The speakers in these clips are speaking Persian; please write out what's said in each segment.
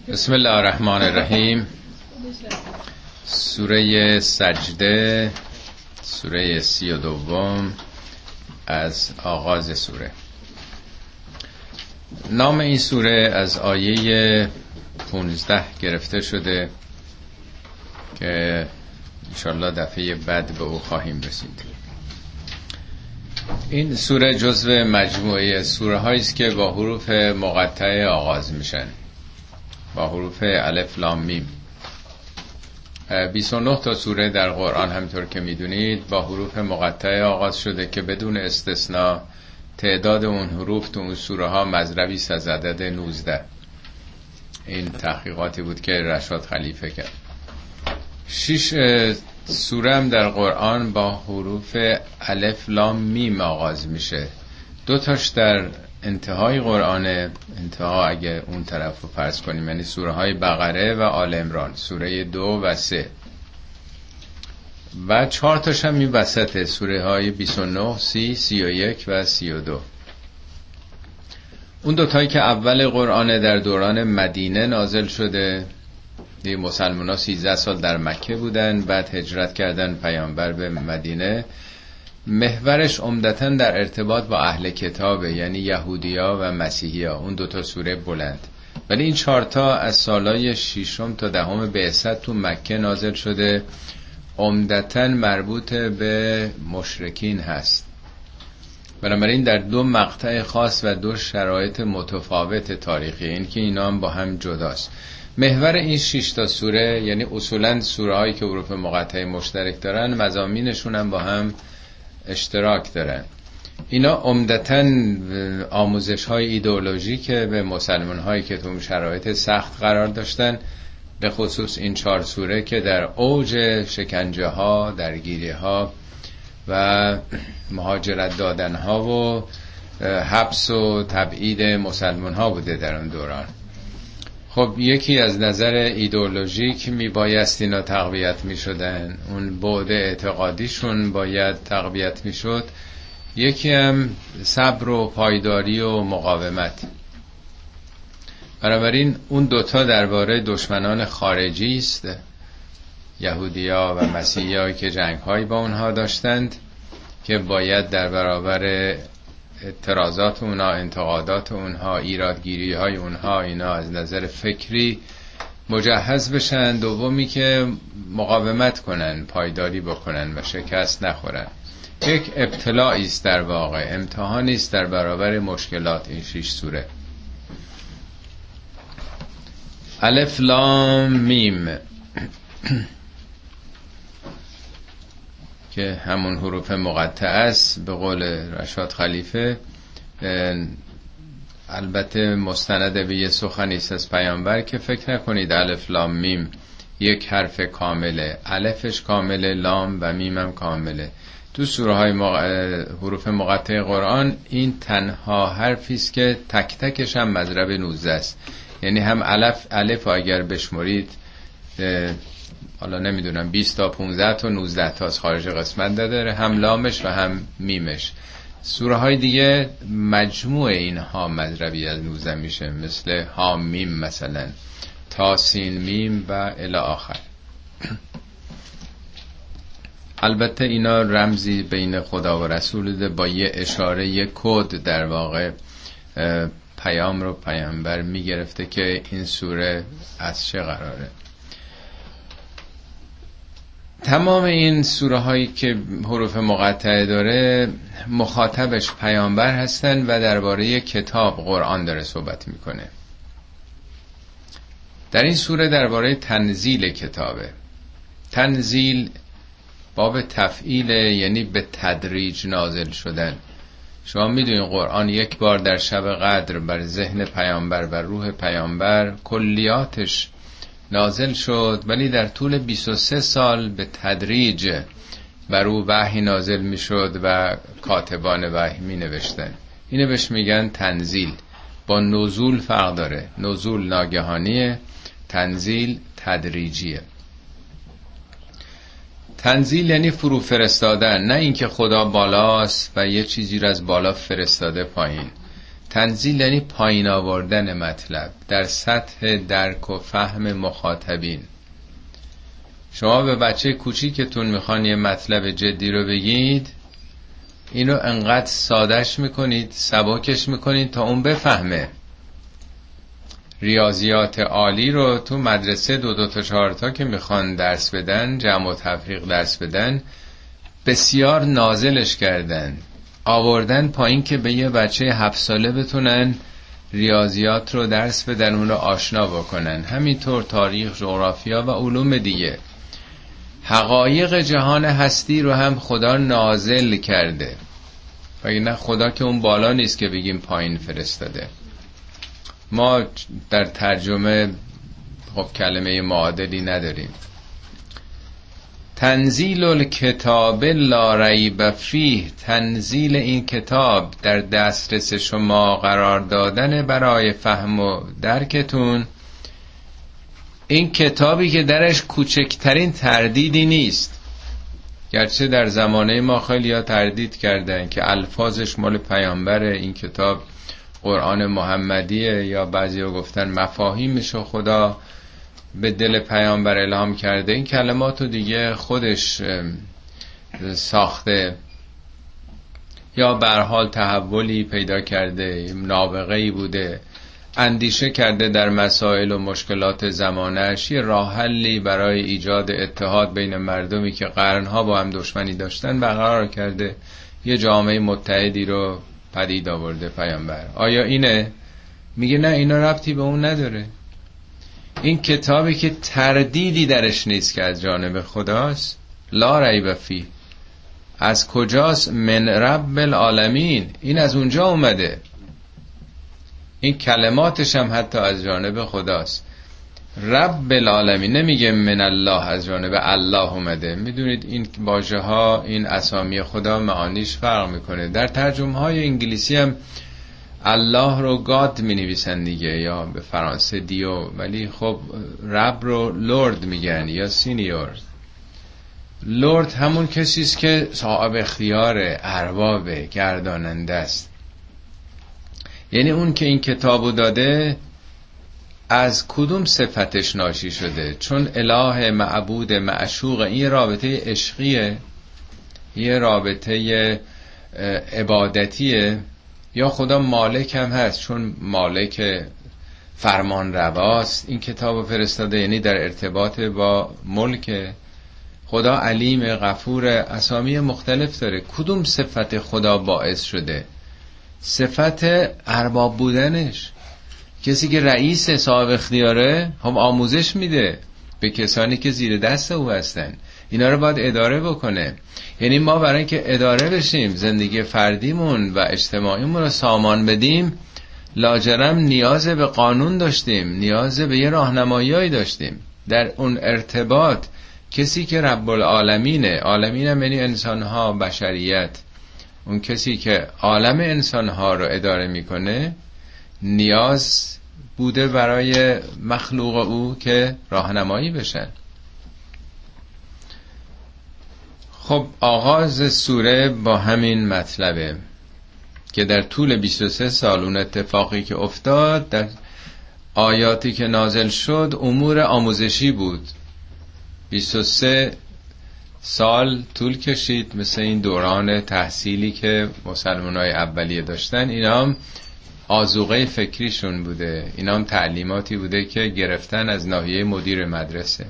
بسم الله الرحمن الرحیم. سوره سجده، سوره 32 از آغاز سوره. نام این سوره از آیه 15 گرفته شده که انشالله دفعه بعد به او خواهیم رسید. این سوره جزو مجموعه سوره هایی است که با حروف مقطعه آغاز میشن، با حروف الف لام میم. 29 تا سوره در قرآن همطور که میدونید با حروف مقطعه آغاز شده که بدون استثناء تعداد اون حروف تو اون سوره ها مضربی است از عدد 19. این تحقیقاتی بود که رشاد خلیفه کرد. 6 سوره هم در قرآن با حروف الف لام میم آغاز میشه. 2 تاش در انتهای قرآن، انتها اگه اون طرف رو فرض کنیم، یعنی سوره های بقره و آل عمران، سوره 2 و 3. و 4 تاش هم این وسطه، سوره های 29 30 31 و 32. اون 2 تایی که اول قرآن در دوران مدینه نازل شده، دی مسلمان ها 13 سال در مکه بودن، بعد هجرت کردن پیامبر به مدینه. محورش عمدتاً در ارتباط با اهل کتابه، یعنی یهودیا و مسیحیا. اون 2 تا سوره بلند. ولی این 4 تا از سالای 6 تا 10 بعثت تو مکه نازل شده، عمدتاً مربوط به مشرکین هست. بنابراین در 2 مقطع خاص و 2 شرایط متفاوت تاریخی، این که اینا هم با هم جداست. محور این 6 تا سوره، یعنی اصولاً سوره هایی که حروف مقطعه مشترک دارن، مضامینشون هم با هم اشتراک دارن. اینا عمدتاً آموزش های ایدئولوژیکه به مسلمان هایی که تو شرایط سخت قرار داشتن، به خصوص این 4 سوره که در اوج شکنجه ها، درگیری ها و مهاجرت دادن ها و حبس و تبعید مسلمان ها بوده در اون دوران. خب یکی از نظر ایدئولوژیک میبایست اینا تقویت میشدن، اون بعد اعتقادیشون باید تقویت میشد. یکی هم صبر و پایداری و مقاومت. بنابراین اون 2 تا درباره دشمنان خارجی است، یهودیا و مسیحیا که جنگ‌هایی با اونها داشتند که باید در برابر اعتراضات اونها، انتقادات اونها، ایرادگیری های اونها، اینا از نظر فکری مجهز بشن. دومی که مقاومت کنن، پایداری بکنن و شکست نخورن. یک ابتلائی است در واقع، امتحانی است در برابر مشکلات این 6 سوره. الف لام میم که همون حروف مقطعه است به قول رشاد خلیفه. البته مستند به یه سخنی است از پیامبر که فکر نکنید الف لام میم یک حرف کامله، الفش کامله، لام و میمم کامله. تو سوره های حروف مقطعه قرآن این تنها حرفی است که تک تکش هم مضرب 19 است. یعنی هم الف اگر بشمرید، حالا نمیدونم 20 تا 15 تا 19 تا از خارج قسمت داره، هم لامش و هم میمش. سوره های دیگه مجموع اینها مضربی از 19 میشه، مثل حام میم مثلا، تا سین میم و الی آخر. البته اینا رمزی بین خدا و رسول ده، با یه اشاره، یه کد در واقع پیام رو پیامبر میگرفته که این سوره از چه قراره. تمام این سوره هایی که حروف مقطعه داره مخاطبش پیامبر هستن و درباره کتاب قرآن داره صحبت میکنه. در این سوره درباره تنزیل کتابه. تنزیل باب تفعیل، یعنی به تدریج نازل شدن. شما میدونید قرآن یک بار در شب قدر بر ذهن پیامبر و روح پیامبر کلیاتش نازل شد، ولی در طول 23 سال به تدریج بر او وحی نازل می شد و کاتبان وحی می نوشتن. اینو بهش میگن تنزیل. با نزول فرق داره. نزول ناگهانیه، تنزیل تدریجیه. تنزیل یعنی فرو فرستادن، نه اینکه خدا بالاست و یه چیزی رو از بالا فرستاده پایین. تنزیل یعنی پایین آوردن مطلب در سطح درک و فهم مخاطبین. شما به بچه کوچیکتون میخوان یه مطلب جدی رو بگید، اینو انقدر سادهش میکنید، سبکش میکنید تا اون بفهمه. ریاضیات عالی رو تو مدرسه 2 تا 4 تا که میخوان درس بدن، جمع و تفریق درس بدن، بسیار نازلش کردن، آوردن پایین که به یه بچه 7 ساله بتونن ریاضیات رو درس بدن، اون رو آشنا بکنن. همینطور تاریخ، جغرافیا و علوم دیگه. حقایق جهان هستی رو هم خدا نازل کرده، وگرنه خدا که اون بالا نیست که بگیم پایین فرستاده. ما در ترجمه خب کلمه معادلی نداریم. تنزیل الکتاب لا ریب فیه، تنزیل این کتاب در دسترس شما قرار دادن برای فهم و درکتون. این کتابی که درش کوچکترین تردیدی نیست، گرچه در زمانه ما خیلی ها تردید کردن که الفاظش مال پیامبره، این کتاب قرآن محمدیه، یا بعضی ها گفتن مفاهیمشو خدا به دل پیامبر الهام کرده. این کلماتو دیگه خودش ساخته یا به هر حال تحولی پیدا کرده، نابغه‌ای بوده، اندیشه کرده در مسائل و مشکلات زمانش، یه راه حلی برای ایجاد اتحاد بین مردمی که قرنها با هم دشمنی داشتن برقرار کرده، یه جامعه متحدی رو پدید آورده پیامبر. آیا اینه؟ میگه نه، اینا ربطی به اون نداره. این کتابی که تردیدی درش نیست که از جانب خداست، لا ریب فیه. از کجاست؟ من رب العالمین، این از اونجا اومده. این کلماتش هم حتی از جانب خداست. رب العالمین، نمیگه من الله، از جانب الله اومده. میدونید این واژه ها، این اسامی خدا معانیش فرق میکنه. در ترجمه های انگلیسی هم الله رو گاد می نویسن دیگه، یا به فرانسه دیو، ولی خب رب رو لورد میگن یا سینیور. لورد همون کسیست که صاحب اختیار، ارباب، گرداننده است. یعنی اون که این کتابو داده از کدوم صفتش ناشی شده؟ چون اله، معبود، معشوق، این رابطه عشقیه، یه رابطه عبادتیه، یا خدا مالک هم هست چون مالک فرمان رواست این کتابو فرستاده، یعنی در ارتباط با ملک. خدا علیم، غفور، اسامی مختلف داره. کدوم صفت خدا باعث شده؟ صفت ارباب بودنش. کسی که رئیس، صاحب اختیاره، هم آموزش میده به کسانی که زیر دست او هستن. اینا رو باید اداره بکنه. یعنی ما برای اینکه اداره بشیم، زندگی فردیمون و اجتماعیمون رو سامان بدیم، لاجرم نیاز به قانون داشتیم، نیاز به یه راهنمایی داشتیم. در اون ارتباط کسی که رب العالمینه، عالمین هم یعنی انسانها، بشریت، اون کسی که عالم انسانها رو اداره میکنه، نیاز بوده برای مخلوق او که راهنمایی بشن. خب آغاز سوره با همین مطلبه که در طول 23 سال اون اتفاقی که افتاد، در آیاتی که نازل شد، امور آموزشی بود. 23 سال طول کشید، مثل این دوران تحصیلی که مسلمانای اولیه داشتن. اینا هم آذوقه فکریشون بوده، اینا هم تعلیماتی بوده که گرفتن از ناحیه مدیر مدرسه.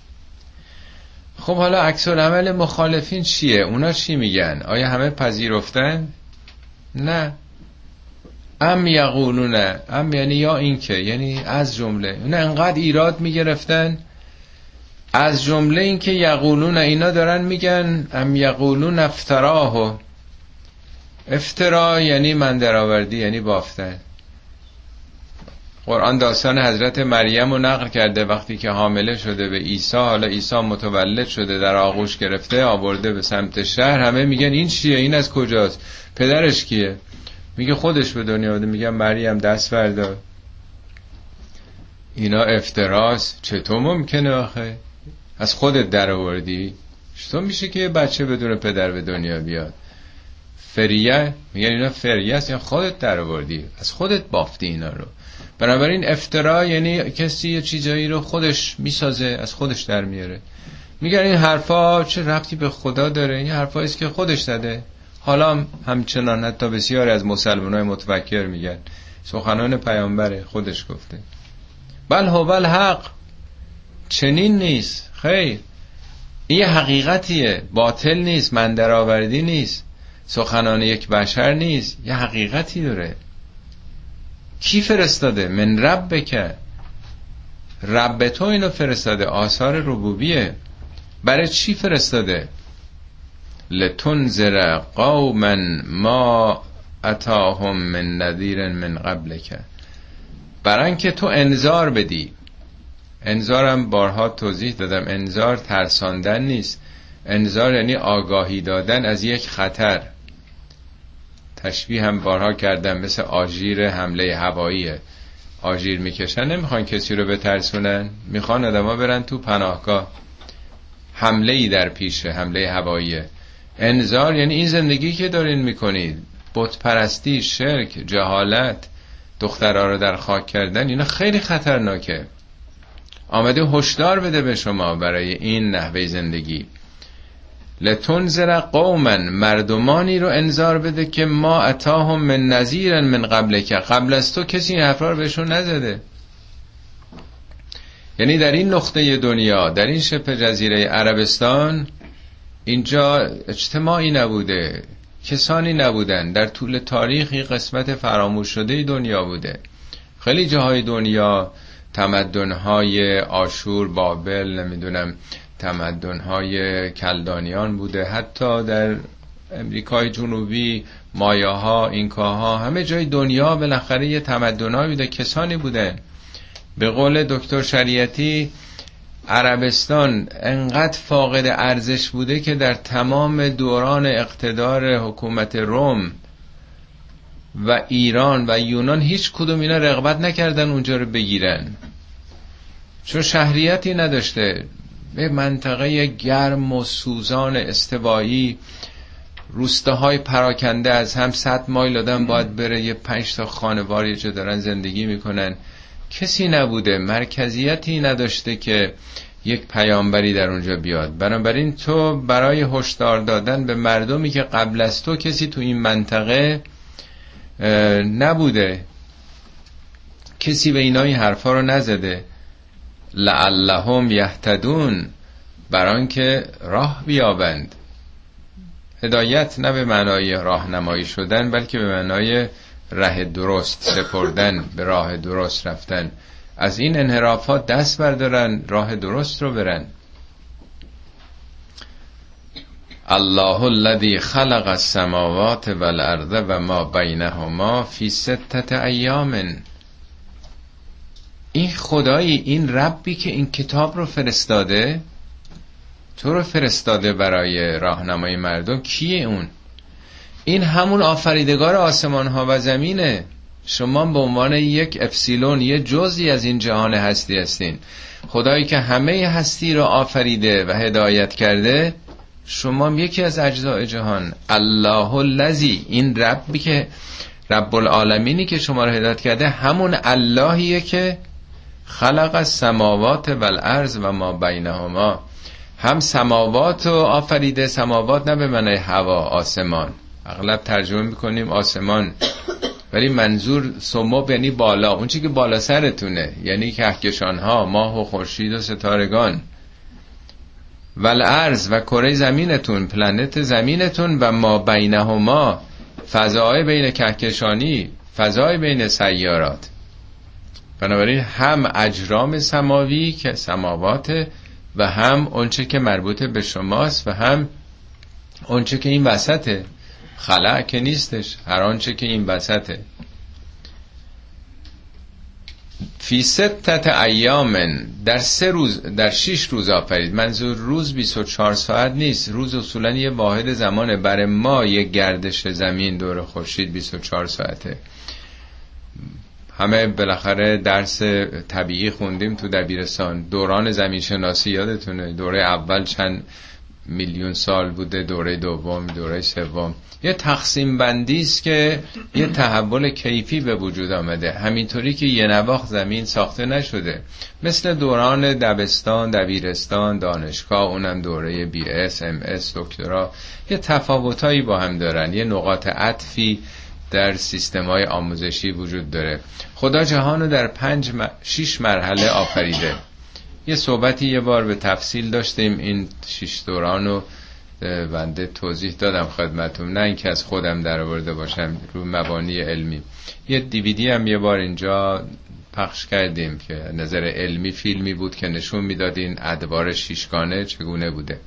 خب حالا عکس العمل مخالفین چیه؟ اونا چی میگن؟ آیا همه پذیرفتن؟ نه. ام یقولون، ام یعنی یا این که، یعنی از جمله. اونا انقدر ایراد میگرفتن، از جمله این که یقولون، اینا دارن میگن ام یقولون افتراه. افترا یعنی من درآوردی، یعنی بافتن. قرآن داستان حضرت مریم رو نقل کرده، وقتی که حامله شده به عیسی، حالا عیسی متولد شده، در آغوش گرفته، آورده به سمت شهر. همه میگن این چیه؟ این از کجاست؟ پدرش کیه؟ میگه خودش به دنیا آورده. میگن مریم دست بردار. اینا افتراست. چطور ممکنه آخه؟ از خودت در آوردی؟ چطور میشه که یه بچه بدون پدر به دنیا بیاد؟ فریه میگن اینا فریه است، یعنی خودت در آوردی، از خودت بافتی اینا رو. بنابراین افترا یعنی کسی یه چیزایی رو خودش میسازه، از خودش در میاره. میگن این حرفا چه ربطی به خدا داره، این حرفایی است که خودش زده. حالا همچنان حتی بسیاری از مسلمانای متفکر میگن سخنان پیامبر خودش گفته. بل هو الحق، چنین نیست، خیر، این حقیقتیه، باطل نیست، من درآوردی نیست، سخنان یک بشر نیست، یه حقیقتی داره. کی فرستاده؟ من ربک، رب تو اینو فرستاده، آثار ربوبیه. برای چی فرستاده؟ لتنذر قوما ما اتاهم من نذیر من قبلک، برای اینکه تو انذار بدی. انذارم بارها توضیح دادم، انذار ترساندن نیست، انذار یعنی آگاهی دادن از یک خطر. تشبیه هم بارها کردم، مثل آژیر حمله هواییه. آژیر میکشن، نمیخوان کسی رو بترسونن، میخوان آدما برن تو پناهگاه. حمله ای در پیشه، حمله هواییه. انذار یعنی این زندگی که دارین میکنید، بت پرستی، شرک، جهالت، دخترها رو در خاک کردن، اینا خیلی خطرناکه. آمده هشدار بده به شما برای این نحوه زندگی. لتنذر قوما، مردمانی رو انذار بده که ما اتاهم من نذیر من قبلک، قبل از تو کسی این حرفا رو بهشون نزده. یعنی در این نقطه دنیا، در این شبه جزیره عربستان، اینجا اجتماعی نبوده، کسانی نبودن. در طول تاریخی قسمت فراموش شده دنیا بوده. خیلی جاهای دنیا تمدن‌های آشور، بابل، نمیدونم تمدن‌های کلدانیان بوده، حتی در امریکای جنوبی مایاها، اینکاها، همه جای دنیا بالاخره یه تمدن‌هایی بوده، کسانی بودن. به قول دکتر شریعتی، عربستان انقدر فاقد ارزش بوده که در تمام دوران اقتدار حکومت روم و ایران و یونان هیچ کدوم اینا رغبت نکردن اونجا رو بگیرن، چون شهریتی نداشته. به منطقه گرم و سوزان استوایی، روستاهای پراکنده از هم 100 مایل آدم باید بره، یه 5 تا خانوار یه جا دارن زندگی میکنن. کسی نبوده، مرکزیتی نداشته که یک پیامبری در اونجا بیاد. بنابراین تو برای هشدار دادن به مردمی که قبل از تو کسی تو این منطقه نبوده، کسی به اینا این حرفا رو نزده، لعلهم یهتدون، بران که راه بیابند. هدایت نه به معنای راهنمایی شدن، بلکه به معنای راه درست، سپردن، به راه درست رفتن، از این انحرافات دست بردارن، راه درست رو برن. الله الذی خلق السماوات والارض و ما بینهما فی 6 ایام. این خدایی، این ربی که این کتاب رو فرستاده، تو رو فرستاده برای راهنمای مردم، کیه اون؟ این همون آفریدگار آسمان ها و زمینه. شما به عنوان یک اپسیلون، یه جزئی از این جهان هستی هستین. خدایی که همه هستی رو آفریده و هدایت کرده، شما یکی از اجزای جهان. الله الذی، این ربی که رب العالمینی که شما رو هدایت کرده، همون اللهیه که خلق السماوات والارض و ما بینهما، هم سماوات رو آفریده. سماوات نه به معنی هوا، آسمان، اغلب ترجمه میکنیم آسمان، ولی منظور سمو یعنی بالا، اون چی که بالا سرتونه، یعنی کهکشان ها، ماه و خورشید و ستارگان. والارض، و کره زمینتون، پلنت زمینتون، و ما بینهما، فضای بین کهکشانی، فضای بین سیارات. بنابراین هم اجرام سماوی که سماوات، و هم اونچه که مربوط به شماست، و هم اونچه که این وسطه. خلق که نیستش، هر آنچه که این وسطه. فی 6 ایام، در 3 روز، در 6 روز آفرید. منظور روز 24 ساعت نیست، روز اصولا یه واحد زمانه. برای ما یه گردش زمین دور خورشید 24 ساعته. همه بالاخره درس طبیعی خوندیم تو دبیرستان، دوران زمین شناسی یادتونه، دوره اول چند میلیون سال بوده، دوره دوم، دوره سوم. یه تقسیم بندی است که یه تحول کیفی به وجود آمده، همینطوری که یه نواخت زمین ساخته نشده. مثل دوران دبستان، دبیرستان، دانشگاه، اونم دوره BS MS دکترا، یه تفاوتایی با هم دارن، یه نقاط عطفی در سیستم‌های آموزشی وجود داره. خدا جهان رو در 6 مرحله آفریده. یه صحبتی یه بار به تفصیل داشتیم، این 6 دوران رو بنده توضیح دادم خدمتون، نه اینکه از خودم در آورده باشم، رو مبانی علمی. یه DVD هم یه بار اینجا پخش کردیم که نظر علمی فیلمی بود که نشون میداد این ادوار شیشگانه چگونه بوده.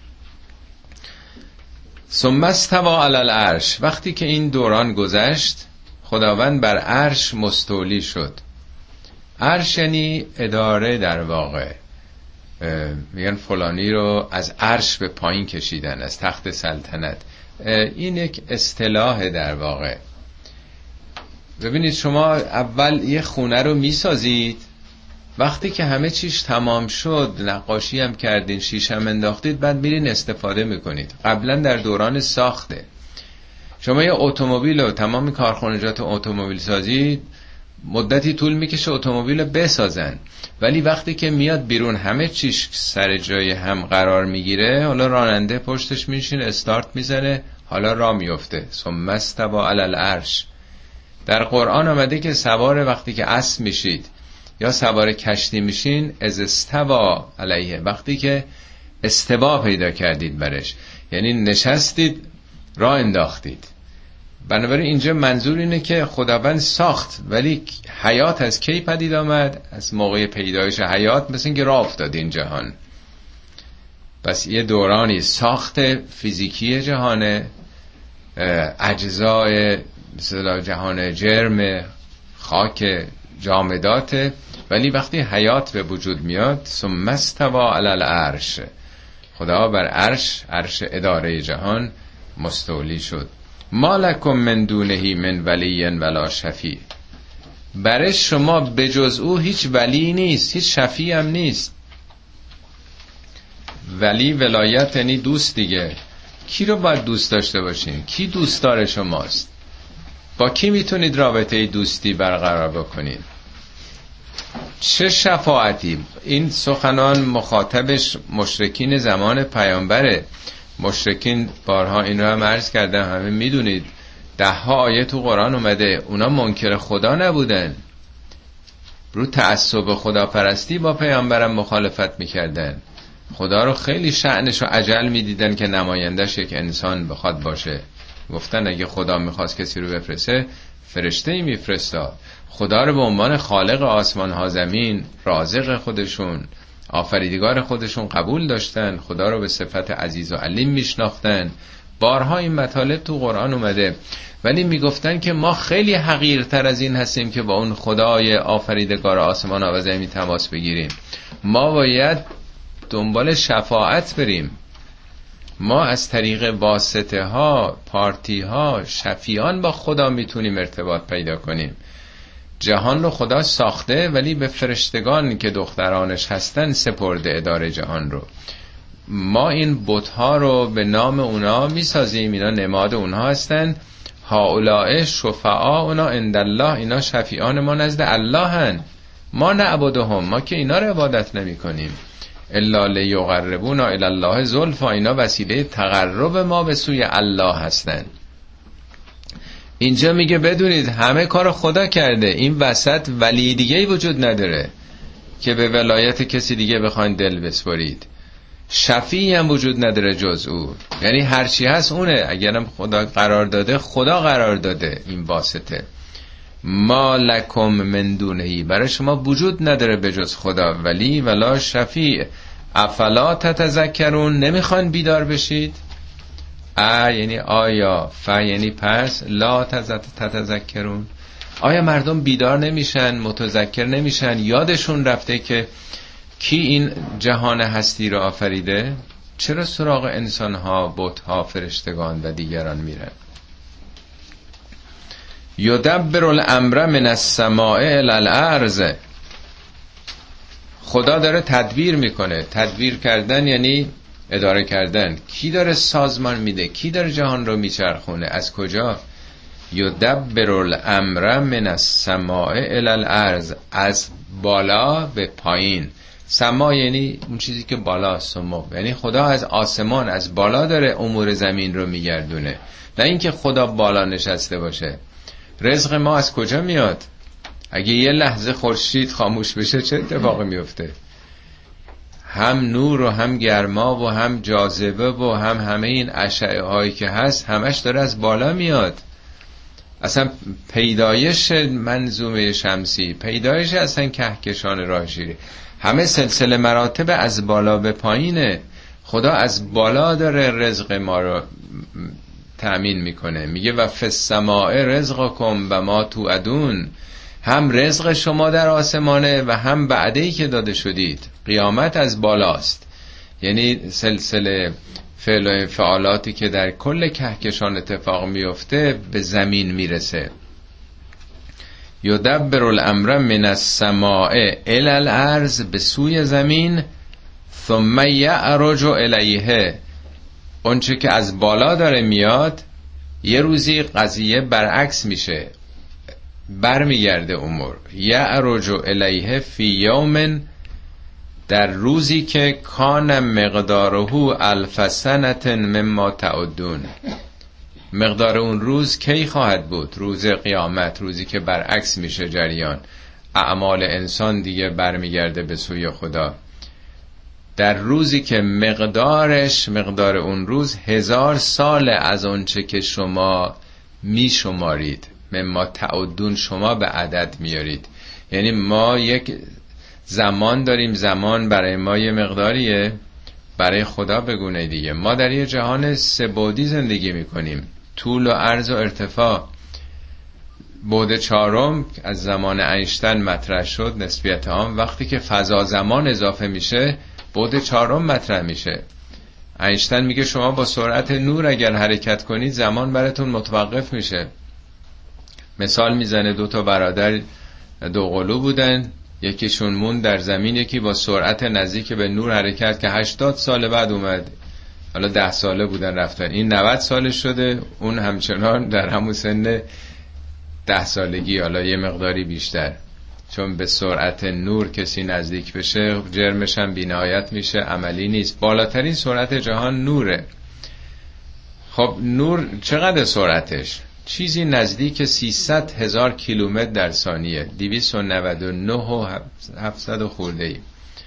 ثم استوى علی العرش، وقتی که این دوران گذشت خداوند بر عرش مستولی شد. عرش یعنی اداره، در واقع میگن فلانی رو از عرش به پایین کشیدن، از تخت سلطنت. این یک اصطلاح در واقع. ببینید شما اول یه خونه رو میسازید، وقتی که همه چیش تمام شد، نقاشی هم کردین، شیشه هم انداختید، بعد میرین استفاده میکنید. قبلا در دوران ساخته شما یه اتومبیل رو، تمام کارخانجات اتومبیل سازی مدتی طول میکشه اتومبیل بسازن، ولی وقتی که میاد بیرون همه چیش سر جای هم قرار میگیره، حالا راننده پشتش میشین، استارت میزنه، حالا راه میفته. ثم استوى علی العرش. در قرآن آمده که سوار وقتی که اسب میشید یا سوار کشتی میشین، از استوى علیه، وقتی که استوا پیدا کردید برش، یعنی نشستید راه انداختید. بنابراین اینجا منظور اینه که خداوند ساخت، ولی حیات از کی پدید آمد؟ از موقع پیدایش حیات، مثل اینکه راه افتاد این جهان. پس یه دورانی ساخت فیزیکی جهانه، اجزای مثل جهان جرم، خاک، جامدات، ولی وقتی حیات به وجود میاد، ثم استوى علی العرش، خدا بر عرش، عرش اداره جهان مستولی شد. ما لکم من دونه من ولی ولا شفیع. برای شما بجز او هیچ ولی نیست، هیچ شفیع هم نیست. ولی ولایت یعنی دوست دیگه. کی رو باید دوست داشته باشین؟ کی دوستدار شماست؟ با کی میتونید رابطه دوستی برقرار بکنید؟ چه شفاعتی؟ این سخنان مخاطبش مشرکین زمان پیامبره. مشرکین بارها این رو هم عرض کردم، همه میدونید، 10 آیه تو قرآن اومده. اونا منکر خدا نبودن، رو تعصب خداپرستی با پیامبرم مخالفت میکردن، خدا رو خیلی شأنش رو عجل میدیدن که نمایندش یک انسان بخواد باشه. گفتن اگه خدا میخواست کسی رو بفرسته، فرشته‌ای میفرستاد. خدا رو به عنوان خالق آسمان ها زمین، رازق خودشون، آفریدگار خودشون قبول داشتن. خدا رو به صفت عزیز و علیم میشناختن. بارها این مطالب تو قرآن اومده، ولی میگفتن که ما خیلی حقیرتر از این هستیم که با اون خدای آفریدگار آسمان ها و زمین تماس بگیریم. ما باید دنبال شفاعت بریم. ما از طریق واسطه ها، پارتی ها، شفیعان با خدا میتونیم ارتباط پیدا کنیم. جهان رو خدا ساخته، ولی به فرشتگان که دخترانش هستن سپرده اداره جهان رو. ما این بت‌ها رو به نام اونا میسازیم، اینا نماد اونها هستن. هؤلاء شفعاؤنا عند الله، اینا شفیعان ما نزد الله هن. ما نعبدهم، ما که اینا رو عبادت نمی کنیم. الا لیقربونا الی الله زلفا، اینا وسیله تقرب ما به سوی الله هستن. اینجا میگه بدونید همه کار خدا کرده، این وسط ولی دیگه وجود نداره که به ولایت کسی دیگه بخواین دل بسپارید. شفیعی هم وجود نداره جز او، یعنی هرچی هست اونه. اگرم خدا قرار داده، خدا قرار داده این واسطه. ما لکم من دونهی، برای شما وجود نداره به جز خدا ولی ولا شفیع. افلا تتذکرون، نمیخوان بیدار بشید؟ یعنی آیا، یعنی پس، لا تتذکرون، آیا مردم بیدار نمیشن، متذکر نمیشن، یادشون رفته که کی این جهان هستی رو آفریده؟ چرا سراغ انسانها، بتها، فرشتگان و دیگران میرن؟ یدبر الامر من السماء الی الارض، خدا داره تدبیر میکنه. تدبیر کردن یعنی اداره کردن. کی داره سازمان میده؟ کی داره جهان رو میچرخونه؟ از کجا؟ یدبر الامر من السماء الی الارض، از بالا به پایین. سما یعنی اون چیزی که بالاست، سمو یعنی خدا از آسمان، از بالا داره امور زمین رو میگردونه، نه اینکه خدا بالا نشسته باشه. رزق ما از کجا میاد؟ اگه یه لحظه خورشید خاموش بشه چه اتفاقی میفته؟ هم نور و هم گرما و هم جاذبه و هم همه این اشعه هایی که هست همش داره از بالا میاد. اصلا پیدایش منظومه شمسی، پیدایش اصلا کهکشان راه شیری، همه سلسله مراتب از بالا به پایینه. خدا از بالا داره رزق ما رو تأمین میکنه. میگه و فی السماء رزقکم و ما توعدون، هم رزق شما در آسمانه و هم وعده‌ای که داده شدید. قیامت از بالاست، یعنی سلسله فعل و انفعالاتی که در کل کهکشان اتفاق میفته به زمین میرسه. یدبر الامر من السماء الی الارض، به سوی زمین. ثم یعرج الیه، اون چه که از بالا داره میاد یه روزی قضیه برعکس میشه، برمیگرده امور. یعرج الیه فی یوم، در روزی که کان مقداره 1000 سنة مما تعدون. مقدار اون روز کی خواهد بود؟ روز قیامت، روزی که برعکس میشه جریان، اعمال انسان دیگه برمیگرده به سوی خدا. در روزی که مقدار اون روز 1000 سال از اون چه که شما میشمارید، مما تعدون شما به عدد میارید. یعنی ما یک زمان داریم، زمان برای ما یه مقداریه، برای خدا بگونه دیگه. ما در یه جهان سه‌بعدی زندگی میکنیم، طول و عرض و ارتفاع. بعد چهارم از زمان اینشتین مطرح شد، نسبیت عام. وقتی که فضا زمان اضافه میشه بعد چهارم مطرح میشه. اینشتین میگه شما با سرعت نور اگر حرکت کنید زمان براتون متوقف میشه. مثال میزنه 2 برادر دوقلو بودن، یکیشون موند در زمین، یکی با سرعت نزدیک به نور حرکت که 80 سال بعد اومد. حالا 10 ساله بودن رفتن، این 90 سالش شده، اون همچنان در همون سن 10 سالگی، حالا یه مقداری بیشتر. چون به سرعت نور کسی نزدیک بشه جرمش هم بی‌نهایت میشه، عملی نیست. بالاترین سرعت جهان نوره. خب نور چقدر سرعتش؟ چیزی نزدیک 300,000 کیلومتر در ثانیه، 299 و 700 خورده ای.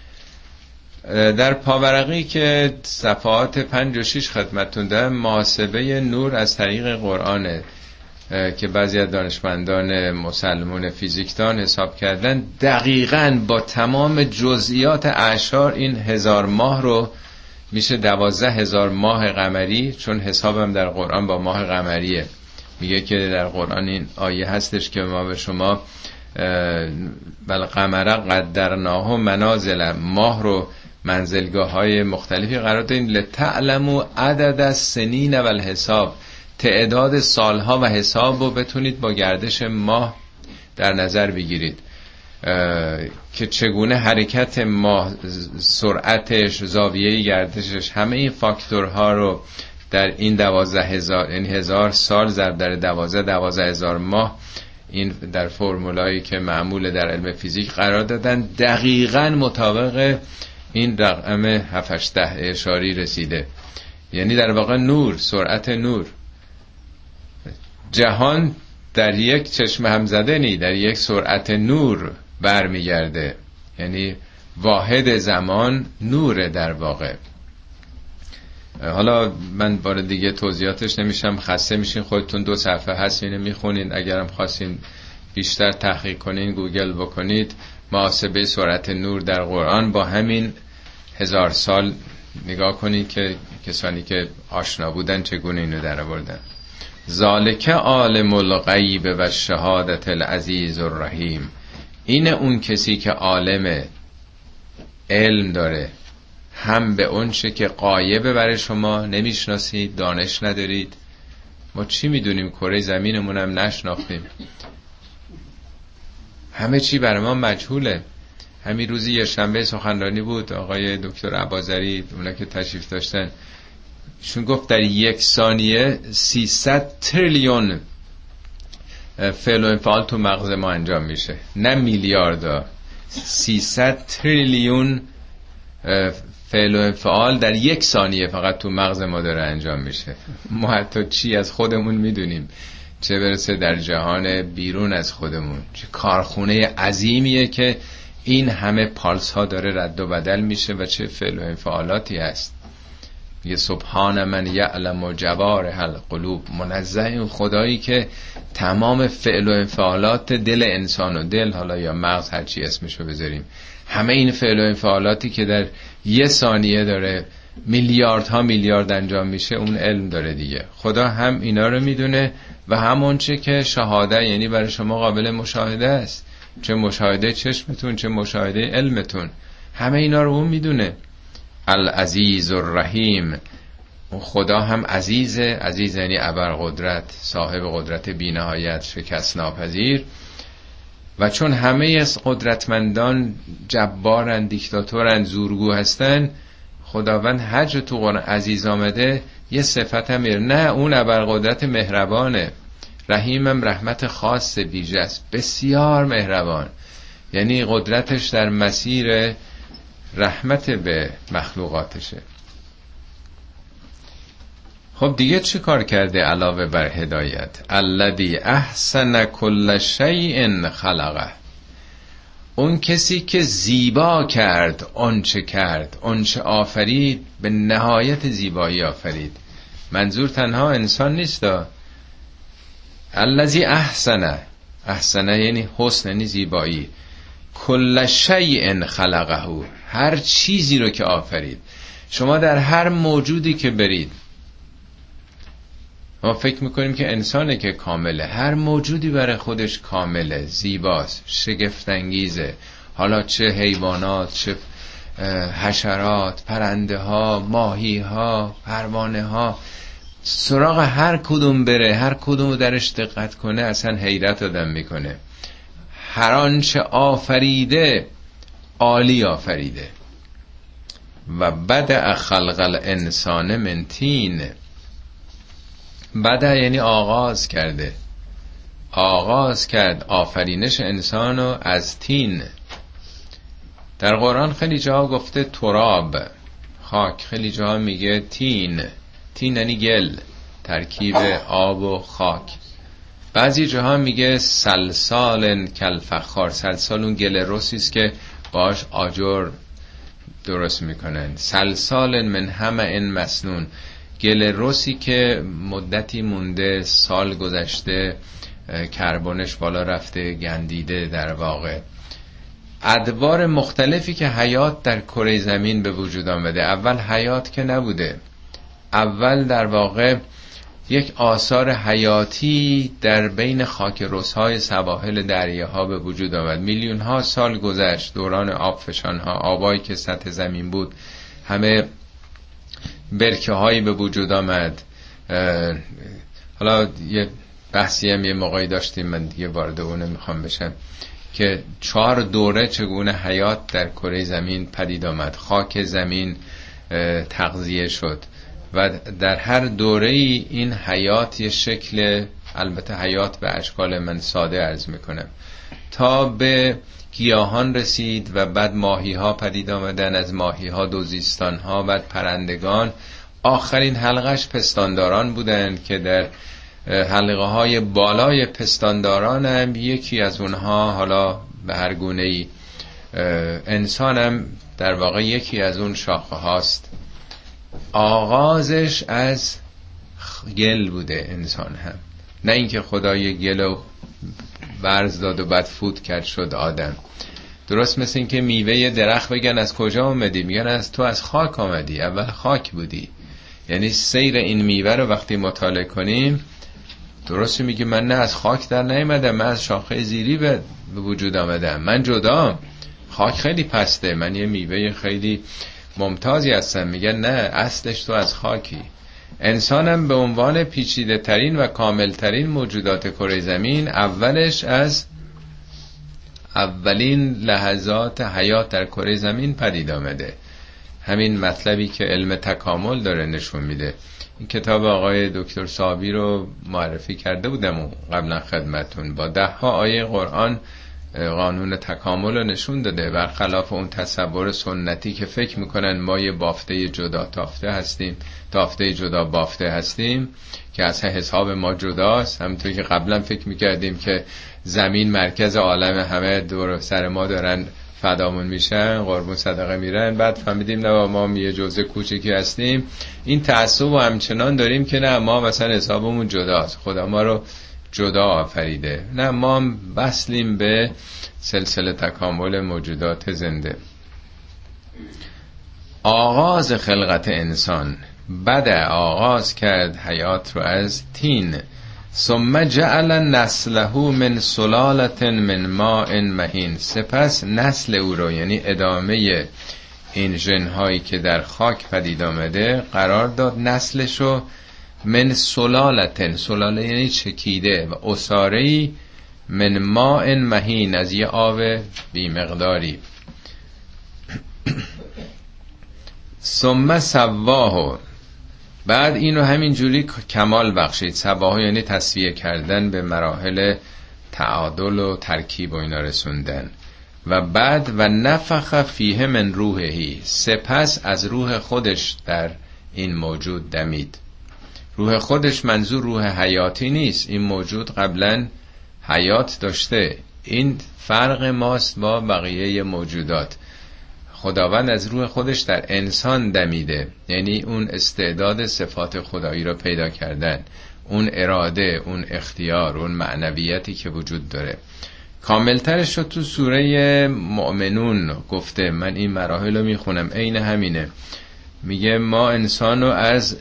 در پاورقی که صفحات 5 و 6 خدمتتون دارم، محاسبه نور از طریق قرآنه که بعضی از دانشمندان مسلمون فیزیکدان حساب کردن، دقیقاً با تمام جزئیات اعشار این 1000 ماه رو میشه 12,000 ماه قمری، چون حسابم در قرآن با ماه قمریه. میگه که در قرآن این آیه هستش که ما به شما بل قمر قدرناه منازل، ماه رو منزلگاه های مختلفی قرار دادیم، لتعلموا عدد السنین و الحساب، تعداد سالها و حساب رو بتونید با گردش ماه در نظر بگیرید که چگونه حرکت ماه، سرعتش، زاویه گردشش، همه این فاکتورها رو در این 12,000 یعنی 1000 سال ضرب در 12,000 ماه، این در فرمولایی که معمول در علم فیزیک قرار دادن، دقیقاً مطابق این رقم 7-8 اشاری رسیده. یعنی در واقع نور، سرعت نور، جهان در یک چشم همزده نی، در یک سرعت نور برمیگرده. یعنی واحد زمان نوره در واقع. حالا من بار دیگه توضیحاتش نمیشم، خسته میشین، خودتون 2 صفحه هست اینو میخونین. اگرم خواستین بیشتر تحقیق کنین گوگل بکنید، محاسبه سرعت نور در قرآن با همین 1000 سال نگاه کنید که کسانی که آشنا بودن چگونه اینو در آوردن. ذالک عالم الغیب و شهادت العزیز الرحیم، این اون کسی که عالم، علم داره، هم به اون چه که غایبه برای شما نمیشناسید، دانش ندارید. ما چی میدونیم؟ کره زمینمون هم نشناختیم، همه چی برای ما مجهوله. همین روزی یه شنبه سخنرانی بود آقای دکتر عبازری، اونا که تشریف داشتن، شون گفت در یک ثانیه 300 تریلیون فعل و انفعال تو مغز ما انجام میشه، نه میلیاردا، 300 تریلیون فعل و انفعال در یک ثانیه فقط تو مغز ما داره انجام میشه. ما حتی چی از خودمون میدونیم، چه برسه در جهان بیرون از خودمون. چه کارخونه عظیمیه که این همه پالس ها داره رد و بدل میشه و چه فعل و انفعالاتی هست. میگه سبحان من یعلم جوارح القلوب، منزه این خدایی که تمام فعل و انفعالات دل انسان و دل، حالا یا مغز، هر چی اسمشو بذاریم، همه این فعل و انفعالاتی که در یه ثانیه داره میلیاردها میلیارد انجام میشه، اون علم داره دیگه. خدا هم اینا رو میدونه و همون چه که شهاده، یعنی برای شما قابل مشاهده است، چه مشاهده چشمتون چه مشاهده علمتون، همه اینا رو اون میدونه. العزیز الرحیم، خدا هم عزیزه، عزیز یعنی ابرقدرت، صاحب قدرت بی‌نهایت، شکست ناپذیر. و چون همه از قدرتمندان جبارن، دیکتاتورن، زورگو هستن، خداوند هر جا تو قرآن عزیز آمده یه صفت هم نه، اون ابرقدرت مهربانه، رحیمم رحمت خاص ویژه است، بسیار مهربان، یعنی قدرتش در مسیر رحمت به مخلوقاتشه. خب دیگه چه کار کرده علاوه بر هدایت؟ الذی احسن کل شیء خلقه، اون کسی که زیبا کرد آنچه کرد، آنچه آفرید به نهایت زیبایی آفرید. منظور تنها انسان نیست، الذی احسن یعنی حسن، یعنی زیبایی، کل شیء خلقه، هر چیزی رو که آفرید. شما در هر موجودی که برید، ما فکر میکنیم که انسانه که کامله، هر موجودی برای خودش کامله، زیباست، شگفت‌انگیزه. حالا چه حیوانات، چه حشرات، پرنده ها، ماهی ها، پروانه ها، سراغ هر کدوم بره، هر کدوم درش دقت کنه، اصلا حیرت آدم میکنه. هر آنچه آفریده عالی آفریده. و بدأ خلق الانسان من طین، بدأ یعنی آغاز کرده، آغاز کرد آفرینش انسانو از طین. در قرآن خیلی جاها گفته تراب، خاک، خیلی جاها میگه طین. طین یعنی گل، ترکیب آب و خاک. بعضی جاها میگه سلسال کالفخار، سلسال اون گل رسیست که باش آجر درست میکنن. سلسال من حمأ مسنون، گل رسی که مدتی مونده، سال گذشته، کربنش بالا رفته، گندیده. در واقع ادوار مختلفی که حیات در کره زمین به وجود آمده. اول حیات که نبوده، اول در واقع یک آثار حیاتی در بین خاک رسهای سواحل دریاها به وجود آمد. میلیون ها سال گذشت، دوران آبفشان ها، آبایی که سطح زمین بود، همه برکه هایی به وجود آمد. حالا یه بحثی هم یه موقعی داشتیم، من دیگه وارد اون نمیخوام بشم، که 4 دوره چگونه حیات در کره زمین پدید آمد، خاک زمین تغذیه شد و در هر دوره ای این حیات یه شکل، البته حیات به اشکال من ساده عرض میکنم، تا به گیاهان رسید و بعد ماهی ها پدید آمدن، از ماهی ها دوزیستان ها، بعد پرندگان. آخرین حلقش پستانداران بودند که در حلقه های بالای پستانداران هم یکی از اونها، حالا به هر گونه ای انسان هم در واقع یکی از اون شاخه هاست. آغازش از گل بوده انسان هم، نه اینکه خدای گل ورز داد و بعد فوت کرد شد آدم. درست مثل این که میوه درخت بگن از کجا آمدی، میگن از تو از خاک آمدی، اول خاک بودی. یعنی سیر این میوه رو وقتی مطالعه کنیم، درست میگه من نه از خاک در نیامدم، من از شاخه زیری به وجود آمدم، من جدام، خاک خیلی پسته، من یه میوه خیلی ممتازی هستم. میگن نه، اصلش تو از خاکی. انسانم به عنوان پیچیده ترین و کامل ترین موجودات کره زمین، اولش از اولین لحظات حیات در کره زمین پدید آمده. همین مطلبی که علم تکامل داره نشون میده. این کتاب آقای دکتر صابی رو معرفی کرده بودم قبلا خدمتون، با 10 آیه قرآن قانون تکامل رو نشون داده، برخلاف اون تصور سنتی که فکر میکنن ما یه بافته جدا تافته هستیم، تافته جدا بافته هستیم که اصلا حساب ما جداست. همونطور که قبلا فکر میکردیم که زمین مرکز عالم، همه دور سر ما دارن فدامون میشن، قربون صدقه میرن، بعد فهمیدیم نه ما یه جزء کوچکی هستیم. این تعصب و همچنان داریم که نه ما مثلا حسابمون جداست، خدا ما رو جدا آفریده. نه، ما وصلیم به سلسله تکامل موجودات زنده. آغاز خلقت انسان، بده آغاز کرد حیات رو از تین، ثم جعل نسله من سلالة من ماء مهین، سپس نسل او رو، یعنی ادامه این ژن‌هایی که در خاک پدید آمده قرار داد نسلشو من سلالة، سلاله یعنی چکیده، و اساره‌ای من ماء مهین، از یه آب بی مقداری. ثم سواه، بعد اینو همین جوری کمال بخشید. سواه یعنی تسویه کردن، به مراحل تعادل و ترکیب و اینا رسوندن. و بعد و نفخ فیه من روحهی، سپس از روح خودش در این موجود دمید. روح خودش منظور روح حیاتی نیست، این موجود قبلا حیات داشته. این فرق ماست با بقیه موجودات. خداوند از روح خودش در انسان دمیده، یعنی اون استعداد صفات خدایی رو پیدا کردن، اون اراده، اون اختیار، اون معنویتی که وجود داره. کاملترش رو تو سوره مؤمنون گفته. من این مراحل رو میخونم، عین همینه. میگه ما انسانو از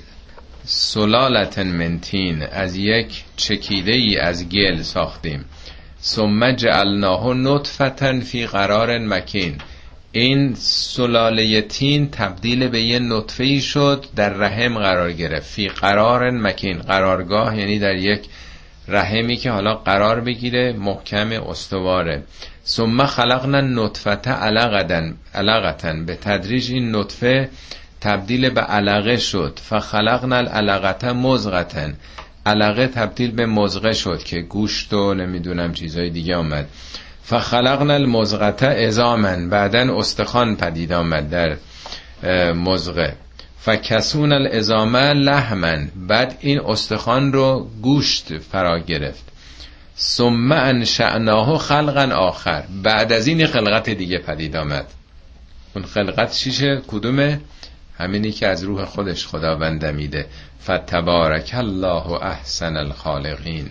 سلالة من طین، از یک چکیده ای از گل ساختیم. ثم جعلناه نطفة فی قرار مکین، این سلاله طین تبدیل به یه نطفه‌ای شد، در رحم قرار گرفت. فی قرار مکین، قرارگاه یعنی در یک رحمی که حالا قرار بگیره، محکم استواره. ثم خلقنا النطفة علقة، به تدریج این نطفه تبدیل به علقه شد. فخلقنا العلقة مضغة، علقه تبدیل به مضغه شد که گوشت و نمیدونم چیزای دیگه آمد. فخلقنا المضغة عظاما، بعدن استخوان پدید آمد در مضغه. فکسونا العظام لحما، بعد این استخوان رو گوشت فرا گرفت. ثم انشأناه خلقا آخر، بعد از این خلقت دیگه پدید آمد. اون خلقت چیشه؟ کدومه؟ همینی که از روح خودش خداوند دمیده. فتبارک الله احسن الخالقین.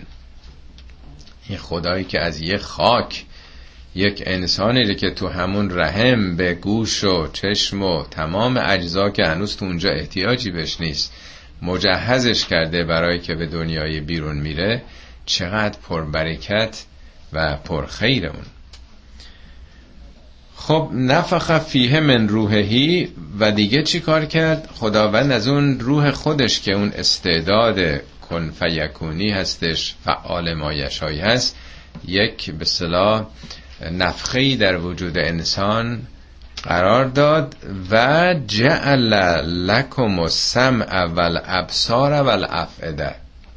این خدایی که از یه خاک یک انسانی رو که تو همون رحم به گوش و چشم و تمام اجزا که هنوز تو اونجا احتیاجی بهش نیست مجهزش کرده برای که به دنیای بیرون میره، چقدر پربرکت و پرخیر اون. خب نفخ فیه من روحهی، و دیگه چی کار کرد؟ خداوند از اون روح خودش که اون استعداد کن فیکونی هستش، فعال ما یشایی هست، یک به اصطلاح نفخه‌ای در وجود انسان قرار داد. و جعل لکم السمع والابصار والافئده.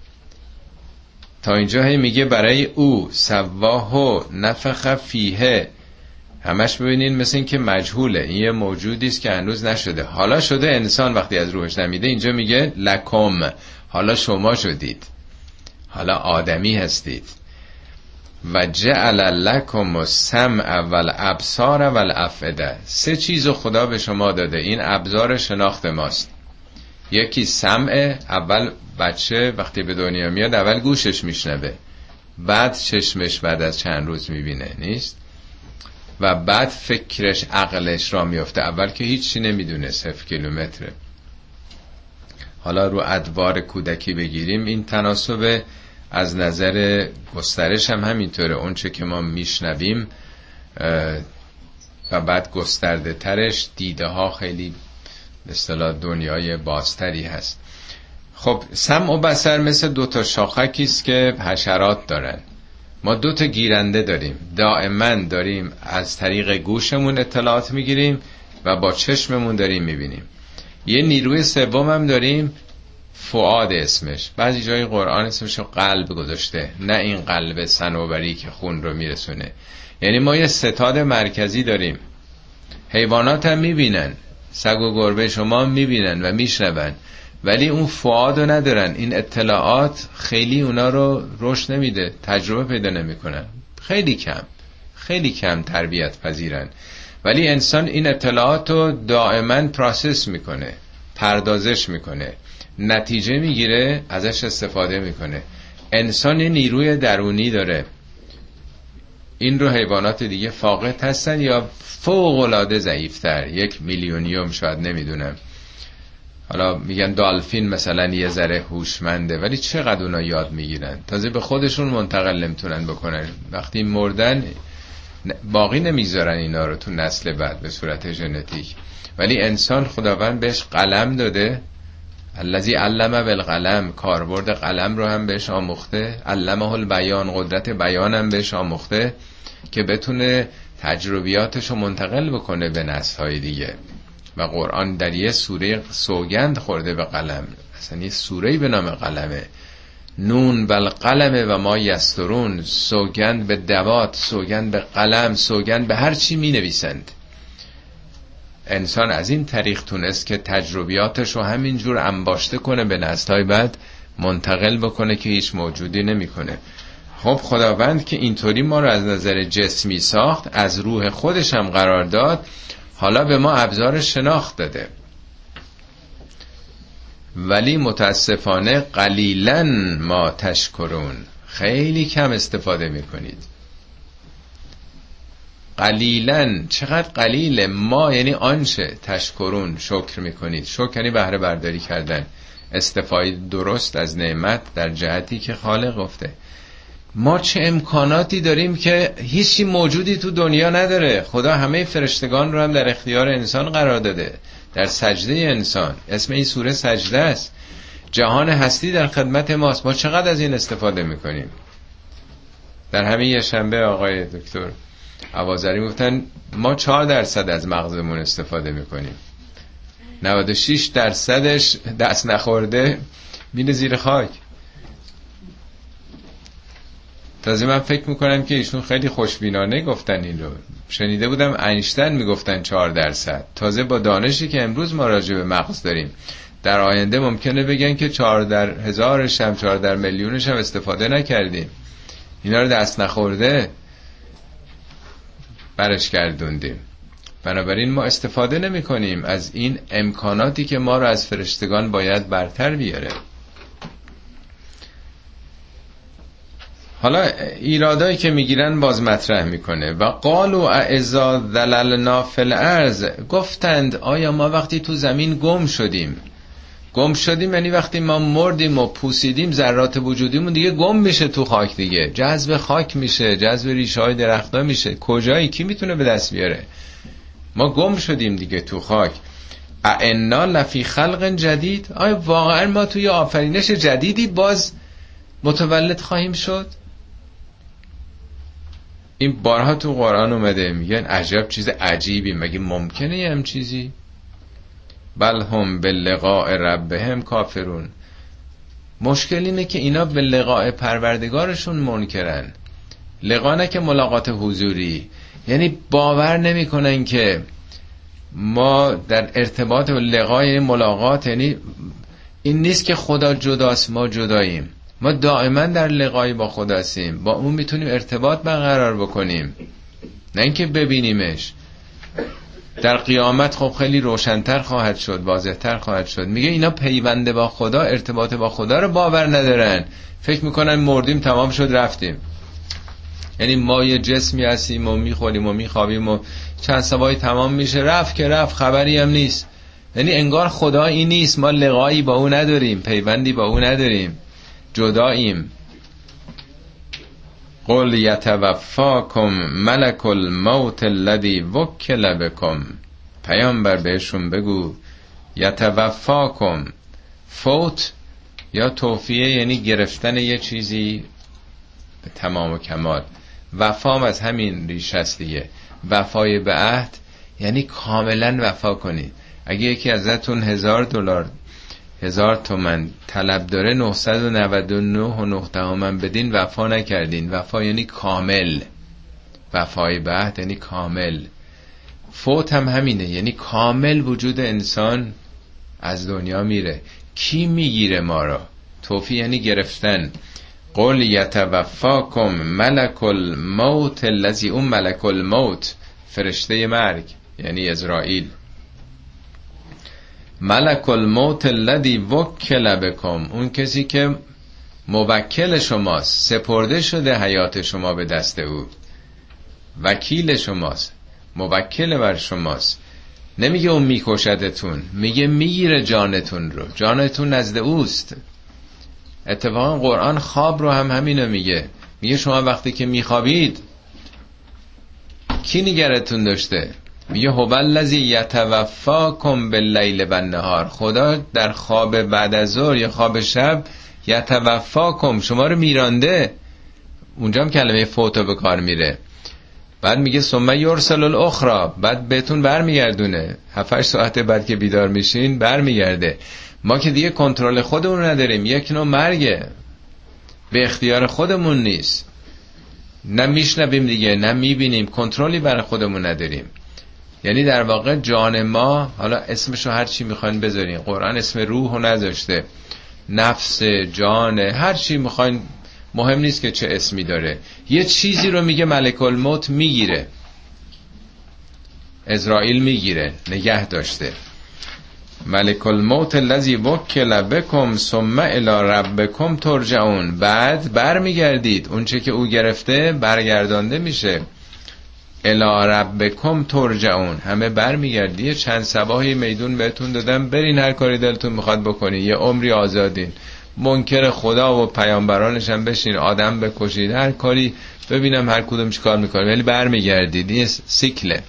تا اینجا هی میگه برای او سواه نفخ فیه، همش ببینین مثل این که مجهوله، این یه موجودی است که هنوز نشده، حالا شده انسان. وقتی از روحش نمیده اینجا میگه لکم، حالا شما شدید، حالا آدمی هستید. و جعل لکم السمع والابصار والافئده، سه چیزو خدا به شما داده. این ابزار شناخت ماست. یکی سمع، اول بچه وقتی به دنیا میاد اول گوشش میشنوه، بعد چشمش بعد از چند روز میبینه، نیست؟ و بعد فکرش، عقلش را میفته. اول که هیچی نمیدونه، 0 کیلومتره. حالا رو ادوار کودکی بگیریم، این تناسب از نظر گسترش هم همینطوره. اون چه که ما میشنویم و بعد گسترده ترش، دیده ها خیلی به اصطلاح دنیای بازتری هست. خب سمع و بصر مثل 2 شاخکی است که حشرات دارن. ما 2 تا گیرنده داریم، دائما داریم از طریق گوشمون اطلاعات میگیریم و با چشممون داریم میبینیم. یه نیروی سوم هم داریم، فؤاد اسمش، بعضی جای قرآن اسمش رو قلب گذاشته، نه این قلب صنوبری که خون رو میرسونه. یعنی ما یه ستاد مرکزی داریم. حیوانات هم میبینن، سگ و گربه شما میبینن و میشنون، ولی اون فؤاد رو ندارن. این اطلاعات خیلی اونا رو رشد نمیده، تجربه پیدا نمیکنن، خیلی کم تربیت پذیرن. ولی انسان این اطلاعات رو دائما پروسس میکنه، پردازش میکنه، نتیجه میگیره، ازش استفاده میکنه. انسان یه نیروی درونی داره، این رو حیوانات دیگه فاقد هستن یا فوق العاده ضعیفتر، 1 میلیونیوم شاید، نمیدونم. حالا میگن دالفین مثلا یه ذره هوشمنده، ولی چقدر اونا یاد میگیرن، تازه به خودشون منتقل نمیتونن بکنن، وقتی مردن باقی نمیذارن اینا رو تو نسل بعد به صورت ژنتیک. ولی انسان خداوند بهش قلم داده، الذی علم بالقلم، کاربرد قلم رو هم بهش آموخته، علمه البیان، قدرت بیان هم بهش آموخته که بتونه تجربیاتش رو منتقل بکنه به نسل‌های دیگه. و قرآن در یه سوره سوگند خورده به قلم، اصلا یه سوره‌ای به نام قلمه، نون والقلم و ما یسطرون، سوگند به دوات، سوگند به قلم، سوگند به هر چی می نویسند. انسان از این طریق تونست که تجربیاتش رو همینجور انباشته کنه، به نسل‌های بعد منتقل بکنه که هیچ موجودی نمی‌کنه. خب خداوند که اینطوری ما رو از نظر جسمی ساخت، از روح خودش هم قرار داد، حالا به ما ابزار شناخت داده، ولی متاسفانه قلیلاً ما تشکرون، خیلی کم استفاده میکنید. قلیلاً، چقدر قلیله، ما یعنی آنچه تشکرون، شکر میکنید. شکر یعنی بهره برداری کردن، استفاده درست از نعمت در جهتی که خالق گفته. ما چه امکاناتی داریم که هیچی موجودی تو دنیا نداره. خدا همه فرشتگان رو هم در اختیار انسان قرار داده، در سجده انسان. اسم این سوره سجده است. جهان هستی در خدمت ماست، ما چقدر از این استفاده میکنیم؟ در همین یه شنبه آقای دکتر اوازری گفتن ما 4% از مغزمون استفاده میکنیم، 96%ش دست نخورده میره زیر خاک. تازه من فکر میکنم که ایشون خیلی خوشبینانه گفتن این رو. شنیده بودم اینشتین میگفتن 4%. تازه با دانشی که امروز ما راجع به مغز داریم، در آینده ممکنه بگن که 4,000,000 هم 4,000,000,000 هم استفاده نکردیم، اینا رو دست نخورده برش گردوندیم. بنابراین ما استفاده نمی کنیم از این امکاناتی که ما رو از فرشتگان باید برتر بیاره. حالا ایرادایی که میگیرن باز مطرح میکنه. و قالوا اذا ذللنا فی الارض، گفتند آیا ما وقتی تو زمین گم شدیم یعنی وقتی ما مردیم و پوسیدیم، ذرات وجودیمون دیگه گم میشه تو خاک، دیگه جذب خاک میشه، جذب ریشه های درختا میشه. کجایی؟ کی میتونه به دست بیاره؟ ما گم شدیم دیگه تو خاک. انا لفی خلق جدید، آیا واقعا ما توی آفرینش جدیدی باز متولد خواهیم شد؟ این بارها تو قرآن اومده، میگن عجب چیز عجیبی، مگه ممکنه یه هم چیزی؟ بل هم باللقاء ربهم کافرون. مشکل اینه که اینا به لقاء پروردگارشون منکرن. لقاء نه که ملاقات حضوری، یعنی باور نمیکنن که ما در ارتباط و لقاء، یعنی ملاقات، یعنی این نیست که خدا جداست ما جداییم. ما دائما در لقای با خدا هستیم، با اون میتونیم ارتباط برقرار بکنیم، نه اینکه ببینیمش. در قیامت خب خیلی روشن‌تر خواهد شد، واضح‌تر خواهد شد. میگه اینا پیوند با خدا، ارتباط با خدا رو باور ندارن، فکر میکنن مردیم تمام شد رفتیم. یعنی ما یه جسمی هستیم و میخوریم و میخوابیم و چند سبایی تمام میشه، رفت که رفت، خبری هم نیست. یعنی انگار خدا این نیست، ما لقایی با اون نداریم، پیوندی با اون نداریم، جداییم. قل یتوفاکم ملک الموت الذی وکل بکم، پیامبر بهشون بگو یتوفاکم، فوت یا توفیه یعنی گرفتن یه چیزی به تمام و کمال. وفام از همین ریشه است دیگه. وفای به عهد یعنی کاملا وفا کنید. اگه یکی ازتون $1000 1000 تومن طلب داره 999.9 بدین، وفا نکردین. وفا یعنی کامل. وفای به عهد یعنی کامل. فوت هم همینه، یعنی کامل وجود انسان از دنیا میره. کی میگیره ما را؟ توفی یعنی گرفتن. قل یتوفاکم ملک الموت الذی، اون ملک الموت فرشته مرگ یعنی اسرائیل. ملک الموت الذی وکل بکم، اون کسی که موکل شماست، سپرده شده حیات شما به دست او، وکیل شماست، موکل بر شماست. نمیگه اون میکشدتون، میگه میگیره جانتون رو، جانتون نزد اوست. اتفاقا قرآن خواب رو هم همینو میگه شما وقتی که میخوابید کی نگرتون داشته؟ میگه هو الذی یتوفاکم باللیل و النهار، خدا در خواب بعد از ظهر یا خواب شب یتوفاکم، شما رو میرانده. اونجا هم کلمه فوتو به کار میره. بعد میگه ثم یرسل الاخرى، بعد بهتون برمیگردونه 7-8 ساعت بعد که بیدار میشین برمیگرده. ما که دیگه کنترل خودمون نداریم، یک نوع مرگه، به اختیار خودمون نیست. نه میشنویم دیگه، نه میبینیم، کنترلی برای خودمون نداریم. یعنی در واقع جان ما، حالا اسمشو هر چی میخواین بذارین، قرآن اسم روحو نذاشته، نفس، جان، هر چی میخواین، مهم نیست که چه اسمی داره. یه چیزی رو میگه ملک الموت میگیره، اسرائیل میگیره، نگه داشته. ملک الموت الذی وکل بکم ثم الی ربکم ترجعون، بعد برمیگردید، اون چه که او گرفته برگردانده میشه. الی ربکم ترجعون، همه برمیگردی. چند صباحی میدون بهتون دادم، برین هر کاری دلتون میخواد بکنین، یه عمری آزادین. منکر خدا و پیامبرانش هم بشین، آدم بکشید، هر کاری، ببینم هر کدوم چیکار میکنه، ولی برمیگردید. این سیکله.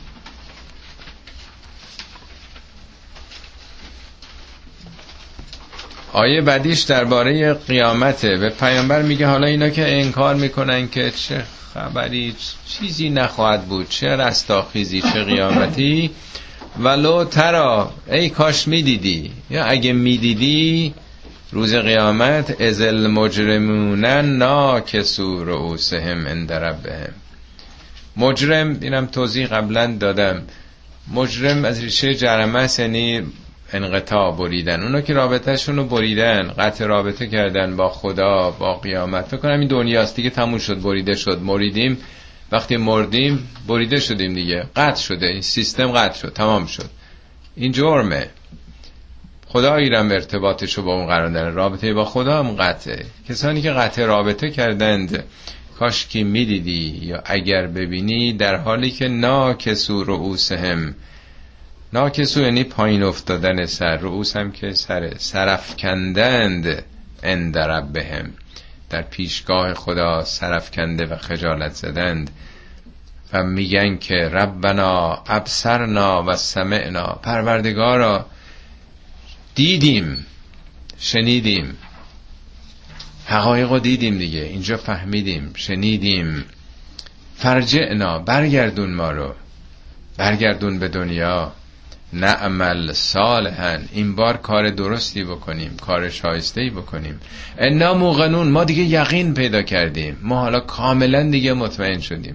آیه بعدیش درباره قیامته. به پیامبر میگه حالا اینا که انکار میکنن که چه خبری، چیزی نخواهد بود، چه رستاخیزی، چه قیامتی، ولو ترا، ای کاش میدیدی، یا اگه میدیدی روز قیامت، از المجرمون ناکسو رؤوسهم عند ربهم. مجرم، اینم توضیح قبلا دادم، مجرم از ریشه جرمه یعنی انقطاع، بریدن. اونا که رابطه شونو بریدن، قطع رابطه کردن با خدا، با قیامت. فکر کنم این دنیاست دیگه، تموم شد، بریده شد، مریدیم، وقتی مردیم بریده شدیم دیگه، قطع شده، این سیستم قطع شد، تمام شد. این جرمه. خدا ایرم ارتباطشو با اون قرار داره، رابطه با خدا هم قطعه. کسانی که قطع رابطه کردند، کاش که میدیدی یا اگر ببینی، در حالی که ناکسو رؤوسهم، ناکسو یعنی پایین افتادن سر، رؤوس هم که سرفکندند عند ربهم، در پیشگاه خدا سرفکنده و خجالت زدند. و میگن که ربنا ابصرنا و سمعنا، پروردگارا دیدیم، شنیدیم، حقایقو دیدیم دیگه، اینجا فهمیدیم، شنیدیم. فرجعنا، برگردون ما رو، برگردون به دنیا. نعمل صالحا، این بار کار درستی بکنیم، کار شایسته‌ای بکنیم. انا موقنون، ما دیگه یقین پیدا کردیم، ما حالا کاملا دیگه مطمئن شدیم.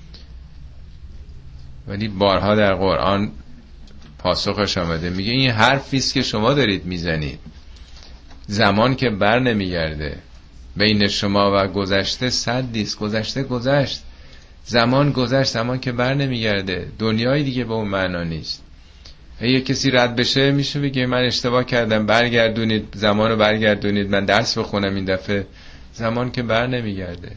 ولی بارها در قرآن پاسخش آمده، میگه این حرفیست که شما دارید میزنید، زمان که بر نمیگرده، بین شما و گذشته سدیست، گذشته گذشت، زمان گذشت، زمان که بر نمیگرده، دنیای دیگه به اون معنا نیست. یه کسی رد بشه میشه بگه من اشتباه کردم، برگردونید، زمانو برگردونید، من درس بخونم این دفعه. زمان که بر نمیگرده.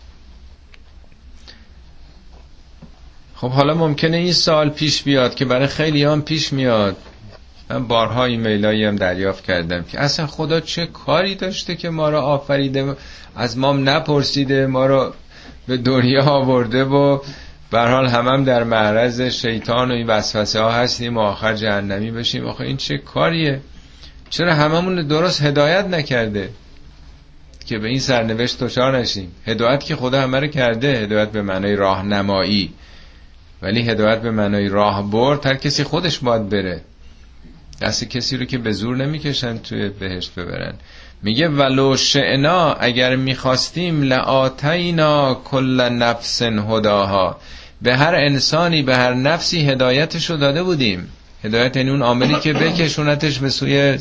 خب حالا ممکنه این سوال پیش بیاد که برای خیلی هم پیش میاد. من بارها ایمیلایی هم دریافت کردم که اصلا خدا چه کاری داشته که ما را آفریده، از ما نپرسیده، ما را به دنیا آورده و به هر حال هم در معرض شیطان و این وسوسه ها هستیم و آخر جهنمی بشیم. آخه این چه کاریه؟ چرا هممون درست هدایت نکرده؟ که به این سرنوشت دچار نشیم. هدایت که خدا همه رو کرده، هدایت به معنای راهنمایی، ولی هدایت به معنای راهبرد هر کسی خودش باید بره. دست کسی رو که به زور نمیکشن توی بهشت ببرن. میگه ولو شئنا، اگر میخواستیم، لآتینا کل نفس هداها، به هر انسانی، به هر نفسی هدایتشو داده بودیم. هدایت یعنی اون عاملی که بکشونتش به سوی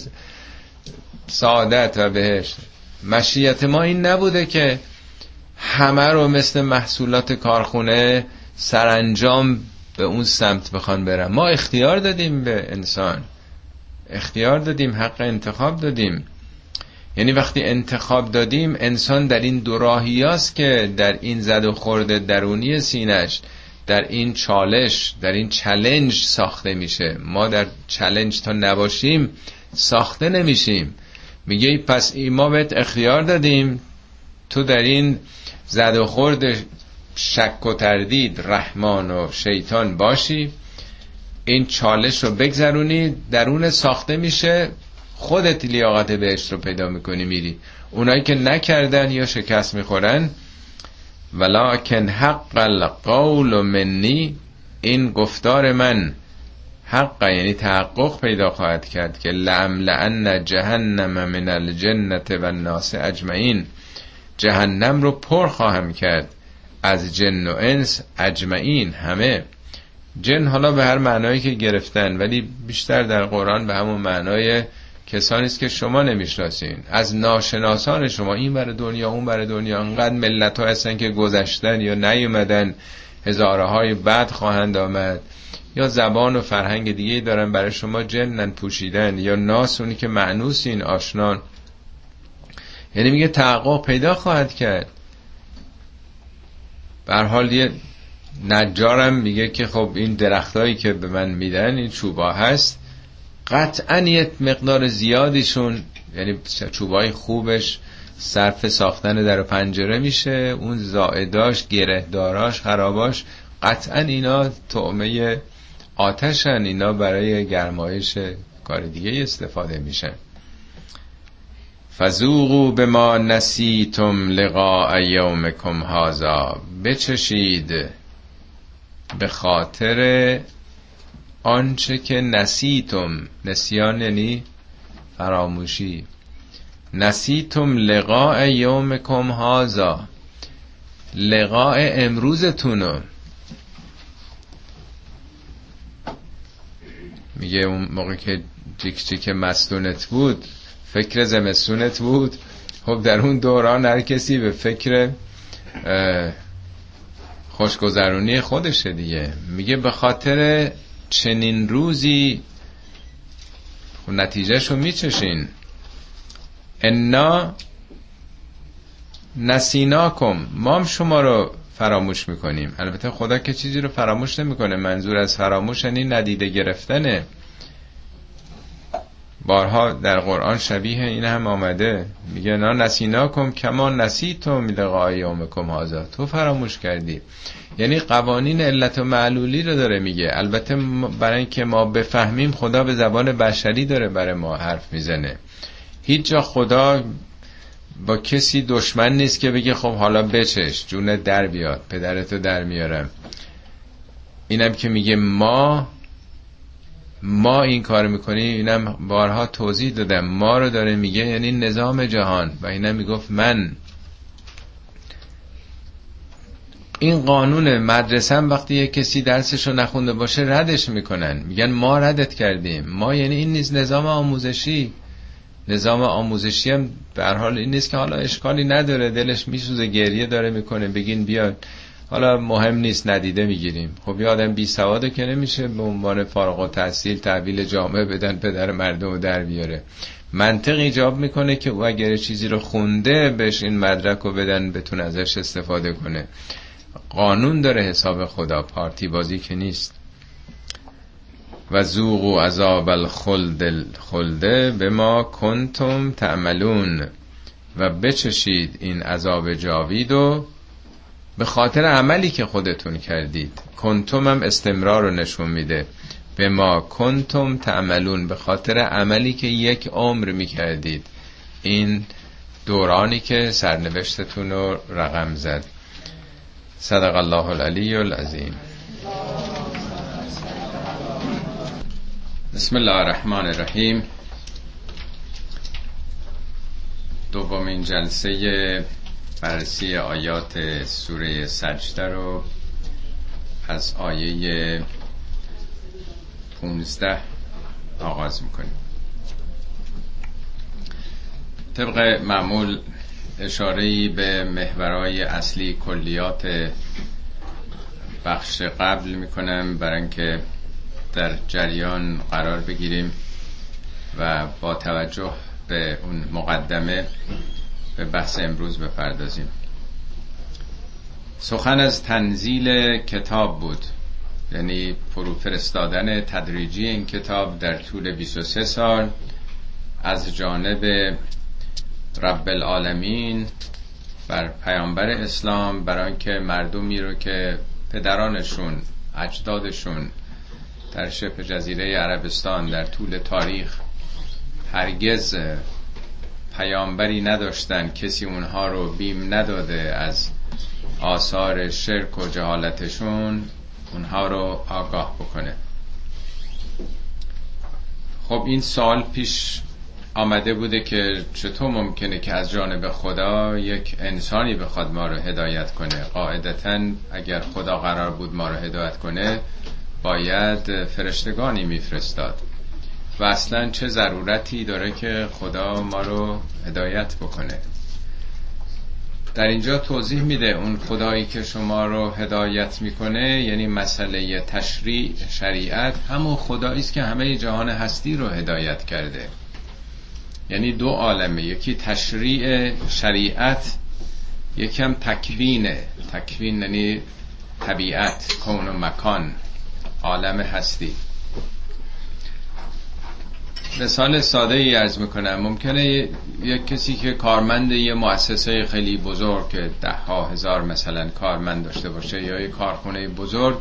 سعادت و بهشت. مشیت ما این نبوده که همه رو مثل محصولات کارخونه سرانجام به اون سمت بخوان برن. ما اختیار دادیم به انسان، اختیار دادیم، حق انتخاب دادیم. یعنی وقتی انتخاب دادیم، انسان در این دو راهیاست که در این زد و خورد درونی سینش، در این چالش، در این چالش ساخته میشه. ما در چالش تا نباشیم ساخته نمیشیم. میگه پس ما بهت اختیار دادیم تو در این زد و خورد شک و تردید رحمان و شیطان باشی، این چالش رو بگذرونی، درون ساخته میشه، خودت لیاقت بهشت رو پیدا میکنی میری. اونایی که نکردن یا شکست میخورن، ولکن حق القول منی، این گفتار من حق یعنی تحقق پیدا خواهد کرد که لأملأن جهنم من الجنة والناس اجمعین، جهنم رو پر خواهم کرد از جن و انس اجمعین، همه. جن حالا به هر معنایی که گرفتن، ولی بیشتر در قرآن به همون معنای کسانی است که شما نمیشناسین، از ناشناسان شما، این بر دنیا اون بر دنیا. انقدر ملت ها هستن که گذشتن یا نیومدن، هزارهای بعد خواهند آمد، یا زبان و فرهنگ دیگه دارن، برای شما جنن پوشیدن، یا ناس اونی که معنوسین آشنان. یعنی میگه تحقق پیدا خواهد کرد. به هر حال یه نجارم میگه که خب این درختایی که به من میدن، این چوبا هست، قطعا یه مقدار زیادیشون، یعنی چوبای خوبش صرف ساختن در و پنجره میشه، اون زائداش، گرهداراش، خراباش، قطعا اینا طعمه آتشن، اینا برای گرمایش کار دیگه استفاده میشن. فذوقوا بما نسیتم لقاء یومکم هذا، بچشید به خاطر آنچه که نسیتم، نسیان یعنی فراموشی، نسیتم لقاء یومکم هذا، لقاء امروزتونو. میگه اون موقع که جیک مستونت بود، فکر زمستونت بود، خب در اون دوران هر کسی به فکر خوشگذرونی خودشه دیگه. میگه به خاطر چنین روزی نتیجهشو میچشین. انا نسیناکم، ما هم شما رو فراموش میکنیم. البته خدا که چیزی رو فراموش نمیکنه، منظور از فراموش یعنی ندیده گرفتنه. بارها در قرآن شبیه این هم آمده، میگه نا نسیناکم کما نسیتم لقاء یومکم هذا، تو فراموش کردی. یعنی قوانین علت و معلولی رو داره میگه. البته برای اینکه ما بفهمیم، خدا به زبان بشری داره برای ما حرف میزنه. هیچ جا خدا با کسی دشمن نیست که بگه خب حالا بچش جونت در بیاد، پدرتو در میارم. اینم که میگه ما این کار میکنیم، اینم بارها توضیح دادم، ما رو داره میگه، یعنی نظام جهان. و اینم میگفت من این قانون مدرسه هم وقتی یک کسی درسشو نخونده باشه ردش میکنن، میگن ما ردت کردیم. ما یعنی این نیست نظام آموزشی. نظام آموزشی هم به هر حال این نیست که حالا اشکالی نداره، دلش میسوزه، گریه داره میکنه، بگین بیا حالا مهم نیست ندیده میگیریم. خب یه آدم بی سواده که نمیشه به عنوان فارغ التحصیل تحویل جامعه بدن پدر مردم رو در بیاره. منطق ایجاب میکنه که او اگر چیزی رو خونده بهش این مدرک رو بدن، بتونه ازش استفاده کنه. قانون داره حساب خدا، پارتی بازی که نیست. و ذوقوا عذاب الخلد بما کنتم تعملون، و بچشید این عذاب جاویدو به خاطر عملی که خودتون کردید. کنتم هم استمرار رو نشون میده. بما کنتم تعملون، به خاطر عملی که یک عمر میکردید. این دورانی که سرنوشتتون رو رقم زد. صدق الله العلی العظیم. بسم الله الرحمن الرحیم. دومین جلسه بررسی آیات سوره سجده رو از آیه 15 آغاز میکنیم. طبق معمول اشاره‌ای به محورهای اصلی کلیات بخش قبل میکنم برای اینکه در جریان قرار بگیریم و با توجه به اون مقدمه به بحث امروز بپردازیم. سخن از تنزیل کتاب بود، یعنی فرستادن تدریجی این کتاب در طول 23 سال از جانب رب العالمین بر پیامبر اسلام، برای اینکه مردمی رو که پدرانشون اجدادشون در شبه جزیره عربستان در طول تاریخ هرگز پیامبری نداشتن، کسی اونها رو بیم نداده از آثار شرک و جهالتشون، اونها رو آگاه بکنه. خب این سال پیش آمده بوده که چطور ممکنه که از جانب خدا یک انسانی بخواد ما رو هدایت کنه؟ قاعدتاً اگر خدا قرار بود ما رو هدایت کنه باید فرشتگانی میفرستاد و اصلاً چه ضرورتی داره که خدا ما رو هدایت بکنه؟ در اینجا توضیح میده اون خدایی که شما رو هدایت میکنه، یعنی مسئله تشریع شریعت، همون خدایی است که همه جهان هستی رو هدایت کرده. یعنی دو عالمه، یکی تشریع شریعت، یکی هم تکوینه. تکوین یعنی طبیعت، کون و مکان، عالم هستی. مثال ساده ای عرض میکنم. ممکنه یک کسی که کارمند یه مؤسسه خیلی بزرگ که 10,000 مثلا کارمند داشته باشه یا یه کارخونه بزرگ،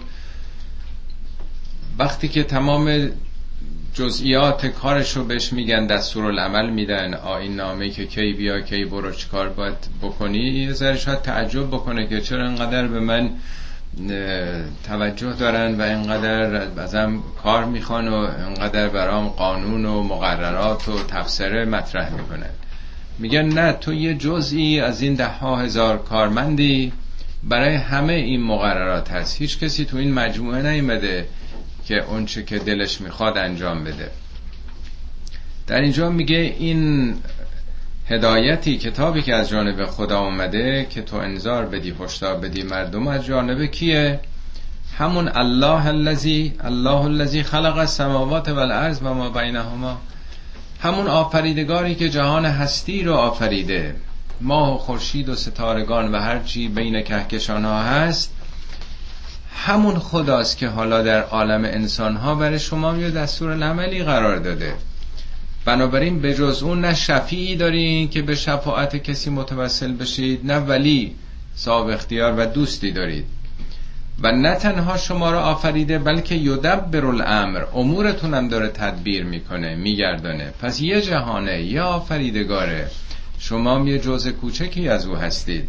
وقتی که تمام جزئیات کارشو بهش میگن، دستورالعمل میدن، آیین نامه‌ای که کی بیا کی برو چی کار باید بکنی، یه ذره شاید تعجب بکنه که چرا اینقدر به من توجه دارن و اینقدر ازم کار میخوان و اینقدر برام قانون و مقررات و تفسیر مطرح میکنن. میگن نه، تو یه جزئی از این 10,000 کارمندی، برای همه این مقررات هست. هیچ کسی تو این مجموعه نیومده که اون چه که دلش میخواد انجام بده. در اینجا میگه این هدایتی، کتابی که از جانب خدا اومده که تو انذار بدی، هشدار بدی مردم، از جانب کیه؟ همون الله الذی خلق السماوات والارض و ما بینهما، همون آفریدگاری که جهان هستی رو آفریده، ماه و خورشید و ستارگان و هر چی بین کهکشان ها هست. همون خداست که حالا در عالم انسان ها برای شما یه دستورالعملی قرار داده. بنابراین به جز اون نه شفیعی دارین که به شفاعت کسی متوسل بشید، نه ولی صاحب اختیار و دوستی دارید. و نه تنها شما را آفریده بلکه یدبر الامر، امورتون هم داره تدبیر میکنه، میگردانه. پس یه جهانه، یه آفریدگاره، شما هم یه جزء کوچکی از او هستید.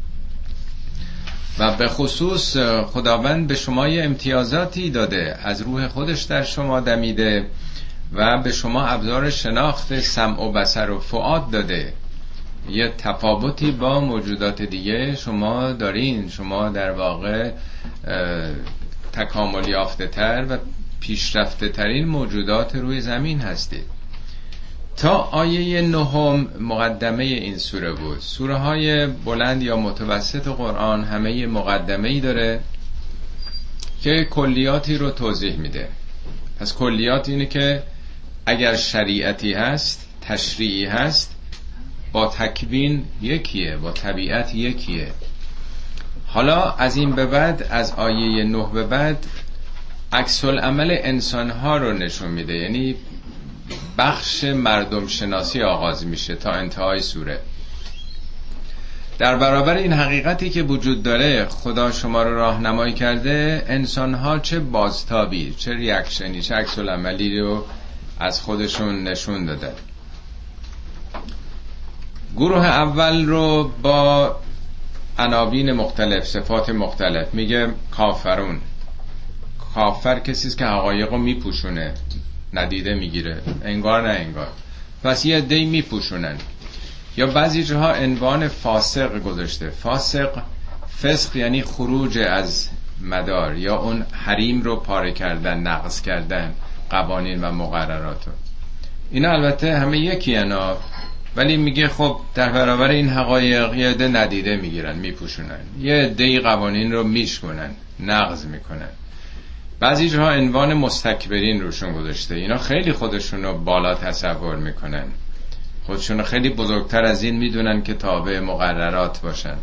و به خصوص خداوند به شما یه امتیازاتی داده، از روح خودش در شما دمیده و به شما ابزار شناخت سمع و بصر و فؤاد داده. یه تفاوتی با موجودات دیگه شما دارین. شما در واقع تکامل یافته تر و پیشرفته ترین موجودات روی زمین هستید. تا آیه 9 مقدمه این سوره بود. سوره های بلند یا متوسط قرآن همه یه مقدمه ای داره که کلیاتی رو توضیح میده. پس کلیات اینه که اگر شریعتی هست، تشریعی هست، با تکوین یکیه، با طبیعت یکیه. حالا از این به بعد، از آیه 9 به بعد، عکس العمل انسانها رو نشون میده. یعنی بخش مردم شناسی آغاز میشه تا انتهای سوره. در برابر این حقیقتی که وجود داره، خدا شما رو راهنمایی کرده، انسانها چه بازتابی، چه ریاکشنی، چه عکس العملی رو از خودشون نشون دادن. گروه اول رو با عناوین مختلف، صفات مختلف میگه کافرون. کافر کسی است که حقایق رو میپوشونه، ندیده میگیره، انگار نه انگار، پس یه عده‌ای میپوشونن. یا بعضی جاها عنوان فاسق گذاشته. فسق یعنی خروج از مدار، یا اون حریم رو پاره کردن، نقض کردن قوانین و مقررات رو. اینا البته همه یکی انا، ولی میگه خب در برابر این حقایق یه عده ندیده میگیرن، میپوشونن، یه عده قوانین رو میشکنن، نقض میکنن. بعضی جاها عنوان مستکبرین روشون گذاشته. اینا خیلی خودشون رو بالا تصور میکنن، خودشون رو خیلی بزرگتر از این میدونن که تابع مقررات باشن.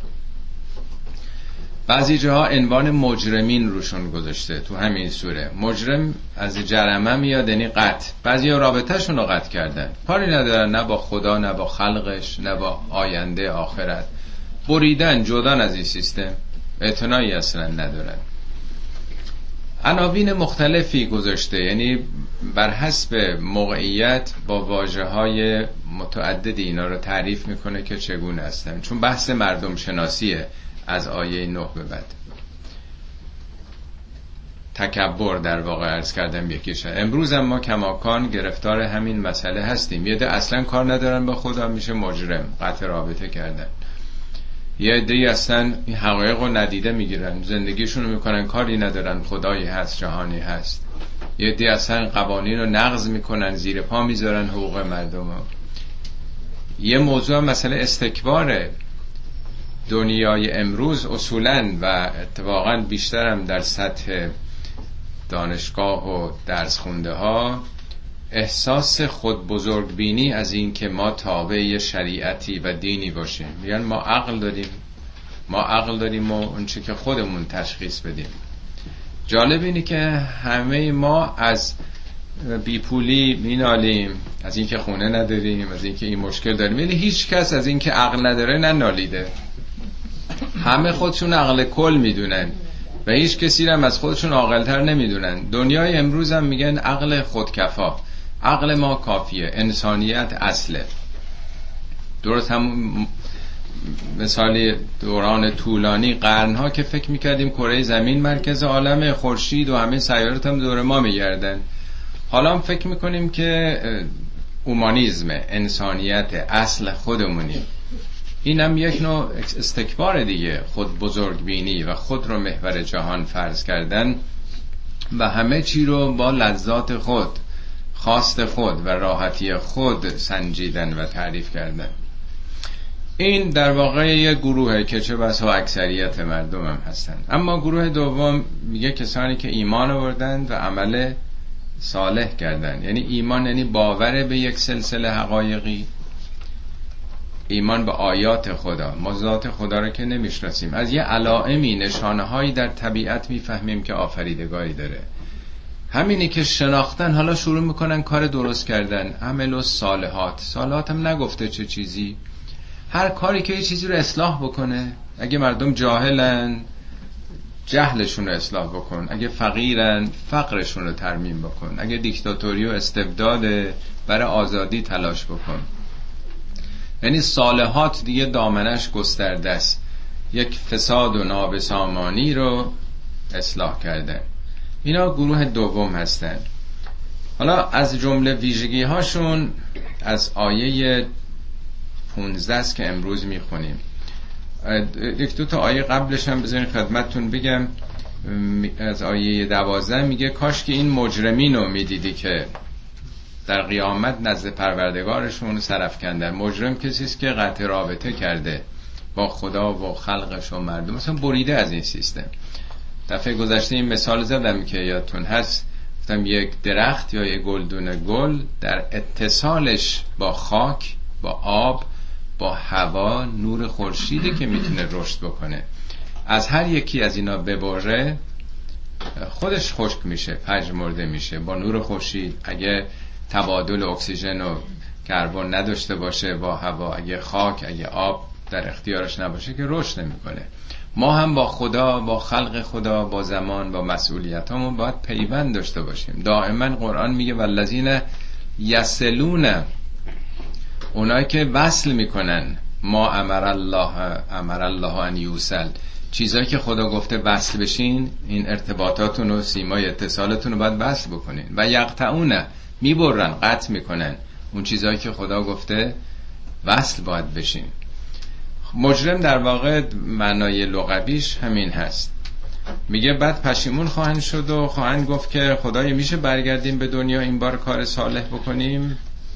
بعضی جاها عنوان مجرمین روشون گذاشته. تو همین سوره مجرم از جرمه میاد، یعنی قطع. بعضی ها رابطه شون رو قطع کردن، کاری ندارن نه با خدا، نه با خلقش، نه با آینده آخرت، بریدن، جدان از این سیستم، اعتنایی اصلا ندارن. عناوین مختلفی گذاشته، یعنی بر حسب موقعیت با واژه‌های متعددی اینا رو تعریف میکنه که چگونه هستن، چون بحث مردم شناسیه. از آیه 9 به بعد تکبر در واقع عرض کردم یکیشه. امروز هم ما کماکان گرفتار همین مسئله هستیم. یه ده اصلا کار ندارن با خدا، میشه مجرم، قطع رابطه کردن. یه عده‌ای اصلا این حقایق رو ندیده میگیرن، زندگیشون رو میکنن، کاری ندارن خدایی هست، جهانی هست. یه عده‌ای اصلا قوانین رو نقض میکنن، زیر پا میذارن حقوق مردم رو. یه موضوع مسئله استکباره. دنیای امروز اصولاً و اتفاقاً بیشترم در سطح دانشگاه و درس خونده ها احساس خود بزرگ بینی از این که ما تابع شریعتی و دینی باشیم. میگن ما عقل داریم و اون چه که خودمون تشخیص بدیم. جالب اینه که همه ما از بیپولی مینالیم، از این که خونه نداریم، از این که این مشکل داریم، ولی هیچ کس از این که عقل نداره ننالیده. همه خودشون عقل کل میدونن و هیچ کسی هم از خودشون عاقل‌تر نمیدونن. دنیای امروز هم میگن عقل خودکفا، عقل ما کافیه، انسانیت اصله. درست هم مثالی دوران طولانی قرنها که فکر میکردیم کره زمین مرکز عالم، خورشید و همه سیارات هم دور ما میگردن. حالا هم فکر میکنیم که اومانیسم، انسانیت اصل خودمونی. اینم یک نوع استکبار دیگه، خود بزرگ بینی و خود رو محور جهان فرض کردن و همه چی رو با لذات خود، خواست خود و راحتی خود سنجیدن و تعریف کردن. این در واقع یک گروهه که چه بسا اکثریت مردم هم هستن. اما گروه دوم میگه کسانی که ایمان آوردن و عمل صالح کردن. یعنی ایمان یعنی باور به یک سلسله حقایقی، ایمان به آیات خدا. ما ذات خدا رو که نمیشناسیم، از یه علائمی، نشانه هایی در طبیعت میفهمیم که آفریدگاری داره. همینی که شناختن حالا شروع میکنن کار درست کردن، عمل و صالحات هم نگفته چه چیزی، هر کاری که یه چیزی رو اصلاح بکنه. اگه مردم جاهلن جهلشون رو اصلاح بکن، اگه فقیرن فقرشون رو ترمیم بکن، اگه دیکتاتوری و استبداد برای آزادی تلاش بکن. یعنی صالحات دیگه دامنش گسترده است، یک فساد و نابسامانی رو اصلاح کردن. اینا گروه دوم هستن. حالا از جمله ویژگی هاشون از آیه 15 است که امروز میخونیم. یک دو تا آیه قبلش هم بذارین خدمتتون بگم. از آیه 12 میگه کاش که این مجرمین رو میدیدی که در قیامت نزد پروردگارشون سرافکندن. مجرم کسی است که قطع رابطه کرده با خدا و خلقش و مردم، مثلا بریده از این سیستم. دفعه گذشته این مثال زدم که یادتون هست، گفتم یک درخت یا یک گلدون گل در اتصالش با خاک، با آب، با هوا، نور خورشیده که میتونه رشد بکنه. از هر یکی از اینا ببره خودش خشک میشه، پژمرده میشه با نور خورشید. اگه تبادل اکسیژن و کربن نداشته باشه با هوا، اگه خاک، اگه آب در اختیارش نباشه که رشد نمیکنه. ما هم با خدا، با خلق خدا، با زمان، با مسئولیتامون باید پیوند داشته باشیم. دائما قرآن میگه والذین یصلون اونایی که وصل میکنن، ما امر الله ان یوصل، چیزایی که خدا گفته وصل بشین، این ارتباطاتون و سیمای اتصالتون رو باید وصل بکنین. و یقطعون، میبرن، قطع میکنن اون چیزایی که خدا گفته وصل باید بشین. مجرم در واقع معنای لغویش همین هست. میگه بعد پشیمون خواهند شد و خواهند گفت که خدای میشه برگردیم به دنیا این بار کار صالح بکنیم.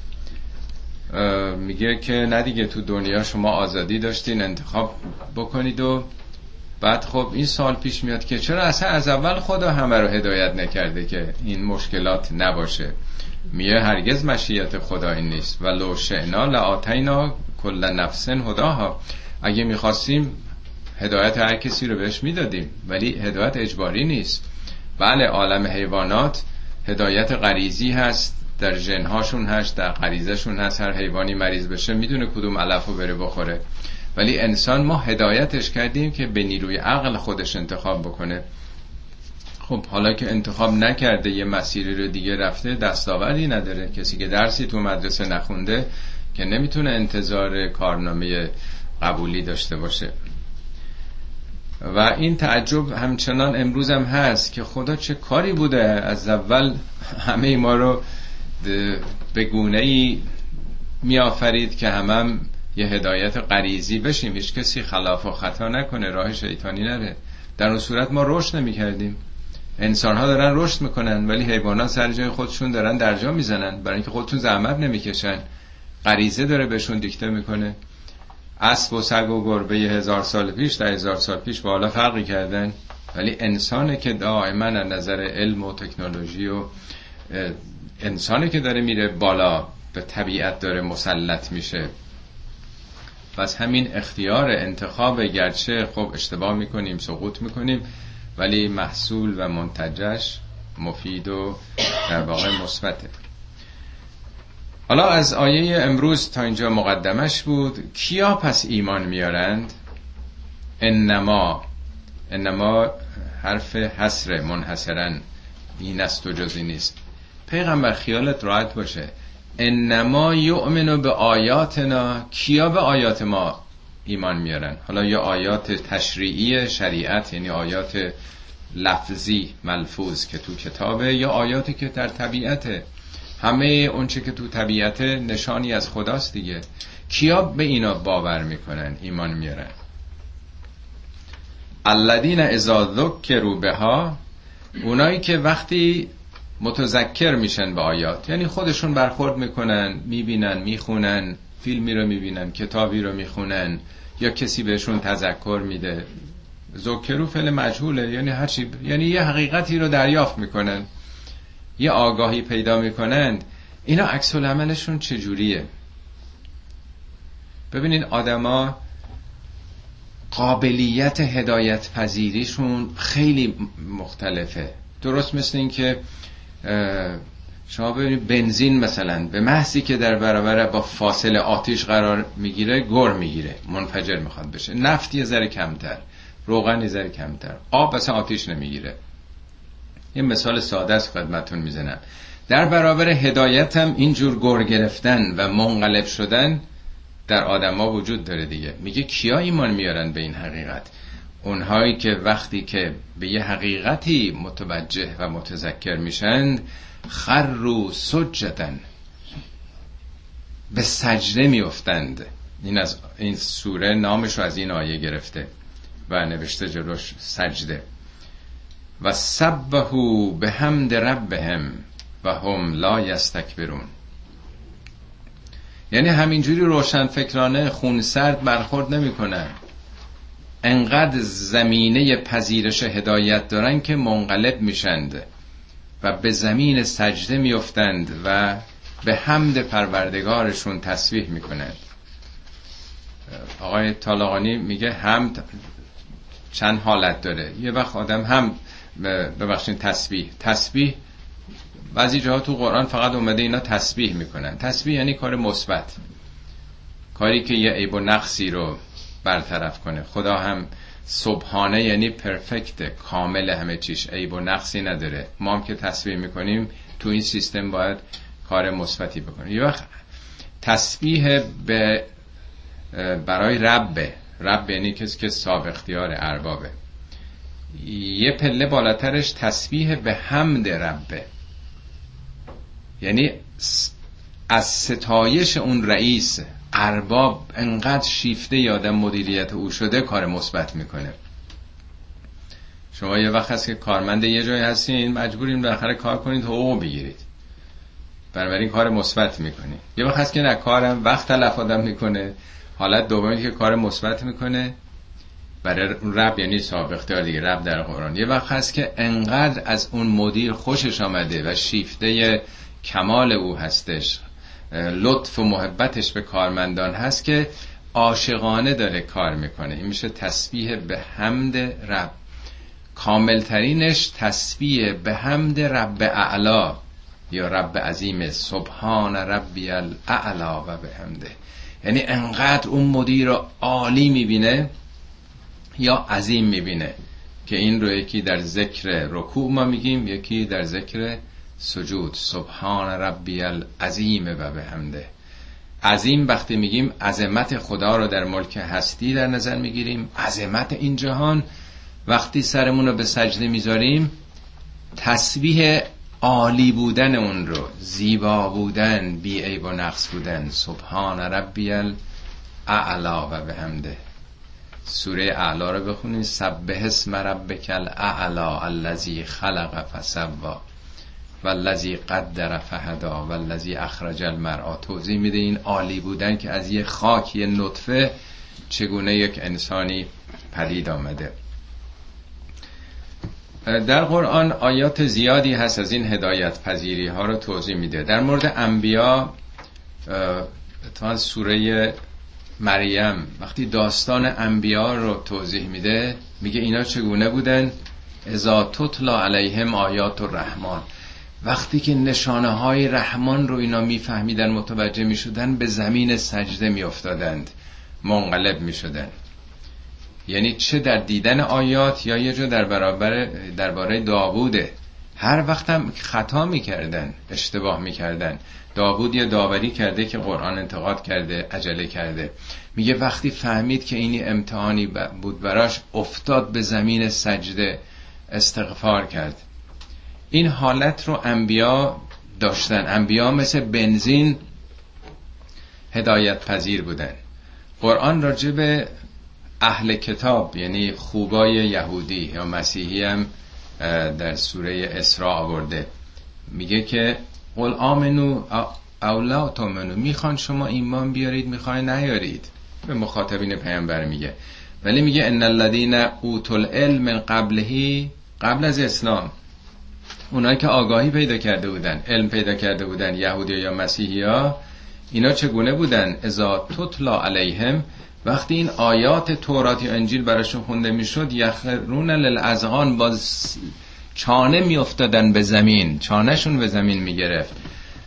میگه که نه دیگه، تو دنیا شما آزادی داشتین انتخاب بکنید و بعد خب این سوال پیش میاد که چرا اصلا از اول خدا همه رو هدایت نکرده که این مشکلات نباشه. میگه هرگز مشیت خدا این نیست، و لو شئنا لآتینا کل نفس هداها، اگه میخواستیم هدایت هر کسی رو بهش میدادیم، ولی هدایت اجباری نیست. بله عالم حیوانات هدایت غریزی هست، در ژنهاشون هست، در غریزشون هست، هر حیوانی مریض بشه میدونه کدوم علفو بره بخوره. ولی انسان ما هدایتش کردیم که به نیروی عقل خودش انتخاب بکنه. خب حالا که انتخاب نکرده، یه مسیری رو دیگه رفته، دستاوردی نداره. کسی که درسی تو مدرسه نخونده که نمیتونه انتظار کارنامه قبولی داشته باشه. و این تعجب همچنان امروز هم هست که خدا چه کاری بوده از اول همه ما رو به گونه‌ای میآفرید که هم یه هدایت غریزی بشیم، هیچ کسی خلاف و خطا نکنه، راه شیطانی نره. در اون صورت ما رشد نمی‌کردیم. انسان ها دارن رشد میکنن ولی حیوانات سر جای خودشون دارن درجا میزنن، برای اینکه خودشون زحمت نمیکشن، غریزه داره بهشون دیکته میکنه. اسب و سگ و گربه 1000 سال پیش در 1000 سال پیش با حالا فرقی کردن، ولی انسانه که دائما از نظر علم و تکنولوژی و انسانه که داره میره بالا، به طبیعت داره مسلط میشه. پس همین اختیار انتخاب، گرچه خب اشتباه میکنیم، سقوط میکنیم، ولی محصول و منتجش مفید و در واقع مثبته. حالا از آیه امروز تا اینجا مقدمش بود. کیا پس ایمان میارند؟ انما حرف حصر، منحصرن، این است و جزی نیست. پیغمبر خیالت راحت باشه، انما یؤمنو به آیاتنا، کیا به آیات ما ایمان میارن؟ حالا یا آیات تشریعی شریعت، یعنی آیات لفظی ملفوظ که تو کتابه، یا آیاتی که در طبیعته. همه اونچه که تو طبیعته نشانی از خداست دیگه. کیا به اینا باور میکنن، ایمان میارن؟ الذین اذا ذکروا بها، اونایی که وقتی متذکر میشن به آیات، یعنی خودشون برخورد میکنن، میبینن، میخونن، فیلمی رو میبینن، کتابی رو میخونن، یا کسی بهشون تذکر میده. ذکروا فعل مجهوله، یعنی هر چی، یعنی یه حقیقتی رو دریافت میکنن، یه آگاهی پیدا میکنند. اینا عکس العملشون چجوریه؟ ببینید آدما قابلیت هدایت پذیریشون خیلی مختلفه. درست مثل این که شما ببینید بنزین مثلا به محضی که در برابر با فاصله آتش قرار میگیره گر میگیره، منفجر میخواد بشه. نفت یه ذره کمتر، روغن یه ذره کمتر، آب مثلا آتش نمیگیره. یه مثال ساده است خدمتتون میزنم. در برابر هدایت هم اینجور گر گرفتن و منقلب شدن در آدما وجود داره دیگه. میگه کیا ایمان میارن به این حقیقت؟ اونهایی که وقتی که به یه حقیقتی متوجه و متذکر میشن، خروا سجدا، به سجده میافتند. این از این سوره نامش رو از این آیه گرفته و نوشته جلوش سجده. و سبحوا بحمد ربهم و هم لا یستکبرون. یعنی همینجوری روشن فکرانه خونسرد برخورد نمی کنن، انقدر زمینه پذیرش هدایت دارن که منقلب میشند و به زمین سجده میافتند و به حمد پروردگارشون تسبیح میکنند. آقای طالقانی میگه حمد چند حالت داره. یه وقت آدم هم ببخشید تسبیح بعضی جاها تو قرآن فقط اومده اینا تسبیح میکنن. تسبیح یعنی کار مثبت، کاری که یه عیب و نقصی رو برطرف کنه. خدا هم سبحانه یعنی پرفکت، کامل، همه چیش عیب و نقصی نداره. ما هم که تسبیح میکنیم تو این سیستم باید کار مثبتی بکنیم. یه وقت تسبیح برای رب یعنی کسی که صاحب اختیار اربابه. یه پله بالاترش تسبیح به حمد ربه، یعنی از ستایش اون رئیس ارباب انقدر شیفته یادم مدیریت او شده کار مثبت میکنه. شما یه وقت هست که کارمند یه جایی هستین مجبورین بالاخره کار کنید حقوق بگیرید، بنابراین کار مثبت میکنید. یه وقت هست که نه کارم وقت تلف آدم میکنه، حالت دومی که کار مثبت میکنه برای رب یعنی صاحب اختیار دیگه، رب در قرآن. یه وقت هست که انقدر از اون مدیر خوشش آمده و شیفته کمال او هستش، لطف و محبتش به کارمندان هست که عاشقانه داره کار میکنه. این میشه تسبیح به حمد رب. کاملترینش تسبیح به حمد رب اعلا یا رب عظیم، سبحان ربی الاعلا و به حمده. یعنی انقدر اون مدیر رو عالی میبینه یا عظیم میبینه که این رو یکی در ذکر رکوع ما میگیم، یکی در ذکر سجود. سبحان ربی العظیم و به حمده. عظیم وقتی میگیم عظمت خدا رو در ملک هستی در نظر میگیریم، عظمت این جهان. وقتی سرمون رو به سجده میذاریم تسبیح عالی بودن اون رو، زیبا بودن، بی عیب و نقص بودن. سبحان ربی الاعلا و به حمده. سوره اعلا رو بخونید، سبح اسم ربک الاعلا الذی خلق فسوی والذی قدر فهدی والذی اخرج المرعی. توضیح میده این عالی بودن که از یه خاک، یه نطفه، چگونه یک انسانی پدید آمده. در قرآن آیات زیادی هست از این هدایت پذیری ها رو توضیح میده. در مورد انبیا تا سوره مریم وقتی داستان انبیا رو توضیح میده میگه اینا چگونه بودن؟ اذا تتلا علیهم آیات الرحمن، وقتی که نشانه های رحمان رو اینا میفهمیدن، متوجه میشدن، به زمین سجده میافتادند، منقلب میشدن. یعنی چه در دیدن آیات یا یه جا درباره داووده، هر وقت هم خطا میکردن، اشتباه میکردن. داوود یه داوری کرده که قرآن انتقاد کرده، عجله کرده. میگه وقتی فهمید که اینی امتحانی بود براش، افتاد به زمین سجده، استغفار کرد. این حالت رو انبیا داشتن. انبیا مثل بنزین هدایت پذیر بودن. قرآن راجع به اهل کتاب یعنی خوبای یهودی یا مسیحی هم در سوره اسراء آورده. میگه که قل آمنو او لا تؤمنو، میخوان شما ایمان بیارید میخوان نیارید، به مخاطبین پیامبر میگه. ولی میگه ان الذين اوتوا العلم من قبله، قبل از اسلام، اونایی که آگاهی پیدا کرده بودن، علم پیدا کرده بودن، یهودی یا مسیحی ها، اینا چگونه بودن؟ اذا تتلا علیهم، وقتی این آیات تورات و انجیل براشون خونده میشد، یخرون للاذقان، با چانه میافتادن به زمین، چانهشون به زمین میگرفت.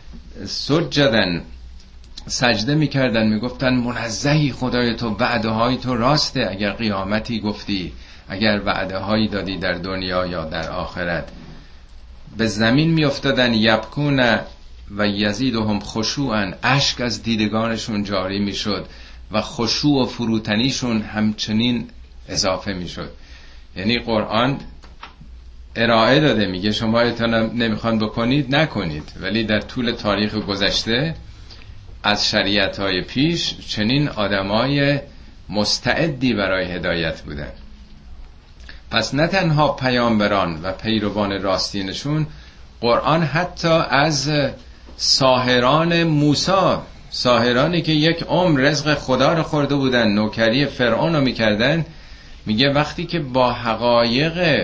سجدن، سجده میکردن، میگفتن منزهی خدای تو، وعده های تو راسته، اگر قیامتی گفتی، اگر وعده هایی دادی در دنیا یا در آخرت. به زمین میافتادن، یبکون و یزیدهم خشوعا، اشک از دیدگانشون جاری میشد و خشوع و فروتنیشون همچنین اضافه میشد. یعنی قرآن ارائه داده، میگه شما اتنا نمیخوان بکنید نکنید، ولی در طول تاریخ گذشته از شریعت‌های پیش چنین آدمای مستعدی برای هدایت بودن. پس نه تنها پیامبران و پیروان راستینشون، قرآن حتی از ساحران موسی، ساحرانی که یک عمر رزق خدا رو خورده بودن، نوکری فرعون رو میکردن، میگه وقتی که با حقایق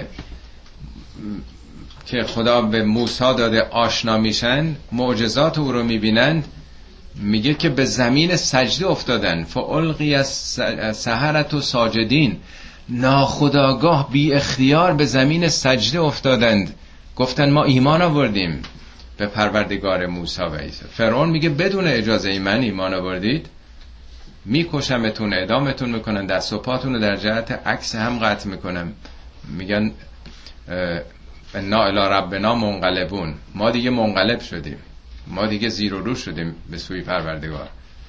که خدا به موسی داده آشنا میشن، معجزات او رو میبینن، میگه که به زمین سجده افتادن. فالقی السحرة و ساجدین، ناخودآگاه بی اختیار به زمین سجده افتادند، گفتن ما ایمان آوردیم به پروردگار موسی و عیسی. فرعون میگه بدون اجازه من ایمان آوردید، میکشمتون، اعدامتون میکنن، دست و پاتون رو در جهت عکس هم قطع میکنم. میگن انا الی ربنا منقلبون، ما دیگه منقلب شدیم، ما دیگه زیر و رو شدیم به سوی پروردگار.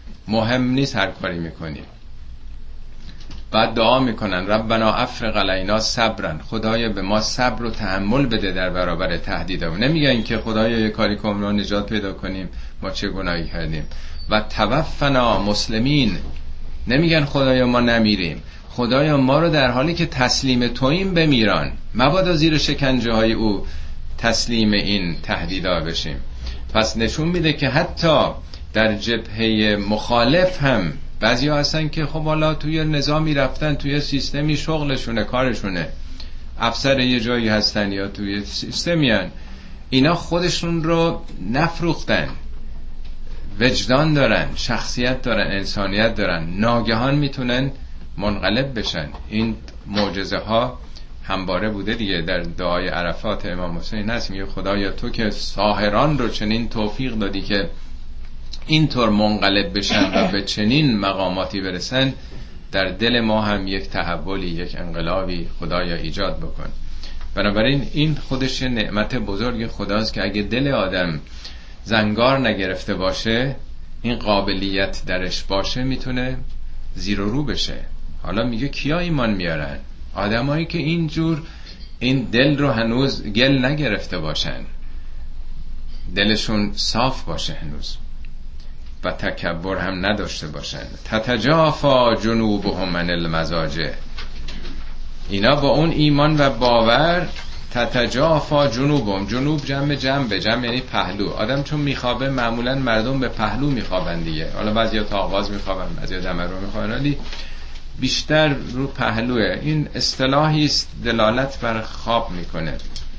مهم نیست هر کاری میکنیم. بعد دعا میکنن ربنا افرغ علینا صبرا، خدایا به ما صبر و تحمل بده در برابر تهدیدها. نمیگن که خدایا یه کاری کن ما نجات پیدا کنیم، ما چه گناهی کردیم. و توفنا مسلمین، نمیگن خدایا ما نمیریم، خدایا ما رو در حالی که تسلیم توییم بمیران، مبادا زیر شکنجه های او تسلیم این تهدیدها بشیم. پس نشون میده که حتی در جبهه مخالف هم بعضیا هستن که خب حالا توی نظامی رفتن، توی سیستمی شغلشونه کارشونه، افسر یه جایی هستن یا توی سیستمی هن. اینا خودشون رو نفروختن، وجدان دارن، شخصیت دارن، انسانیت دارن، ناگهان میتونن منقلب بشن. این معجزه ها همباره بوده دیگه. در دعای عرفات امام حسین هست میگه خدایا تو که ساحران رو چنین توفیق دادی که اینطور منقلب بشن و به چنین مقاماتی برسن، در دل ما هم یک تحولی، یک انقلابی خدایا ایجاد بکن. بنابراین این خودش نعمت بزرگ خداست که اگه دل آدم زنگار نگرفته باشه، این قابلیت درش باشه، میتونه زیر و رو بشه. حالا میگه کیا ایمان میارن؟ آدمایی که اینجور این دل رو هنوز گل نگرفته باشن، دلشون صاف باشه هنوز و تکبر هم نداشته باشن. تتجافا جنوبهم عن المضاجع، اینا با اون ایمان و باور تتجافا جنوبهم، جنوب جنب یعنی پهلو. آدم چون میخوابه، معمولا مردم به پهلو میخوابن دیگه، حالا بعضیا تا آغاز میخوابن، بعضیا دمرو میخوابن، ولی بیشتر رو پهلوه. این اصطلاحی است دلالت بر خواب میکنه.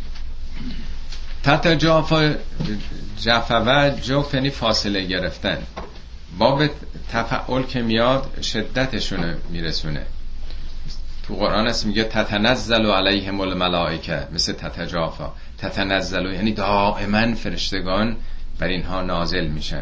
تتجافا جفوه، جوف یعنی فاصله گرفتن. باب تفعول که میاد شدتشونه میرسونه. تو قرآن هست میگه تتنزل علیهم الملائکه، مثل تتجافا. تتنزل یعنی دائما فرشتگان بر اینها نازل میشن.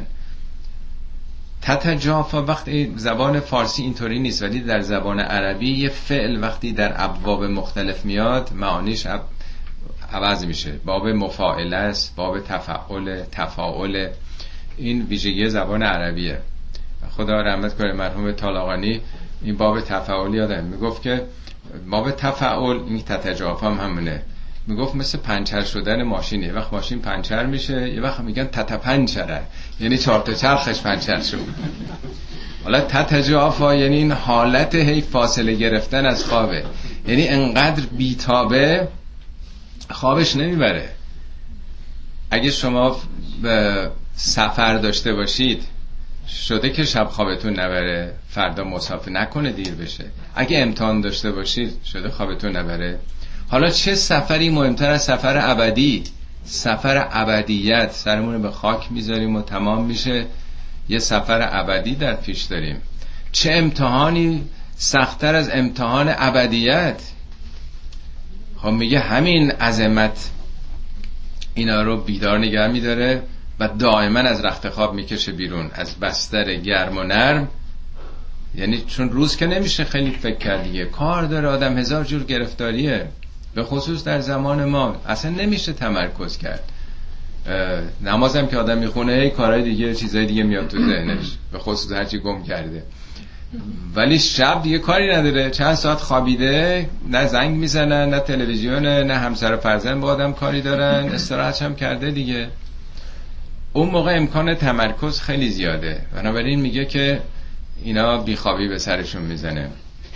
تتجافا وقتی زبان فارسی اینطوری نیست، ولی در زبان عربی یه فعل وقتی در ابواب مختلف میاد معانیش عوض میشه. باب مفاعله است، باب تفاعل. این ویژگی زبان عربیه. خدا رحمت کنه مرحوم طالقانی، این باب تفاعل یادم میگفت که باب تفاعل این تتجافا هم همونه. میگفت مثل پنچر شدن ماشینه، یه وقت ماشین پنچر میشه، یه وقت میگن تتپنچره، یعنی 4 تا چرخش پنچر شد. حالا تتجافا یعنی این حالت هی فاصله گرفتن از خوابه، یعنی انقدر بیتابه خوابش نمیبره. اگه شما سفر داشته باشید، شده که شب خوابتون نبره، فردا مسافر نکنه دیر بشه. اگه امتحان داشته باشید، شده خوابتون نبره. حالا چه سفری مهمتر از سفر ابدی؟ سفر ابدیت، سرمون به خاک میذاریم و تمام میشه، یه سفر ابدی در پیش داریم. چه امتحانی سخت‌تر از امتحان ابدیت؟ خب میگه همین عظمت اینا رو بیدار نگه میداره و دائما از رخت خواب میکشه بیرون، از بستر گرم و نرم. یعنی چون روز که نمیشه خیلی فکر کرد دیگه، کار داره آدم، هزار جور گرفتاریه، به خصوص در زمان ما اصلا نمیشه تمرکز کرد. نمازم که آدم میخونه کارهای دیگه، چیزای دیگه میاد تو ذهنش، به خصوص هرچی گم کرده. ولی شب دیگه کاری نداره، چند ساعت خوابیده، نه زنگ میزنن، نه تلویزیونه، نه همسر و فرزند با آدم کاری دارن، استراحت هم کرده دیگه. اون موقع امکان تمرکز خیلی زیاده. بنابراین میگه که اینا بیخوابی به سرشون میزنه.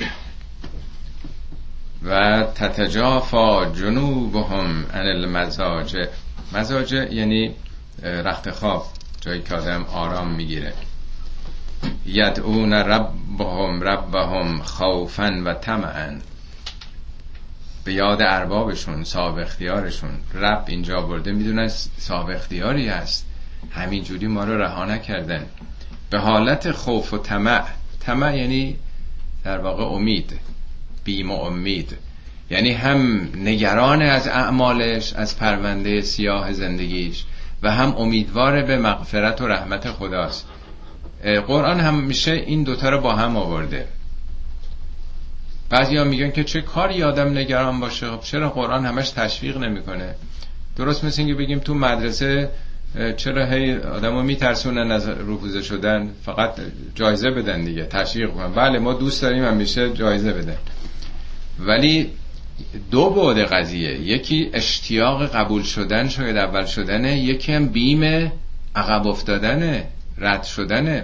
و تتجافا جنوبهم عن المضاجع، مضاجع یعنی رخت خواب، جایی که آدم آرام میگیره. یدعون ربهم خوفا و طمعا، به یاد اربابشون، صاحب اختیارشون. رب اینجا برده، میدونن صاحب اختیاری هست، همینجوری ما رو رها نکردن. به حالت خوف و طمع. طمع یعنی در واقع امید، بیم و امید، یعنی هم نگران از اعمالش، از پرونده سیاه زندگیش، و هم امیدوار به مغفرت و رحمت خداست. قرآن هم میشه این دوتا رو با هم آورده. بعضی ها میگن که چه کاری آدم نگران باشه، خب چرا قرآن همش تشویق نمیکنه؟ درست مثل اینکه بگیم تو مدرسه چرا هی آدمو میترسونن از روحوزه شدن؟ فقط جایزه بدن دیگه، تشویق کنن. بله ما دوست داریم همیشه جایزه بدن، ولی دو بعد قضیه، یکی اشتیاق قبول شدن، شاید اول شدنه، یکی هم بیم عقب افتادنه، رد شدنه.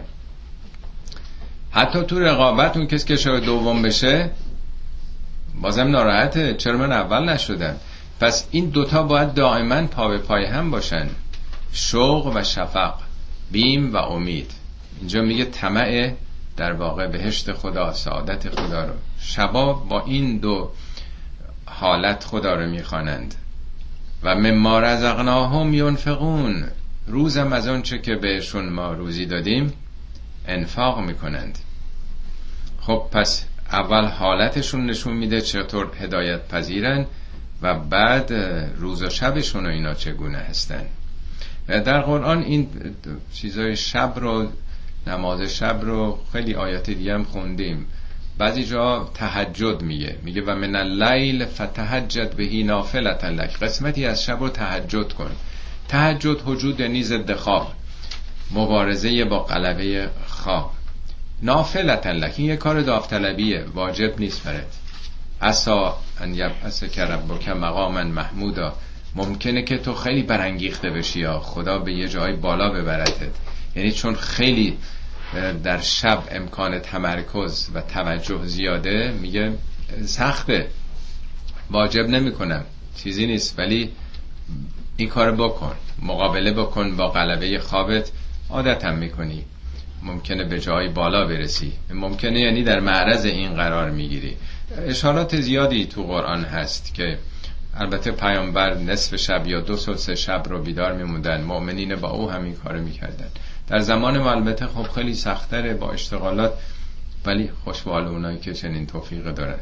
حتی تو رقابت اون کسی که شاید دوم بشه بازم ناراحته، چرا من اول نشدم؟ پس این دوتا باید دائما پا به پای هم باشن، شوق و شفق، بیم و امید. اینجا میگه طمع در واقع بهشت خدا، سعادت خدا رو شباب با این دو حالت خدا رو میخوانند. و مما رزقناهم ینفقون، روزم از اون چه که بهشون ما روزی دادیم انفاق میکنند. خب پس اول حالتشون نشون میده چطور هدایت پذیرن و بعد روز و شبشون و اینا چگونه هستن. در قرآن این چیزای شب رو، نماز شب رو خیلی آیات دیگه هم خوندیم. بعضی جا تهجد میگه و من اللیل فتهجد بهی نافلة لک، قسمتی از شب رو تهجد کن. تهجد وجود یعنی ضد خواب، مبارزه با غلبه خواب. نافلة لک این یه کار داوطلبیه، واجب نیست برات. عسا ان یبعثک ربک مقاما محمودا، ممکنه که تو خیلی برانگیخته بشی یا خدا به یه جای بالا ببرتت، یعنی چون خیلی در شب امکان تمرکز و توجه زیاده، میگه سخته، واجب نمی کنم، چیزی نیست، ولی این کار بکن، مقابله بکن با غلبه خوابت، عادت هم میکنی، ممکنه به جای بالا برسی، ممکنه یعنی در معرض این قرار میگیری. اشارات زیادی تو قرآن هست که البته پیامبر نصف شب یا 2/3 شب رو بیدار میموندن، مؤمنین با او همین کارو میکردن. در زمان ما البته خب خیلی سخت‌تره با اشتغالات، ولی خوشحال اونایی که چنین توفیق دارن.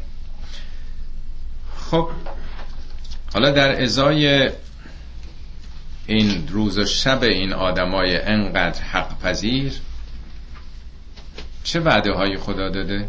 خب حالا در ازای این روز و شب این آدمای انقدر حق پذیر چه وعده های خدا داده؟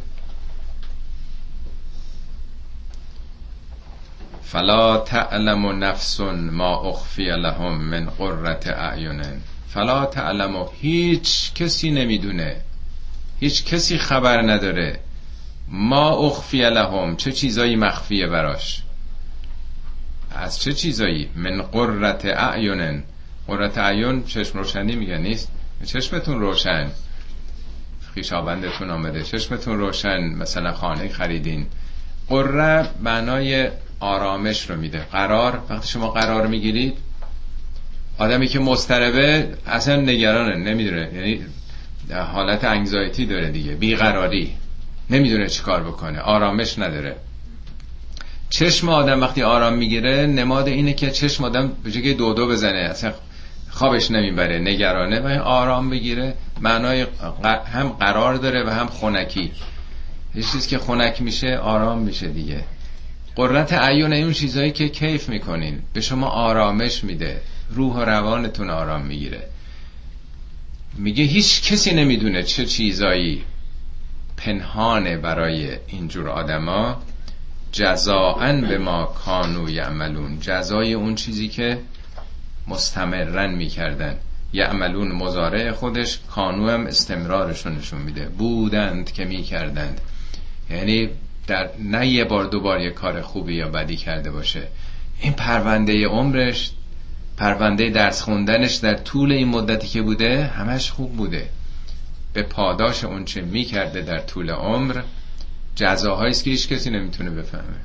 فلا تعلم نفس ما اخفی لهم من قرة اعین. فلا تعلم، هیچ کسی نمیدونه، هیچ کسی خبر نداره، ما اخفی لهم، چه چیزایی مخفیه براش. از چه چیزایی؟ من قرة اعین. قرة اعین چشم روشنی میگن، نیست؟ چشمتون روشن، خویشاوندتون آمده، چشمتون روشن، مثلا خانه خریدین. قرة معنای آرامش رو میده، قرار. وقتی شما قرار میگیرید، آدمی که مضطربه اصلا نگرانه، نمیدونه، یعنی حالت انگزایتی داره دیگه، بیقراری، نمیدونه چی کار بکنه، آرامش نداره. چشم آدم وقتی آرام میگیره، نماد اینه که چشم آدم به جای دو بزنه، اصلا خوابش نمیبره، نگرانه، و آرام بگیره معنای هم قرار داره و هم خنکی. یه چیزی که خنک میشه آرام میشه دیگه. قرة اعین اون چیزایی که کیف میکنین، به شما آرامش میده، روح و روانتون آرام میگیره. میگه هیچ کسی نمیدونه چه چیزایی پنهانه برای اینجور آدما، جزاءً به ما کانوا یعملون، جزای اون چیزی که مستمرن میکردن. یعملون مضارع خودش، کانو هم استمرارشون نشون میده، بودند که میکردند، یعنی در نه یه بار دو بار یه کار خوبی یا بدی کرده باشه. این پرونده عمرش، پرونده درس خوندنش در طول این مدتی که بوده همش خوب بوده، به پاداش اون چه میکرده در طول عمر جزاهاییست که هیچ کسی نمیتونه بفهمه.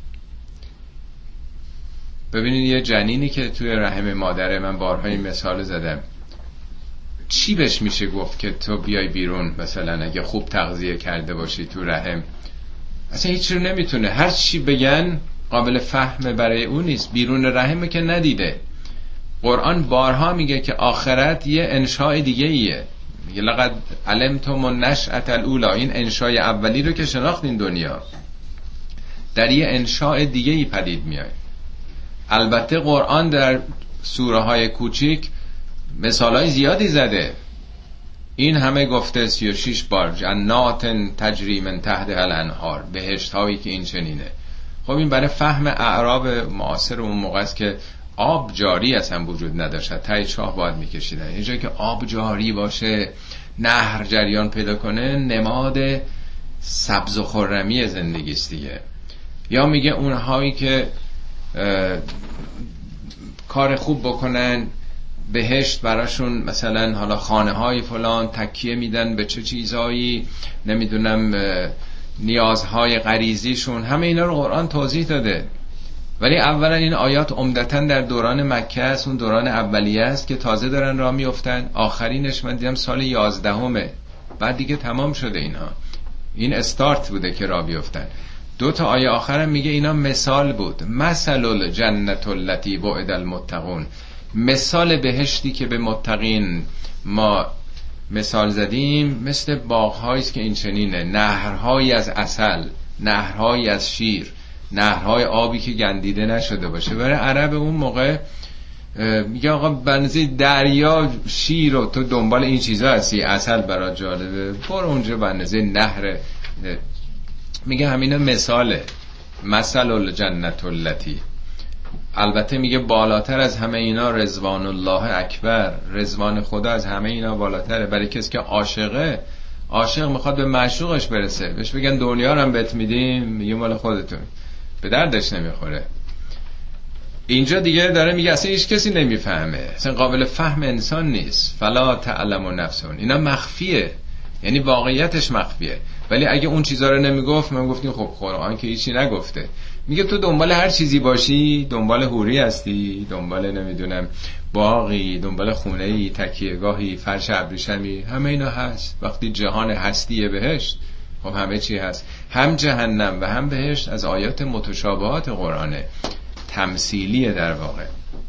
ببینید یه جنینی که توی رحم مادره، من بارها این مثال زدم، چی بهش میشه گفت که تو بیای بیرون؟ مثلا اگه خوب تغذیه کرده باشی تو رحم، اصلا هیچ رو نمیتونه، هر چی بگن قابل فهم برای اون نیست، بیرون رحمه که ندیده. قرآن بارها میگه که آخرت یه انشاء دیگه ایه، میگه لقد علمتم النشأة الاولی، این انشاء اولی رو که شناختین دنیا، در یه انشاء دیگه ای پدید میاد. البته قرآن در سوره های کوچیک مثالای زیادی زده، این همه گفته 36 بار جنات تجری من تحتها الانهار، بهشت هایی که این چنینه. خب این برای فهم اعراب معاصر اون موقع است که آب جاری اصلا وجود نداشت، تای چاه باید میکشیدن. اینجا که آب جاری باشه، نهر جریان پیدا کنه، نماد سبز و خرمی زندگی است دیگه. یا میگه اونهایی که کار خوب بکنن بهشت براشون مثلا حالا خانه های فلان تکیه میدن به چه چیزایی، نمیدونم نیازهای غریزیشون، همه اینا رو قرآن توضیح داده. ولی اولا این آیات عمدتاً در دوران مکه است، اون دوران اولیه است که تازه دارن راه میافتن. آخرینش من دیدم سال 11 بعد دیگه تمام شده اینها. این استارت بوده که راه بیافتن. 2 تا آیه آخرم میگه اینا مثال بود. مثل الجنت التی وعد المتقون، مثال بهشتی که به متقین ما مثال زدیم مثل باغ‌هایی است که این چنینه، نهرهایی از عسل، نهرهایی از شیر، نهرهای آبی که گندیده نشده باشه. برای عرب اون موقع میگه آقا بنزی دریا شیر و تو دنبال این چیزا هستی، عسل برات جالبه، برو اونجا بنزی نهر. میگه همین مثاله، مثل الجنت التی. البته میگه بالاتر از همه اینا رضوان الله اکبر، رضوان خدا از همه اینا بالاتره. برای کسی که عاشقه، عاشق میخواد به معشوقش برسه، بهش بگن دنیا رو هم بهت میدیم، میگه مال خودتون، به دردش نمیخوره. اینجا دیگه داره میگه اصلا هیچ کسی نمیفهمه، اصلا قابل فهم انسان نیست. فلا تعلم نفسون، اینا مخفیه، یعنی واقعیتش مخفیه. ولی اگه اون چیزا رو نمیگفت، من گفتیم خب قرآن که هیچی نگفته. میگه تو دنبال هر چیزی باشی، دنبال حوری هستی، دنبال نمیدونم باغی، دنبال خونه‌ای، تکیهگاهی، فرش ابریشمی، همه اینا هست. وقتی جهان هستیه بهشت، خب همه چی هست، هم جهنم و هم بهشت از آیات متشابهات قرآنه، تمثیلیه در واقع.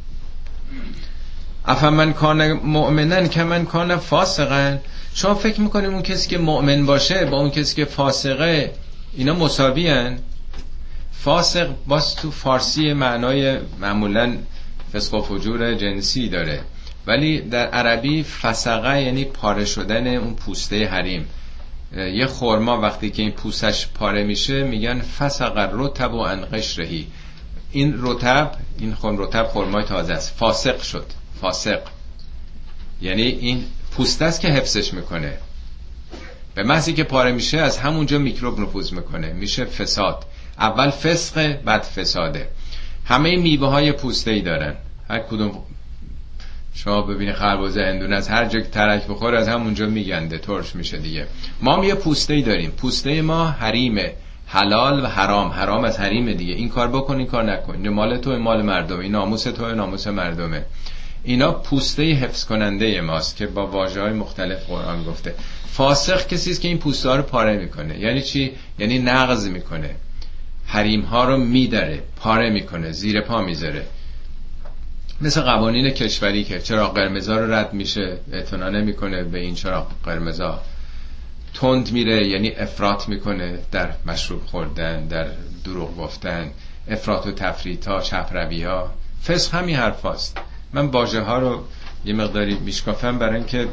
افمن کان مؤمنن کمن کان فاسقا. شما فکر میکنیم اون کسی که مؤمن باشه با اون کسی که فاسقه اینا مساوی هن؟ فاسق باز تو فارسی معنای معمولا فسق و فجور جنسی داره، ولی در عربی فسقه یعنی پاره شدن اون پوسته حریم. یه خرما وقتی که این پوستش پاره میشه میگن فسق الرطب عن قشرهی، این رطب، این رطب خرمای تازه است، فاسق شد. فاسق یعنی این پوسته است که حفظش میکنه، به محضی که پاره میشه از همونجا میکروب نفوذ میکنه، میشه فساد. اول فسقه بعد فساده. همه میوه های پوسته ای دارن، هر کدوم شما ببینید خربزه هندونه از هر جا که ترک بخوره از همونجا میگنده، ترش میشه دیگه. ما یه پوسته ای داریم، پوسته ما حریمه، حلال و حرام. حرام از حریمه دیگه، این کار بکن این کار نکن، این مال تو مال مردمه، این ناموس تو ناموس مردمه. اینا پوسته حفظ کننده ماست که با واژه‌های مختلف قرآن گفته. فاسق کسی است که این پوسته ها رو پاره میکنه. یعنی چی؟ یعنی نقض میکنه، حریم ها رو میدره، پاره میکنه، زیر پا میذاره. مثل قوانین کشوری که چراغ قرمزا رو رد میشه، اعتنا نمیکنه به این چراغ قرمزا، تند میره، یعنی افراط میکنه در مشروب خوردن، در دروغ گفتن، افراط و تفریط ها، چپروی ها. فسق همین حرفاست. من واژه ها رو یه مقداری میشکافم برای اینکه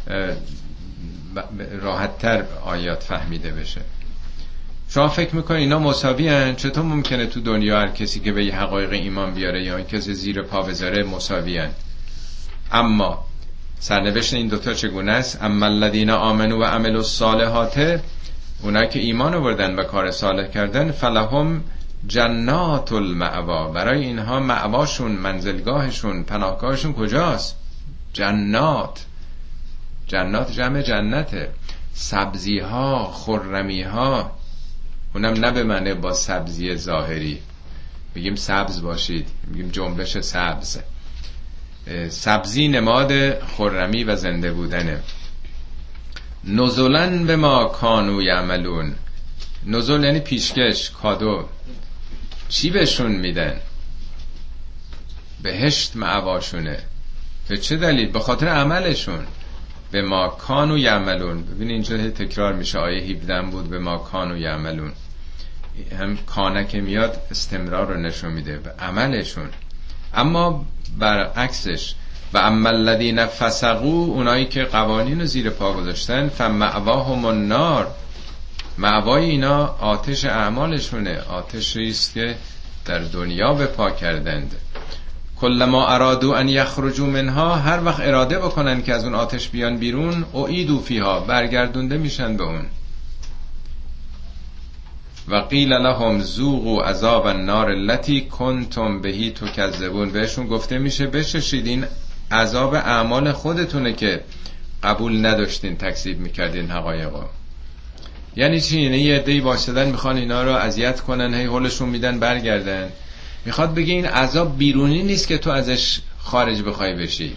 راحت‌تر آیات فهمیده بشه. شما فکر میکنید اینا مساوی هن؟ چطور ممکنه تو دنیا هر کسی که به یه حقایق ایمان بیاره یا این کسی زیر پا بذاره مساوی هن؟ اما سرنوشت این دوتا چگونه است؟ اما الذین آمنوا و عملوا الصالحات، اونا که ایمان آوردن و کار صالح کردن، فلهم جنات المأوا، برای اینها مأواشون، منزلگاهشون، پناهگاهشون کجاست؟ جنات. جنات جمع جنته، سبزی ها، خرمی ها. اونم نه به معنی با سبزی ظاهری، میگیم سبز باشید، میگیم جنبش سبز. سبزی نماد خرمی و زنده بودنه. نزلن به ما کانوا یعملون. نزل یعنی پیشکش، کادو. چی بهشون میدن؟ بهشت مأواشونه. به چه دلیل؟ به خاطر عملشون. به ما کانوا یعملون. ببین اینجا تکرار میشه، آیه 17 بود، به ما کانوا یعملون. هم کانه که میاد استمرار رو نشون میده به عملشون. اما برعکسش، و اما الذین فسقوا، اونایی که قوانین رو زیر پا گذاشتن، فمأواهم النار، مأوای اینا آتش اعمالشونه، آتشی است که در دنیا به پا کردند. کلما ارادوا ان یخرجوا منها، هر وقت اراده بکنن که از اون آتش بیان بیرون، اعیدوا فیها، برگردونده میشن به اون. و قیل لهم ذوقوا عذاب النار التي کنتم به تکذبون، بهشون گفته میشه بچشید این عذاب اعمال خودتونه که قبول نداشتین، تکذیب میکردین حقایقو. یعنی چی؟ یعنی یه عده‌ای واسطن میخوان اینا رو اذیت کنن، هی هولشون میدن برگردن. میخواد بگه این عذاب بیرونی نیست که تو ازش خارج بخوای بشی.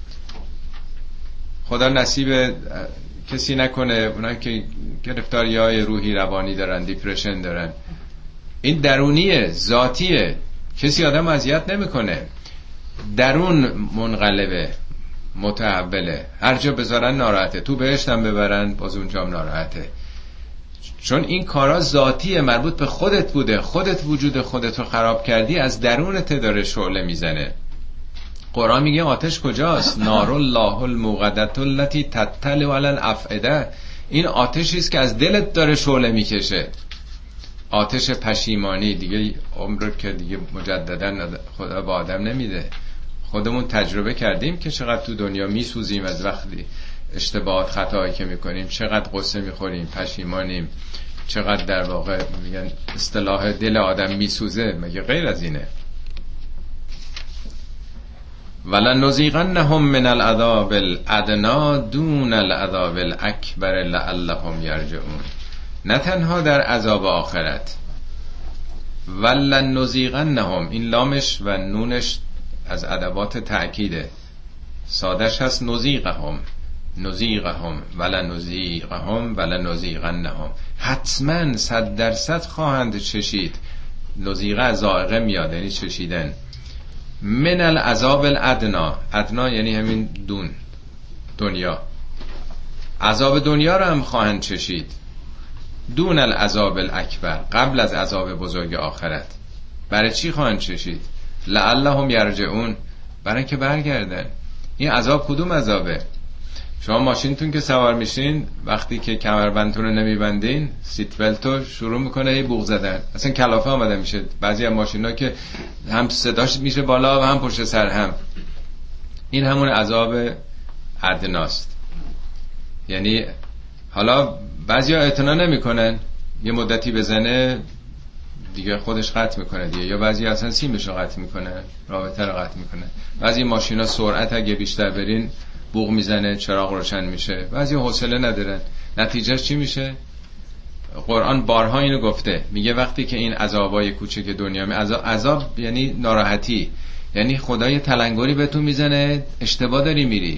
خدا نصیب کسی نکنه اونا که گرفتاری‌های روحی روانی دارن، دیپرشن دارن. این درونیه، ذاتیه، کسی آدم اذیت نمیکنه، درون منقلبه، متحوله، هر جا بذارن ناراحته، تو بهشتم ببرن باز اونجا هم ناراحته. چون این کارا ذاتیه، مربوط به خودت بوده، خودت وجود خودت رو خراب کردی، از درونت داره شعله میزنه. قرآن میگه آتش کجاست؟ نار الله الموقدة التي تطلع على الافئده. این آتشی است که از دلت داره شعله میکشه، آتش پشیمانی. دیگه عمر که دیگه مجددا خدا به آدم نمیده. خودمون تجربه کردیم که چقدر تو دنیا میسوزیم از وقتی اشتباهات خطایی که میکنیم، چقدر قصه میخوریم، پشیمانیم، چقدر در واقع میگن اصطلاح دل آدم میسوزه. مگه غیر از اینه؟ ولنذیقنهم من العذاب الادنی دون العذاب الاکبر لعلهم یرجعون. نه تنها در عذاب آخرت، ولنذیقنهم، این لامش و نونش از ادوات تأکیده، سادش هست نذیقهم، نذیقهم ولنذیقهم ولنذیقنهم، حتما 100% خواهند چشید. نذیقه از ذائقه میاد، یعنی چشیدن. من العذاب الادنا، ادنا یعنی همین دون، دنیا. عذاب دنیا رو هم خواهند چشید، دون العذاب الاکبر، قبل از عذاب بزرگ آخرت. برای چی خواهند چشید؟ لعلهم یرجعون، برای که برگردن. این عذاب کدوم عذابه؟ شما ماشینتون که سوار میشین، وقتی که کمربندتون رو نمیبندین، سیت بلتو شروع میکنه ای بوق زدن، اصلا کلافه آمده میشه. بعضی از ماشینا که هم صداش میشه بالا و هم پشت سر هم. این همون عذاب ادناست. یعنی حالا بعضیا اعتنا نمیکنن، یه مدتی بزنه دیگه خودش قطع میکنه دیگه، یا بعضی اصلا سیمش رو قطع میکنه، رابطه رو قطع میکنه. بعضی ماشینا سرعت اگه بیشتر برین بوق میزنه، چراغ روشن میشه. بعضی حوصله ندارن. نتیجهش چی میشه؟ قرآن بارها اینو گفته، میگه وقتی که این عذابای کوچک دنیا عذاب یعنی ناراحتی، یعنی خدای تلنگری بهتون میزنه، اشتباه داری میری.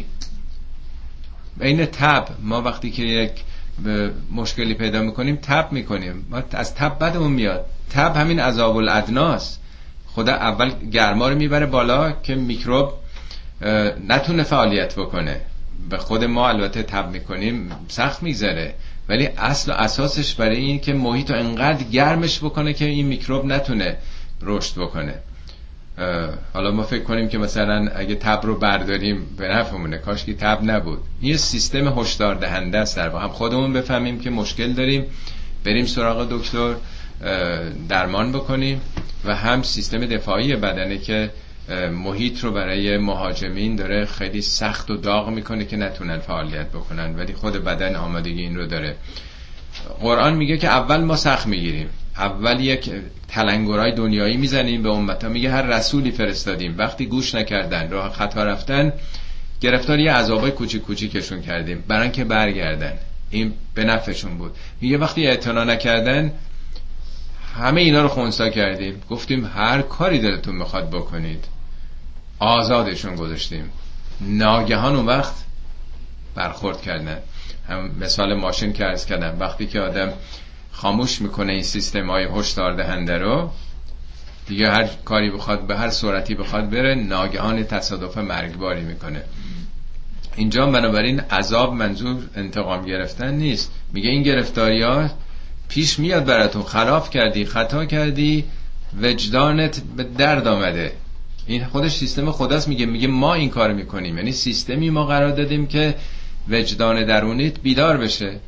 این تب، ما وقتی که یک مشکلی پیدا میکنیم تب میکنیم، ما از تب بدمون میاد. تب همین عذاب الادناست. خدا اول گرما رو میبره بالا که میکروب نتونه فعالیت بکنه. به خود ما البته تب میکنیم سخت میگذره، ولی اصل و اساسش برای این که محیط رو انقدر گرمش بکنه که این میکروب نتونه رشد بکنه. حالا ما فکر کنیم که مثلا اگه تب رو برداریم به نفعمونه، کاش که تب نبود. این سیستم هشدار دهنده است، در واقع هم خودمون بفهمیم که مشکل داریم، بریم سراغ دکتر درمان بکنیم، و هم سیستم دفاعی بدنه که محیط رو برای مهاجمین داره خیلی سخت و داغ میکنه که نتونن فعالیت بکنن، ولی خود بدن آمادگی این رو داره. قرآن میگه که اول ما سخت میگیریم، اول یک تلنگرهای دنیایی میزنیم به امتا. میگه هر رسولی فرستادیم، وقتی گوش نکردن، راه خطا رفتن، گرفتار یه عذابای کوچیک کوچیکشون کردیم برای اینکه برگردن. این به نفعشون بود. میگه وقتی اعتنا نکردن، همه اینا رو خنثی کردیم، گفتیم هر کاری دلتون میخواد بکنید، آزادشون گذاشتیم. ناگهان اون وقت برخورد کردن. هم مثال ماشین که عرض کردم، وقتی که آدم خاموش میکنه این سیستم های هشدار دهنده رو، دیگه هر کاری بخواد به هر صورتی بخواد بره، ناگهان تصادف مرگباری میکنه. اینجا بنابراین عذاب منظور انتقام گرفتن نیست. میگه این گرفتاری ها پیش میاد براتون، خلاف کردی، خطا کردی، وجدانت به درد آمده. این خودش سیستم خداست. میگه ما این کار میکنیم، یعنی سیستمی ما قرار دادیم که وجدان درونیت بیدار بشه.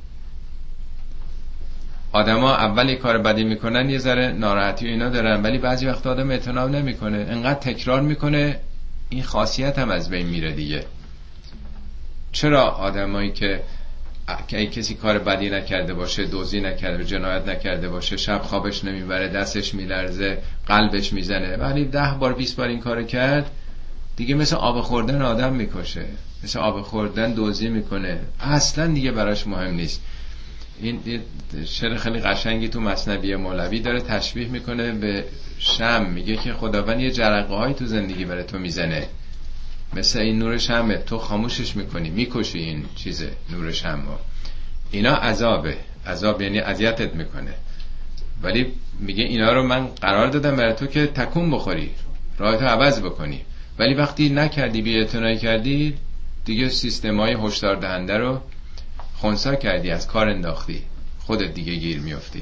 آدما اولی کار بدی میکنن، یه ذره ناراحتی و اینا دارن، ولی بعضی وقت آدم اعتنا نمیکنه، انقدر تکرار میکنه این خاصیت هم از بین میره دیگه. چرا آدمایی که کسی کار بدی نکرده باشه، دزدی نکرده، جنایت نکرده باشه، شب خوابش نمیبره، دستش میلرزه، قلبش میزنه، ولی 10 بار 20 بار این کارو کرد، دیگه مثل آب خوردن آدم میکشه، مثل آب خوردن دزدی میکنه، اصلا دیگه براش مهم نیست. این شعر خیلی قشنگی تو مثنوی مولوی داره تشبیه میکنه به شمع، میگه که خداوند یه جرقه هایی تو زندگی برای تو میزنه، مثل این نور شمع، تو خاموشش میکنی، میکشی این چیزه، نور شمع. اینا عذابه، عذاب یعنی اذیتت میکنه، ولی میگه اینا رو من قرار دادم برای تو که تکون بخوری، راحتو عوض بکنی، ولی وقتی نکردی، بی‌اعتنایی کردی، دیگه سیستمای هشدار دهنده رو خنثی کردی، از کار انداختی، خودت دیگه گیر میافتی.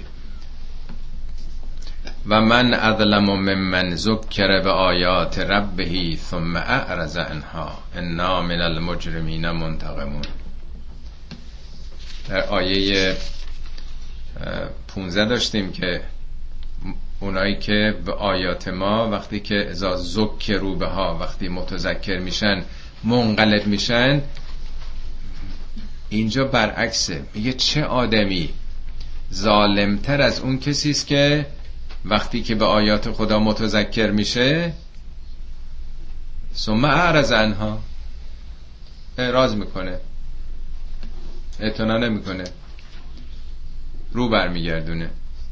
و من اظلم ممن ذکر به آیات ربه ثم اعرض عنها انا من المجرمین منتقمون. در آیه 15 داشتیم که اونایی که به آیات ما وقتی که اذا ذکروا بها، وقتی متذکر میشن منقلب میشن، اینجا برعکسه، میگه چه آدمی ظالمتر از اون کسی است که وقتی که به آیات خدا متذکر میشه ثم اعرض عنها، اعراض میکنه، اعتنا نمیکنه، رو برمیگردونه.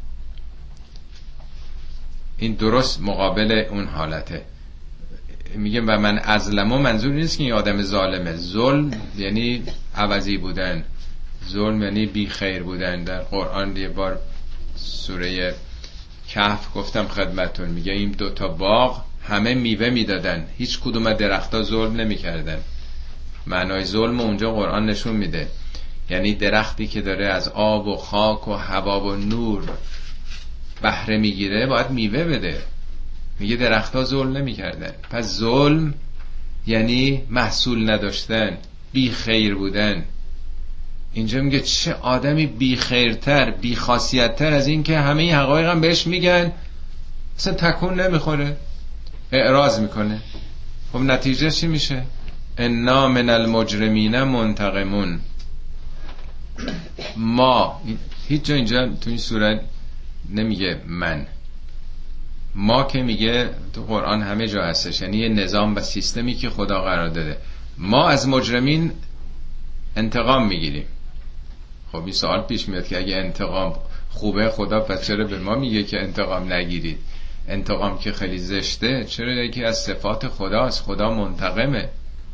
این درست مقابل اون حالته. میگه و من ازلمو، منظور نیست که این آدم ظالمه، ظلم یعنی عوضی بودن، ظلم یعنی بی خیر بودن. در قرآن یه بار سوره کهف گفتم خدمتون، میگه این 2 باغ همه میوه میدادن، هیچ کدوم از درختها ظلم نمیکردن. معنای ظلم اونجا قرآن نشون میده، یعنی درختی که داره از آب و خاک و هوا و نور بهره میگیره باید میوه بده. میگه درختها ظلم نمیکردن. پس ظلم یعنی محصول نداشتن، بی خیر بودن. اینجا میگه چه آدمی بی خیرتر، بی خاصیتتر از این که همه این حقایق هم بهش میگن، اصلا تکون نمیخوره، اعراض میکنه. خب نتیجه چی میشه؟ انا من المجرمین منتقمون. ما هیچ جا اینجا تو این سوره نمیگه من، ما که میگه تو قرآن همه جا هستش، یعنی یه نظام و سیستمی که خدا قرار داده. ما از مجرمین انتقام میگیریم. خب این سوال پیش میاد که اگه انتقام خوبه خدا پس چرا به ما میگه که انتقام نگیرید؟ انتقام که خیلی زشته، چرا یکی از صفات خداست، خدا منتقمه.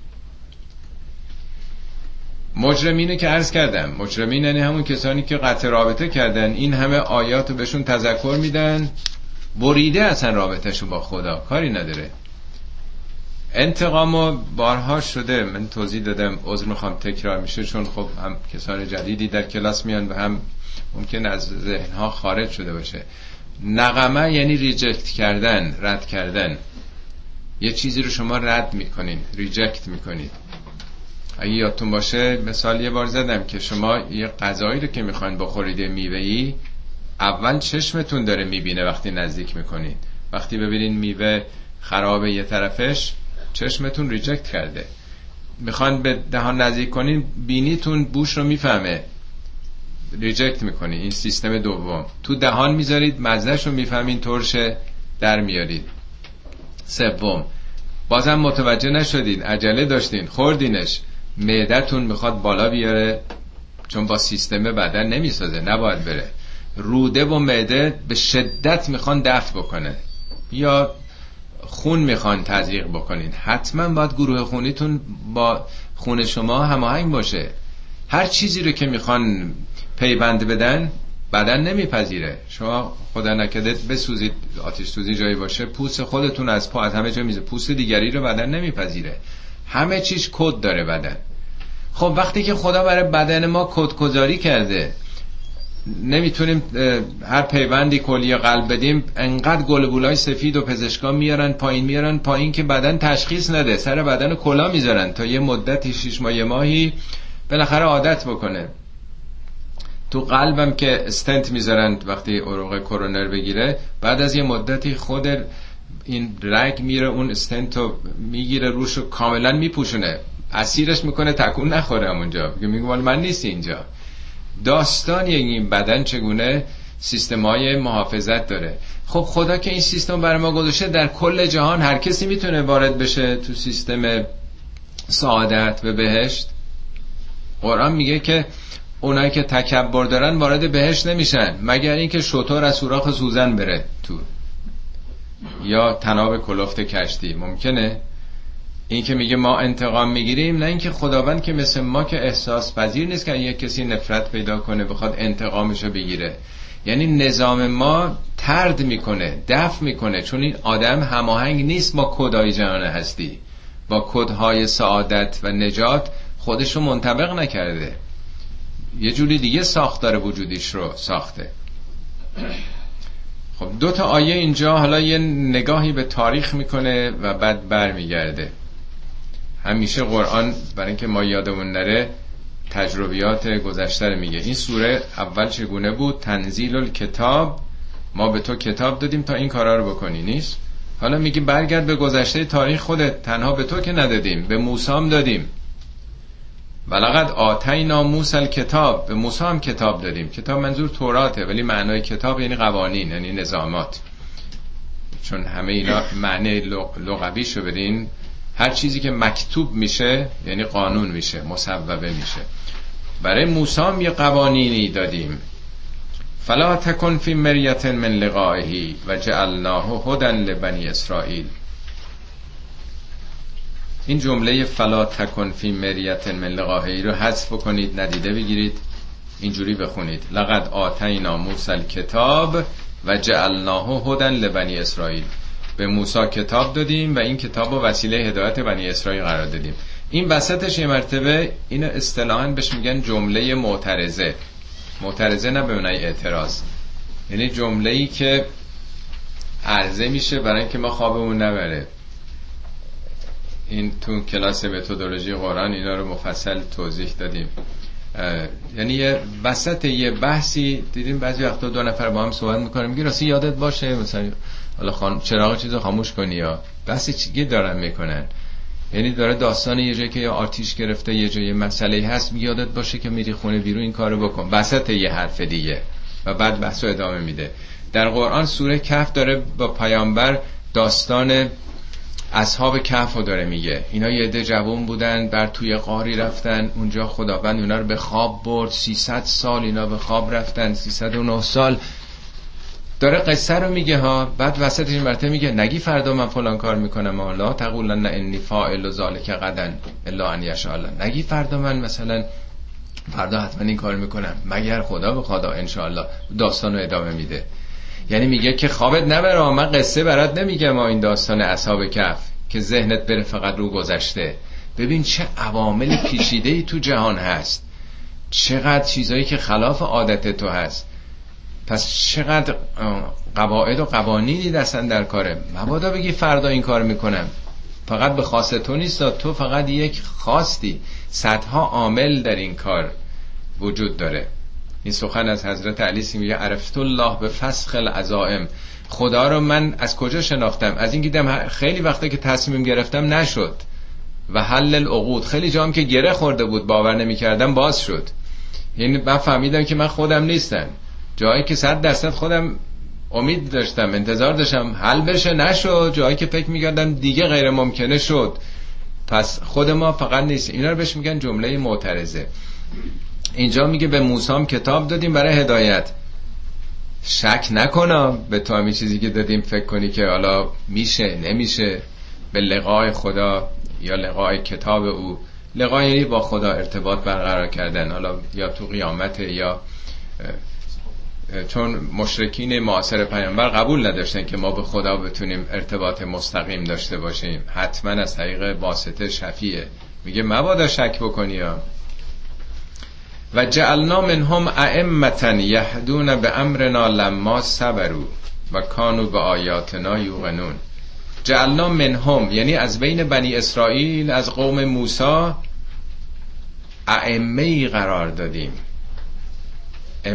مجرمینه که عرض کردم، مجرمین یعنی همون کسانی که قطع رابطه کردن، این همه آیاتو بهشون تذکر میدن، بریده اصلا رابطهشو با خدا، کاری نداره. انتقامو بارها شده من توضیح دادم، عذر میخوام تکرار میشه، چون خب هم کسان جدیدی در کلاس میان و هم ممکن از ذهنها خارج شده باشه. نقمه یعنی ریجکت کردن، رد کردن. یه چیزی رو شما رد میکنین، ریجکت میکنید. اگه یادتون باشه مثال یه بار زدم که شما یه غذایی رو که میخواین بخورید، میوه‌ای، اول چشمتون داره میبینه وقتی نزدیک میکنید. وقتی ببینین میوه خرابه یه طرفش، چشمتون ریجکت کرده. میخوان به دهان نزدیک کنین، بینیتون بوش رو میفهمه، ریجکت میکنی. این سیستم دوم. تو دهان میذارید، مزهش رو میفهمین، ترشه در میارید. سوم بازم متوجه نشدین، عجله داشتین، خوردینش، معدتون میخواد بالا بیاره، چون با سیستم بدن نمیسازه، نباید بره. روده و معده به شدت میخوان دفع بکنه، یا خون میخوان تزریق بکنین. حتما باید گروه خونیتون با خون شما هماهنگ باشه. هر چیزی رو که میخوان پیوند بدن بدن نمیپذیره. شما خدا نکرده بسوزید، آتش سوزی جایی باشه، پوست خودتون از پا از همه جا میزه، پوست دیگری رو بدن نمیپذیره. همه چیز کد داره بدن. خب وقتی که خدا برای بدن ما کدگذاری کرده، نمیتونیم هر پیوندی کلیه قلب بدیم، انقدر گلبولای سفید و پزشکا میارن پایین که بدن تشخیص نده، سر بدن کلا میذارن تا یه مدتی 6 ماه یه ماهی بالاخره عادت بکنه. تو قلبم که استنت میذارن وقتی عروق کرونر بگیره، بعد از یه مدتی خود این رگ میره اون استنتو میگیره روشو کاملا میپوشونه، اسیرش میکنه تکون نخوره همونجا، میگه مال من نیست اینجا. داستان این بدن چگونه سیستمای محافظت داره. خب خدا که این سیستم برای ما گذاشته، در کل جهان هر کسی میتونه وارد بشه تو سیستم سعادت و بهشت. قرآن میگه که اونایی که تکبر دارن وارد بهشت نمیشن مگر اینکه شتر از سوراخ سوزن بره تو، یا تناب کلفت کشتی. ممکنه این که میگه ما انتقام میگیریم، نه اینکه خداوند که مثل ما که احساس پذیر نیست که یک کسی نفرت پیدا کنه بخواد انتقامشو بگیره. یعنی نظام ما طرد میکنه، دفع میکنه، چون این آدم هماهنگ نیست با کدهای جهان هستی، با کدهای سعادت و نجات خودشو منطبق نکرده، یه جوری دیگه ساختار وجودیش رو ساخته. خب 2 تا آیه اینجا حالا یه نگاهی به تاریخ میکنه و بعد برمیگرده. همیشه قرآن برای اینکه ما یادمون نره تجربیات گذشته رو میگه. این سوره اول چگونه بود؟ تنزیل الکتاب، ما به تو کتاب دادیم تا این کارا رو بکنی، نیست؟ حالا میگه برگرد به گذشته تاریخ خودت، تنها به تو که ندادیم، به موسی هم دادیم. ولقد آتینا موسی الکتاب، به موسی هم کتاب دادیم. کتاب منظور توراته، ولی معنای کتاب یعنی قوانین، یعنی نظامات، چون همه اینا معنی لغویشو بدین، هر چیزی که مکتوب میشه یعنی قانون میشه، مصوبه میشه. برای موسی هم یه قوانینی دادیم. فلا تکن فی مریة من لقائه و جعلناه هدی لبنی اسرائیل. این جمله فلا تکن فی مریة من لقائه رو حذف کنید، ندیده بگیرید، اینجوری بخونید لقد آتینا موسی الکتاب و جعلناه هدی لبنی اسرائیل. به موسی کتاب دادیم و این کتاب رو وسیله هدایت بنی اسرائیل قرار دادیم. این وسطش یه مرتبه اینو اصطلاحاً بهش میگن جمله معترضه. معترضه نه به معنای اعتراض، یعنی جمله‌ای که عرضه میشه برای اینکه ما خوابمون نبره. این تو کلاس متدولوژی قرآن اینا رو مفصل توضیح دادیم. یعنی یه وسط یه بحثی دیدیم بعضی وقتا 2 نفر با هم صحبت میکنن، میگه راستی یادت باشه مثلا حالا چراغ چیزو خاموش کنی، یا بحثی چیزی دارن میکنن. یعنی داره داستان یه جایی که یا آتیش گرفته، یه جایی مسئله هست، میگه یادت باشه که میری خونه بیرون این کارو بکن، وسط یه حرف دیگه، و بعد بحثو ادامه میده. در قرآن سوره کهف داره با پیامبر داستان اصحاب کهف رو داره میگه. اینا یه عده جوان بودن، بر توی غاری رفتن، اونجا خداوند اونا رو به خواب برد. 300 سال اینا به خواب رفتن، 309 سال داره قصه رو میگه ها. بعد وسط این مرتبه میگه نگی فردا من فلان کار میکنم، لا تقولن انی فاعل ذلک غدا الا ان یشاء الله. نگی فردا من مثلا فردا حتما این کار میکنم مگر خدا بخواد ان شاء الله. داستانو ادامه میده. یعنی میگه که خوابت نبره، من قصه برات نمیگم، این داستان اصحاب کهف که ذهنت بره فقط رو گذشته. ببین چه عوامل پیچیده‌ای تو جهان هست، چقدر چیزایی که خلاف عادت تو هست. پس چقدر قواعد و قوانینی دستن در کاره. مبادا بگی فردا این کار میکنم، فقط به خواست تو نیست، تو فقط یک خواستی، صدها عامل در این کار وجود داره. این سخن از حضرت علی میگه عرفت الله به فسخ العزائم. خدا رو من از کجا شناختم؟ از این دیدم خیلی وقته که تصمیم گرفتم نشد. و حل العقود، خیلی جام که گره خورده بود باور نمی‌کردم باز شد. یعنی من فهمیدم که من خودم نیستم. جایی که 100% خودم امید داشتم، انتظار داشتم حل بشه، نشد. جایی که فکر می‌کردم دیگه غیر ممکنه شد. پس خود ما فقط نیست. اینا رو بهش میگن جمله معترضه. اینجا میگه به موسی هم کتاب دادیم برای هدایت. شک نکنم به تو همین چیزی که دادیم فکر کنی که حالا میشه نمیشه. به لقای خدا یا لقای کتاب او، لقای یعنی با خدا ارتباط برقرار کردن، حالا یا تو قیامت، یا چون مشرکین معاصر پیامبر قبول نداشتن که ما به خدا بتونیم ارتباط مستقیم داشته باشیم، حتما از طریق واسطه شفیعه. میگه مبادا شک بکنی ها. و جعلنا منهم ائمة یهدون بامرنا لما صبروا و کانوا بآیاتنا یوقنون. جعلنا منهم یعنی از بین بنی اسرائیل، از قوم موسی، ائمه‌ای قرار دادیم،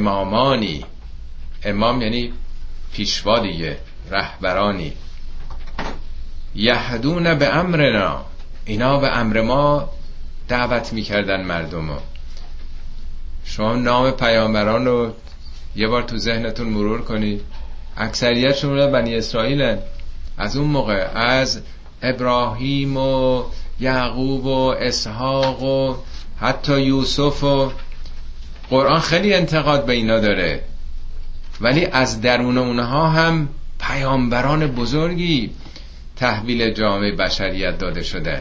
امامانی. امام یعنی پیشوا دیگه، رهبرانی. یهدون به امرنا، اینا به امر ما دعوت میکردن مردمو. شما نام پیامبران رو یه بار تو ذهنتون مرور کنید، اکثریتشون بنی اسرائیلن. از اون موقع از ابراهیم و یعقوب و اسحاق و حتی یوسف و قرآن خیلی انتقاد به اینا داره، ولی از درون اونها هم پیامبران بزرگی تحویل جامعه بشریت داده شدن.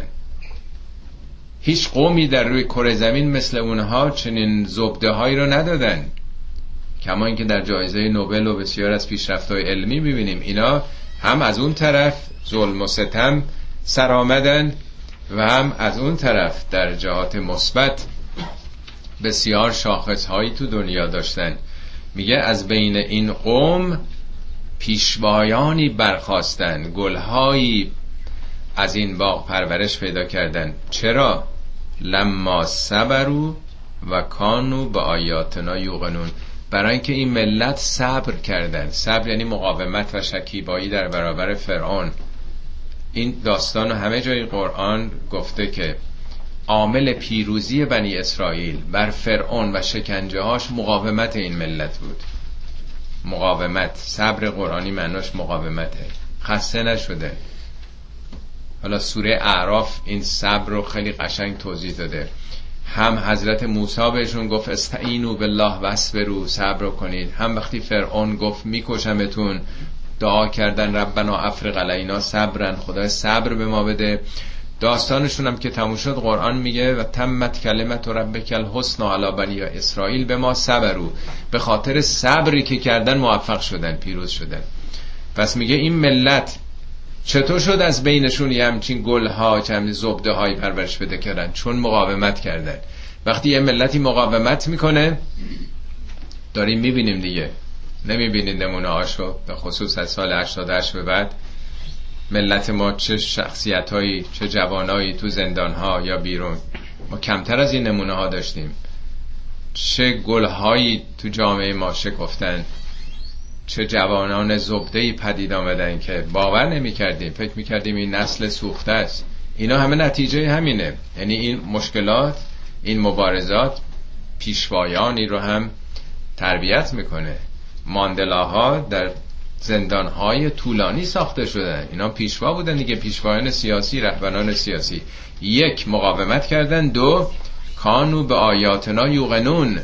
هیچ قومی در روی کره زمین مثل اونها چنین زبده هایی رو ندادن. کما اینکه در جایزه نوبل و بسیار از پیشرفت‌های علمی می‌بینیم اینا هم از اون طرف ظلم و ستم سر آمدن و هم از اون طرف در جهات مثبت بسیار شاخص‌هایی تو دنیا داشتن. میگه از بین این قوم پیشوایانی برخاستن، گلهایی از این باغ پرورش پیدا کردن. چرا؟ لما صبروا و کانوا به آیاتنا یوقنون. برای اینکه این ملت صبر کردن. صبر یعنی مقاومت و شکیبایی در برابر فرعون. این داستان همه جای قرآن گفته که عامل پیروزی بنی اسرائیل بر فرعون و شکنجه‌هاش مقاومت این ملت بود. مقاومت، صبر قرآنی معناش مقاومته، خسته نشده. حالا سوره اعراف این صبر رو خیلی قشنگ توضیح داده. هم حضرت موسی بهشون گفت استعینوا بالله واصبروا، صبر کنید. هم وقتی فرعون گفت میکشمتون، دعا کردن ربنا افرغ علینا صبرا، خدا صبر به ما بده. داستانشون هم که تموم شد قرآن میگه و تمت کلمت ربک الحسنی علی بنی اسرائیل بما صبروا، به خاطر صبری که کردن موفق شدن، پیروز شدن. پس میگه این ملت چطور شد از بینشون یه همچین گلها، همچین زبده های پرورش بده کردن؟ چون مقاومت کردن. وقتی یه ملتی مقاومت میکنه، داریم میبینیم دیگه، نمیبینید نمونه هاشو؟ به خصوص از سال 88 به بعد ملت ما چه شخصیت هایی، چه جوانایی تو زندان ها یا بیرون. ما کمتر از این نمونه ها داشتیم. چه گل هایی تو جامعه ما شکفتن، چه جوانان زبده‌ای پدید آمدن که باور نمی کردیم، فکر می کردیم این نسل سوخته است. اینا همه نتیجه همینه. یعنی این مشکلات، این مبارزات پیشوایانی رو هم تربیت میکنه. ماندلاها در زندانهای طولانی ساخته شدن، اینا پیشوا بودن دیگه، پیشوایان سیاسی، رهبران سیاسی. یک، مقاومت کردن. دو، کانوا به آیاتنا یوقنون.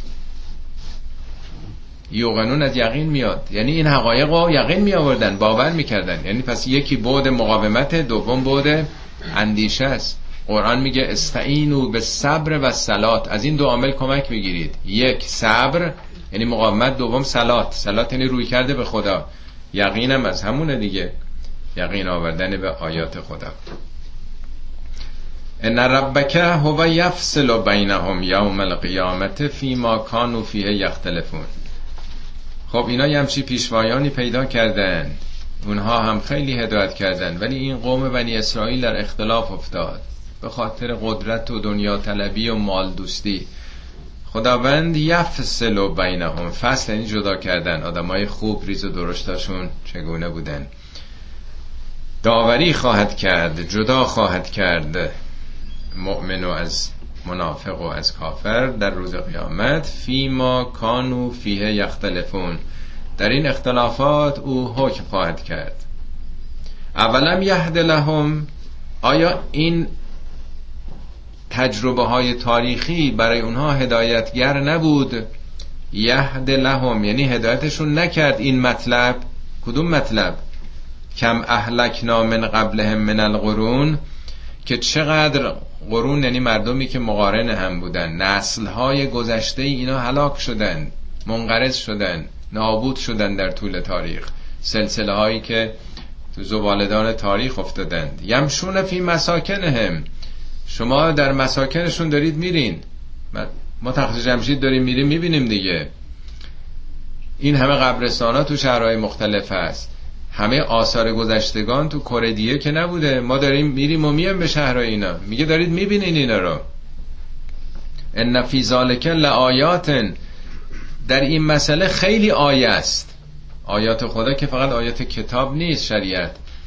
یوقنون از یقین میاد، یعنی این حقایق رو یقین می آوردن، باور میکردن. یعنی پس یکی بعد مقاومت، دوم بعد اندیشه است. قرآن میگه استعینوا بالصبر والصلات، از این دو عامل کمک میگیرید. یک، صبر یعنی مقاومت، دوم صلات. صلات یعنی روی کرده به خدا. یقینم از همونه دیگه، یقین آوردن به آیات خدا. ان ربک هو یفصل بینهم یوم القیامت فیما کانوا فیه یختلفون. خب اینا یه همچی پیشوایانی پیدا کردن، اونها هم خیلی هدایت کردن، ولی این قوم بنی اسرائیل در اختلاف افتاد به خاطر قدرت و دنیا طلبی و مال دوستی. خداوند یفصل بینهم، فصل یعنی جدا کردن. آدمای خوب ریز و درشتاشون چگونه بودن، داوری خواهد کرد، جدا خواهد کرد مؤمن و از منافق و از کافر در روز قیامت. فیما کانوا فیه یختلفون، در این اختلافات او حکم خواهد کرد. اولم یهد لهم، آیا این تجربه های تاریخی برای اونها هدایتگر نبود؟ یهد لهم یعنی هدایتشون نکرد این مطلب. کدوم مطلب؟ کم اهلکنا من قبلهم من القرون، که چقدر قرون یعنی مردمی که مقارن هم بودن، نسل‌های گذشته اینا هلاک شدن، منقرض شدن، نابود شدن در طول تاریخ. سلسله هایی که تو زبالدان تاریخ افتادند. یمشون فی مساکنهم، شما در مساکنشون دارید میرین، ما تخت جمشید داریم میریم میبینیم دیگه. این همه قبرستان ها تو شهرهای مختلف هست، همه آثار گذشتگان تو کره دیگه که نبوده. ما داریم میریم و میایم به شهرهای اینا، میگه دارید میبینین اینا رو. ان فی ذلک لآیات، در این مسئله خیلی آیه است. آیات خدا که فقط آیات کتاب نیست، شریعت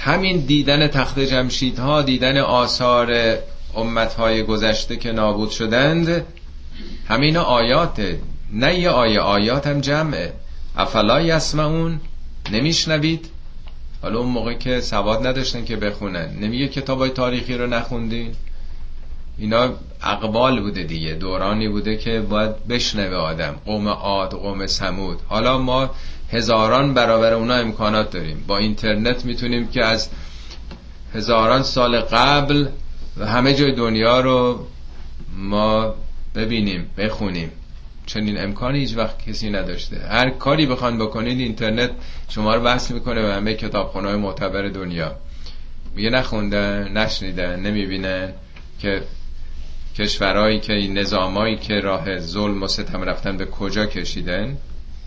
همین دیدن تخت جمشیدها، دیدن آثار امتهای گذشته که نابود شدند، همین آیاته. نه یه آیات هم جمعه. افلا یسمعون، نمیشنوید؟ حالا اون موقع که سواد نداشتن که بخونن، نمیگه کتابای تاریخی رو نخوندین؟ اینا اقبال بوده دیگه، دورانی بوده که باید بشنوه آدم. قوم عاد، قوم ثمود. حالا ما هزاران برابر اونا امکانات داریم. با اینترنت میتونیم که از هزاران سال قبل و همه جای دنیا رو ما ببینیم، بخونیم. چنین امکانی هیچ وقت کسی نداشته. هر کاری بخوان بکنید اینترنت شما رو وصل میکنه به همه کتابخونه‌های معتبر دنیا. میگه نخوندن، نشنیدن، نمیبینن که کشورهایی که این نظامایی که راه ظلم و ستم رفتن به کجا کشیدن.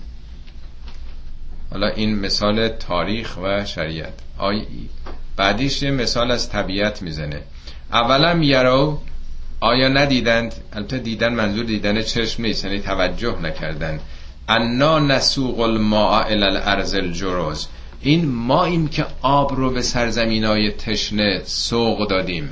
حالا این مثال تاریخ و شریعت. بعدیش یه مثال از طبیعت میزنه. اولم یرو، آیا ندیدند؟ البته دیدن منظور دیدن چشم نیست، یعنی توجه نکردن. انا نسوق الماء الی الارض الجرز، این ماییم که آب رو به سرزمینای تشنه سوق دادیم.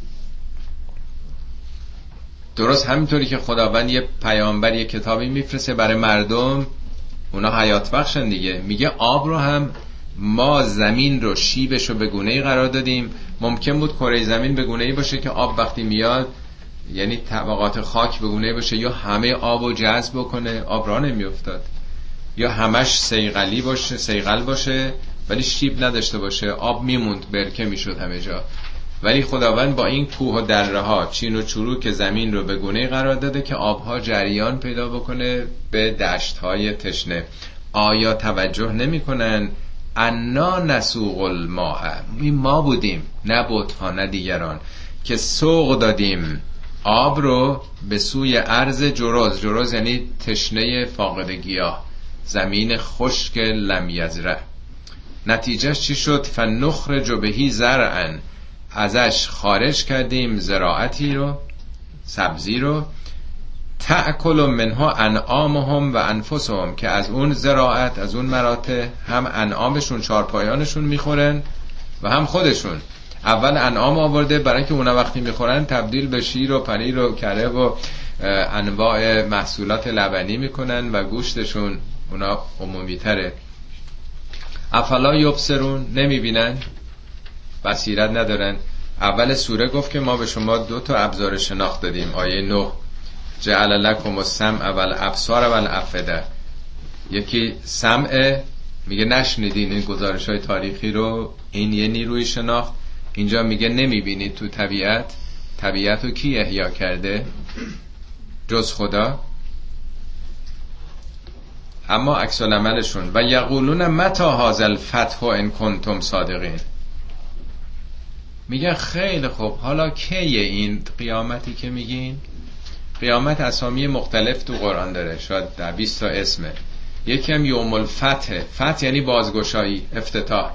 درست همینطوری که خداوند یه پیامبر یه کتابی میفرسته برای مردم، اونا حیات بخشن دیگه. میگه آب رو هم ما زمین رو، شیبش رو به گونه‌ای قرار دادیم. ممکن بود کره زمین به گونه‌ای باشه که آب وقتی میاد، یعنی طبقات خاک به گونه‌ای باشه یا همه آبو جذب بکنه، آب راه نمیافتاد، یا همش سیغل باشه ولی شیب نداشته باشه، آب میموند، برکه میشد همه جا. ولی خداوند با این کوه و دره ها، چین و چروک زمین رو به گونه‌ای قرار داده که آبها جریان پیدا بکنه به دشت‌های تشنه. آیا توجه نمی‌کنن؟ انا نسوق الماء، ما بودیم، نه بت‌ها نه دیگران، که سوق دادیم آب رو به سوی ارض جرز. جرز یعنی تشنه فاقد گیاه، زمین خشک لم یزرع. نتیجهش چی شد؟ فنخرج بهی زرعا، ازش خارج کردیم زراعتی رو، سبزی رو. تأکل منها انعامهم و انفسهم، که از اون زراعت، از اون مراتع هم انعامشون، چارپایانشون میخورن و هم خودشون. اول انعام آورده برای که اونا وقتی میخورن تبدیل به شیر و پنیر و کره و انواع محصولات لبنی میکنن و گوشتشون اونا عمومی تره. افلا یبصرون، نمیبینن، بصیرت ندارن. اول سوره گفت که ما به شما 2 ابزار شناخت دادیم. آیه 9 جعل لکم السمع والابصار والافئده. یکی سمع، میگه نشنیدین این گزارش‌های تاریخی رو، این یه نیروی شناخت. اینجا میگه نمیبینید تو طبیعت رو کی احیا کرده جز خدا؟ اما عکس العملشون و یقولون متی هذا الفتح ان کنتم صادقین. میگه خیلی خوب، حالا کیه این قیامتی که میگین؟ قیامت اسامی مختلف تو قرآن داره، شاید 20 تا اسمه. یکی هم یوم الفتح، فتح یعنی بازگشایی، افتتاح.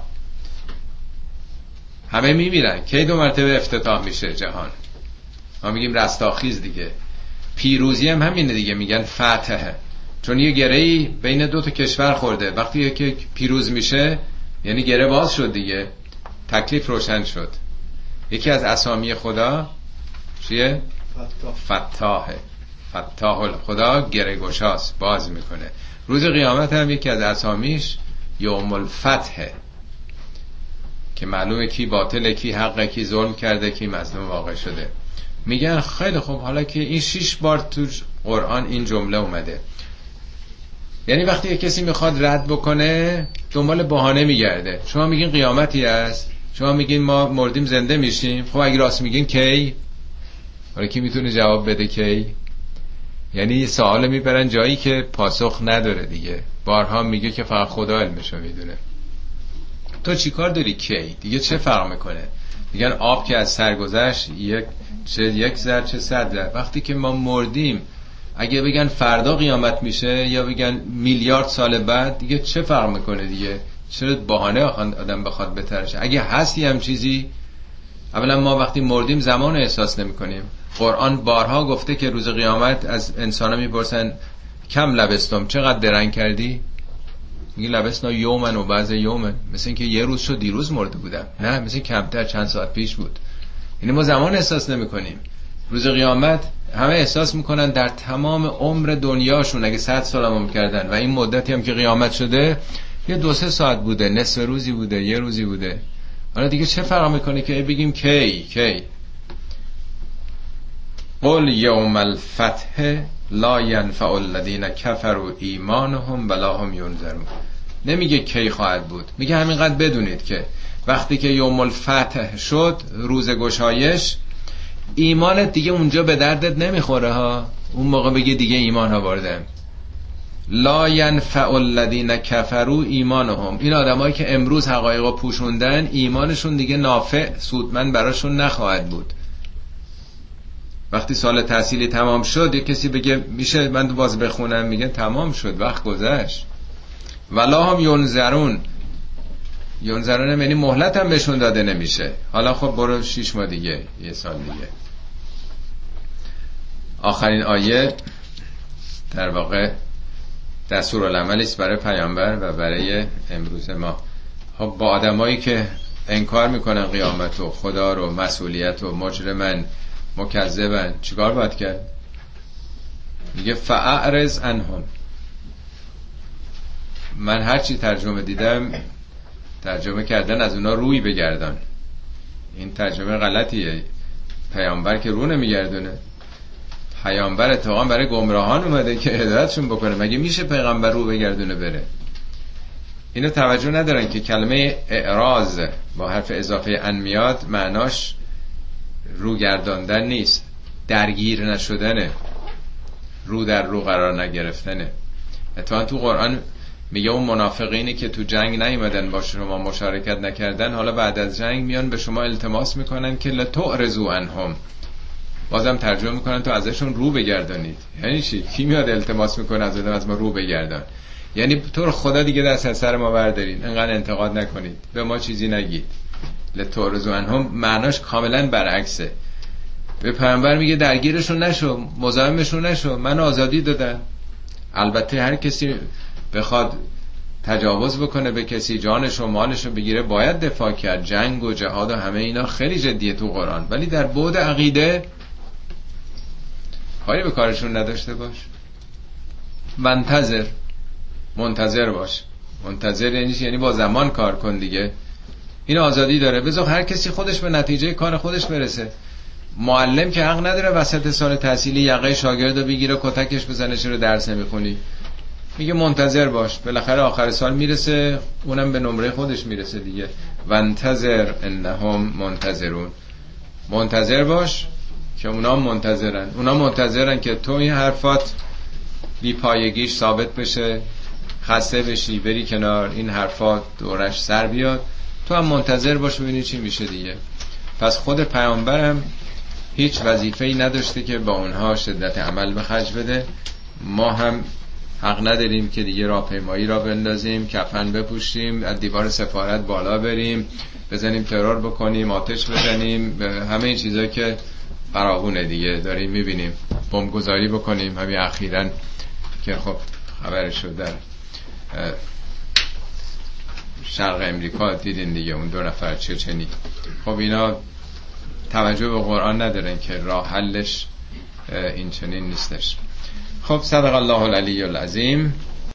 همه میمیرن، کی 2 مرتبه افتتاح میشه جهان؟ ما میگیم رستاخیز دیگه. پیروزی هم همینه دیگه، میگن فتح، چون یه گره‌ای بین 2 کشور خورده. وقتی یکی پیروز میشه یعنی گره باز شد دیگه، تکلیف روشن شد. یکی از اسامی خدا چیه؟ فتاحه. فتاح خدا گره گشاست، باز میکنه. روز قیامت هم یکی از اسامیش یوم الفتح، که معلومه کی باطله، کی حقه، کی ظلم کرده، کی مظلوم واقع شده. میگن خیلی خوب، حالا که این 6 بار تو قرآن این جمله اومده، یعنی وقتی یک کسی میخواد رد بکنه دنبال بهانه میگرده. شما میگین قیامتی هست، شما میگین ما مردیم زنده میشیم، خب اگه راست میگین کی؟ حالا کی میتونه جواب بده کی؟ یعنی سوال میبرن جایی که پاسخ نداره دیگه. بارها میگه که فقط خدا علمشو میدونه. تو چی کار داری کی؟ دیگه چه فرق میکنه؟ میگن آب که از سر گذشت، یک ذره چه 100 ذره. وقتی که ما مردیم، اگه بگن فردا قیامت میشه یا بگن میلیارد سال بعد، دیگه چه فرق میکنه دیگه؟ چرا بهانه آدم بخواد بترشه؟ اگه هستی هم چیزی، اولا ما وقتی مردیم زمان احساس نمیکنیم. قرآن بارها گفته که روز قیامت از انسانا میپرسن کم لبستم، چقدر درنگ کردی؟ میگه لبسنا یومن و بعض یومن، مثل اینکه یه روز شد دیروز مرده بودم، نه مثل کمتر چند ساعت پیش بود. یعنی ما زمان احساس نمی‌کنیم. روز قیامت همه احساس میکنن در تمام عمر دنیاشون اگه 100 سال هم کردن و این مدتی هم که قیامت شده یه 2-3 ساعت بوده، نصف روزی بوده، یه روزی بوده. حالا دیگه چه فرق میکنه که بگیم کی قل یوم الفتح لا ینفع الذین کفروا ایمانهم ولا هم ینذرون. نمیگه کی خواهد بود، میگه همینقدر بدونید که وقتی که یوم الفتح شد، روز گشایش، ایمانت دیگه اونجا به دردت نمیخوره ها. اون موقع بگی دیگه ایمان آوردم. لا ینفع الذین کفروا ایمانهم، این آدمایی که امروز حقایقو پوشوندن ایمانشون دیگه نافع سودمند براشون نخواهد بود. وقتی سال تحصیلی تمام شد یک کسی بگه میشه من باز بخونم، میگه تمام شد، وقت گذشت. ولا هم ینذرون یعنی مهلت هم بهشون داده نمیشه. حالا خب برو 6 ماه دیگه، یه سال دیگه. آخرین آیه در واقع دستورالعملی است برای پیامبر و برای امروز ما. خب با آدمایی که انکار میکنن قیامت و خدا رو، مسئولیت و مجرمن، مکذبن، چیکار باید کرد؟ میگه فاعرض عنهم. من هرچی ترجمه دیدم ترجمه کردن از اونا روی بگردان. این ترجمه غلطیه. پیامبر که رو نمیگردونه. پیامبر اتفاقا برای گمراهان اومده که هدایتشون بکنه. مگه میشه پیغمبر رو بگردونه بره؟ اینو توجه ندارن که کلمه اعراض با حرف اضافه ان میاد، معناش رو گرداندن نیست، درگیر نشدنه، رو در رو قرار نگرفتنه. اتفاقا تو قرآن میگه اون منافقینی که تو جنگ نیومدن با شما مشارکت نکردن، حالا بعد از جنگ میان به شما التماس میکنن که لتعرضوا عنهم. بازم ترجمه میکنن تو ازشون رو بگردانید. یعنی چی؟ کی میاد التماس میکنه از ما رو بگردان؟ یعنی تو رو خدا دیگه دست از سر ما بردارین، انقدر انتقاد نکنید، به ما چیزی نگید. لتعرضوا عنهم معناش کاملا برعکسه. به پیامبر میگه درگیرشون نشو، مزاحمشون نشو، من آزادی دادم. البته هر کسی بخواد تجاوز بکنه به کسی، جانش و مالش رو بگیره، باید دفاع کرد. جنگ و جهاد و همه اینا خیلی جدیه تو قرآن، ولی در بعد عقیده کاری به کارشون نداشته باش. منتظر باش. منتظر یعنی با زمان کار کن دیگه. این آزادی داره، بذار هر کسی خودش به نتیجه کار خودش برسه. معلم که حق نداره وسط سال تحصیلی یقه شاگردو بگیره کتکش بزنه چرا درس نمیخونی. میگه منتظر باش، بالاخره آخر سال میرسه، اونم به نمره خودش میرسه دیگه. وانتظر انهم منتظرون. منتظر باش که اونا منتظرن که تو این حرفات بی پایگیش ثابت بشه، خسته بشی، بری کنار، این حرفات دورش سر بیاد. تو هم منتظر باش ببینی چی میشه دیگه. پس خود پیامبرم هیچ وظیفه‌ای نداشته که با اونها شدت عمل به خرج بده. ما هم حق نداریم که دیگه راهپیمایی را بندازیم، کفن بپوشیم، از دیوار سفارت بالا بریم، بزنیم ترور بکنیم، آتش بزنیم، همه این چیزا که فراوونه دیگه داریم میبینیم. بمبگذاری بکنیم، همین اخیراً که خب خبرش شد در شرق امریکا دیدین دیگه، اون 2 نفر چچنی. خب اینا توجه به قرآن ندارن که راه حلش این چنین نیستش. خب صدق الله العلی العظیم.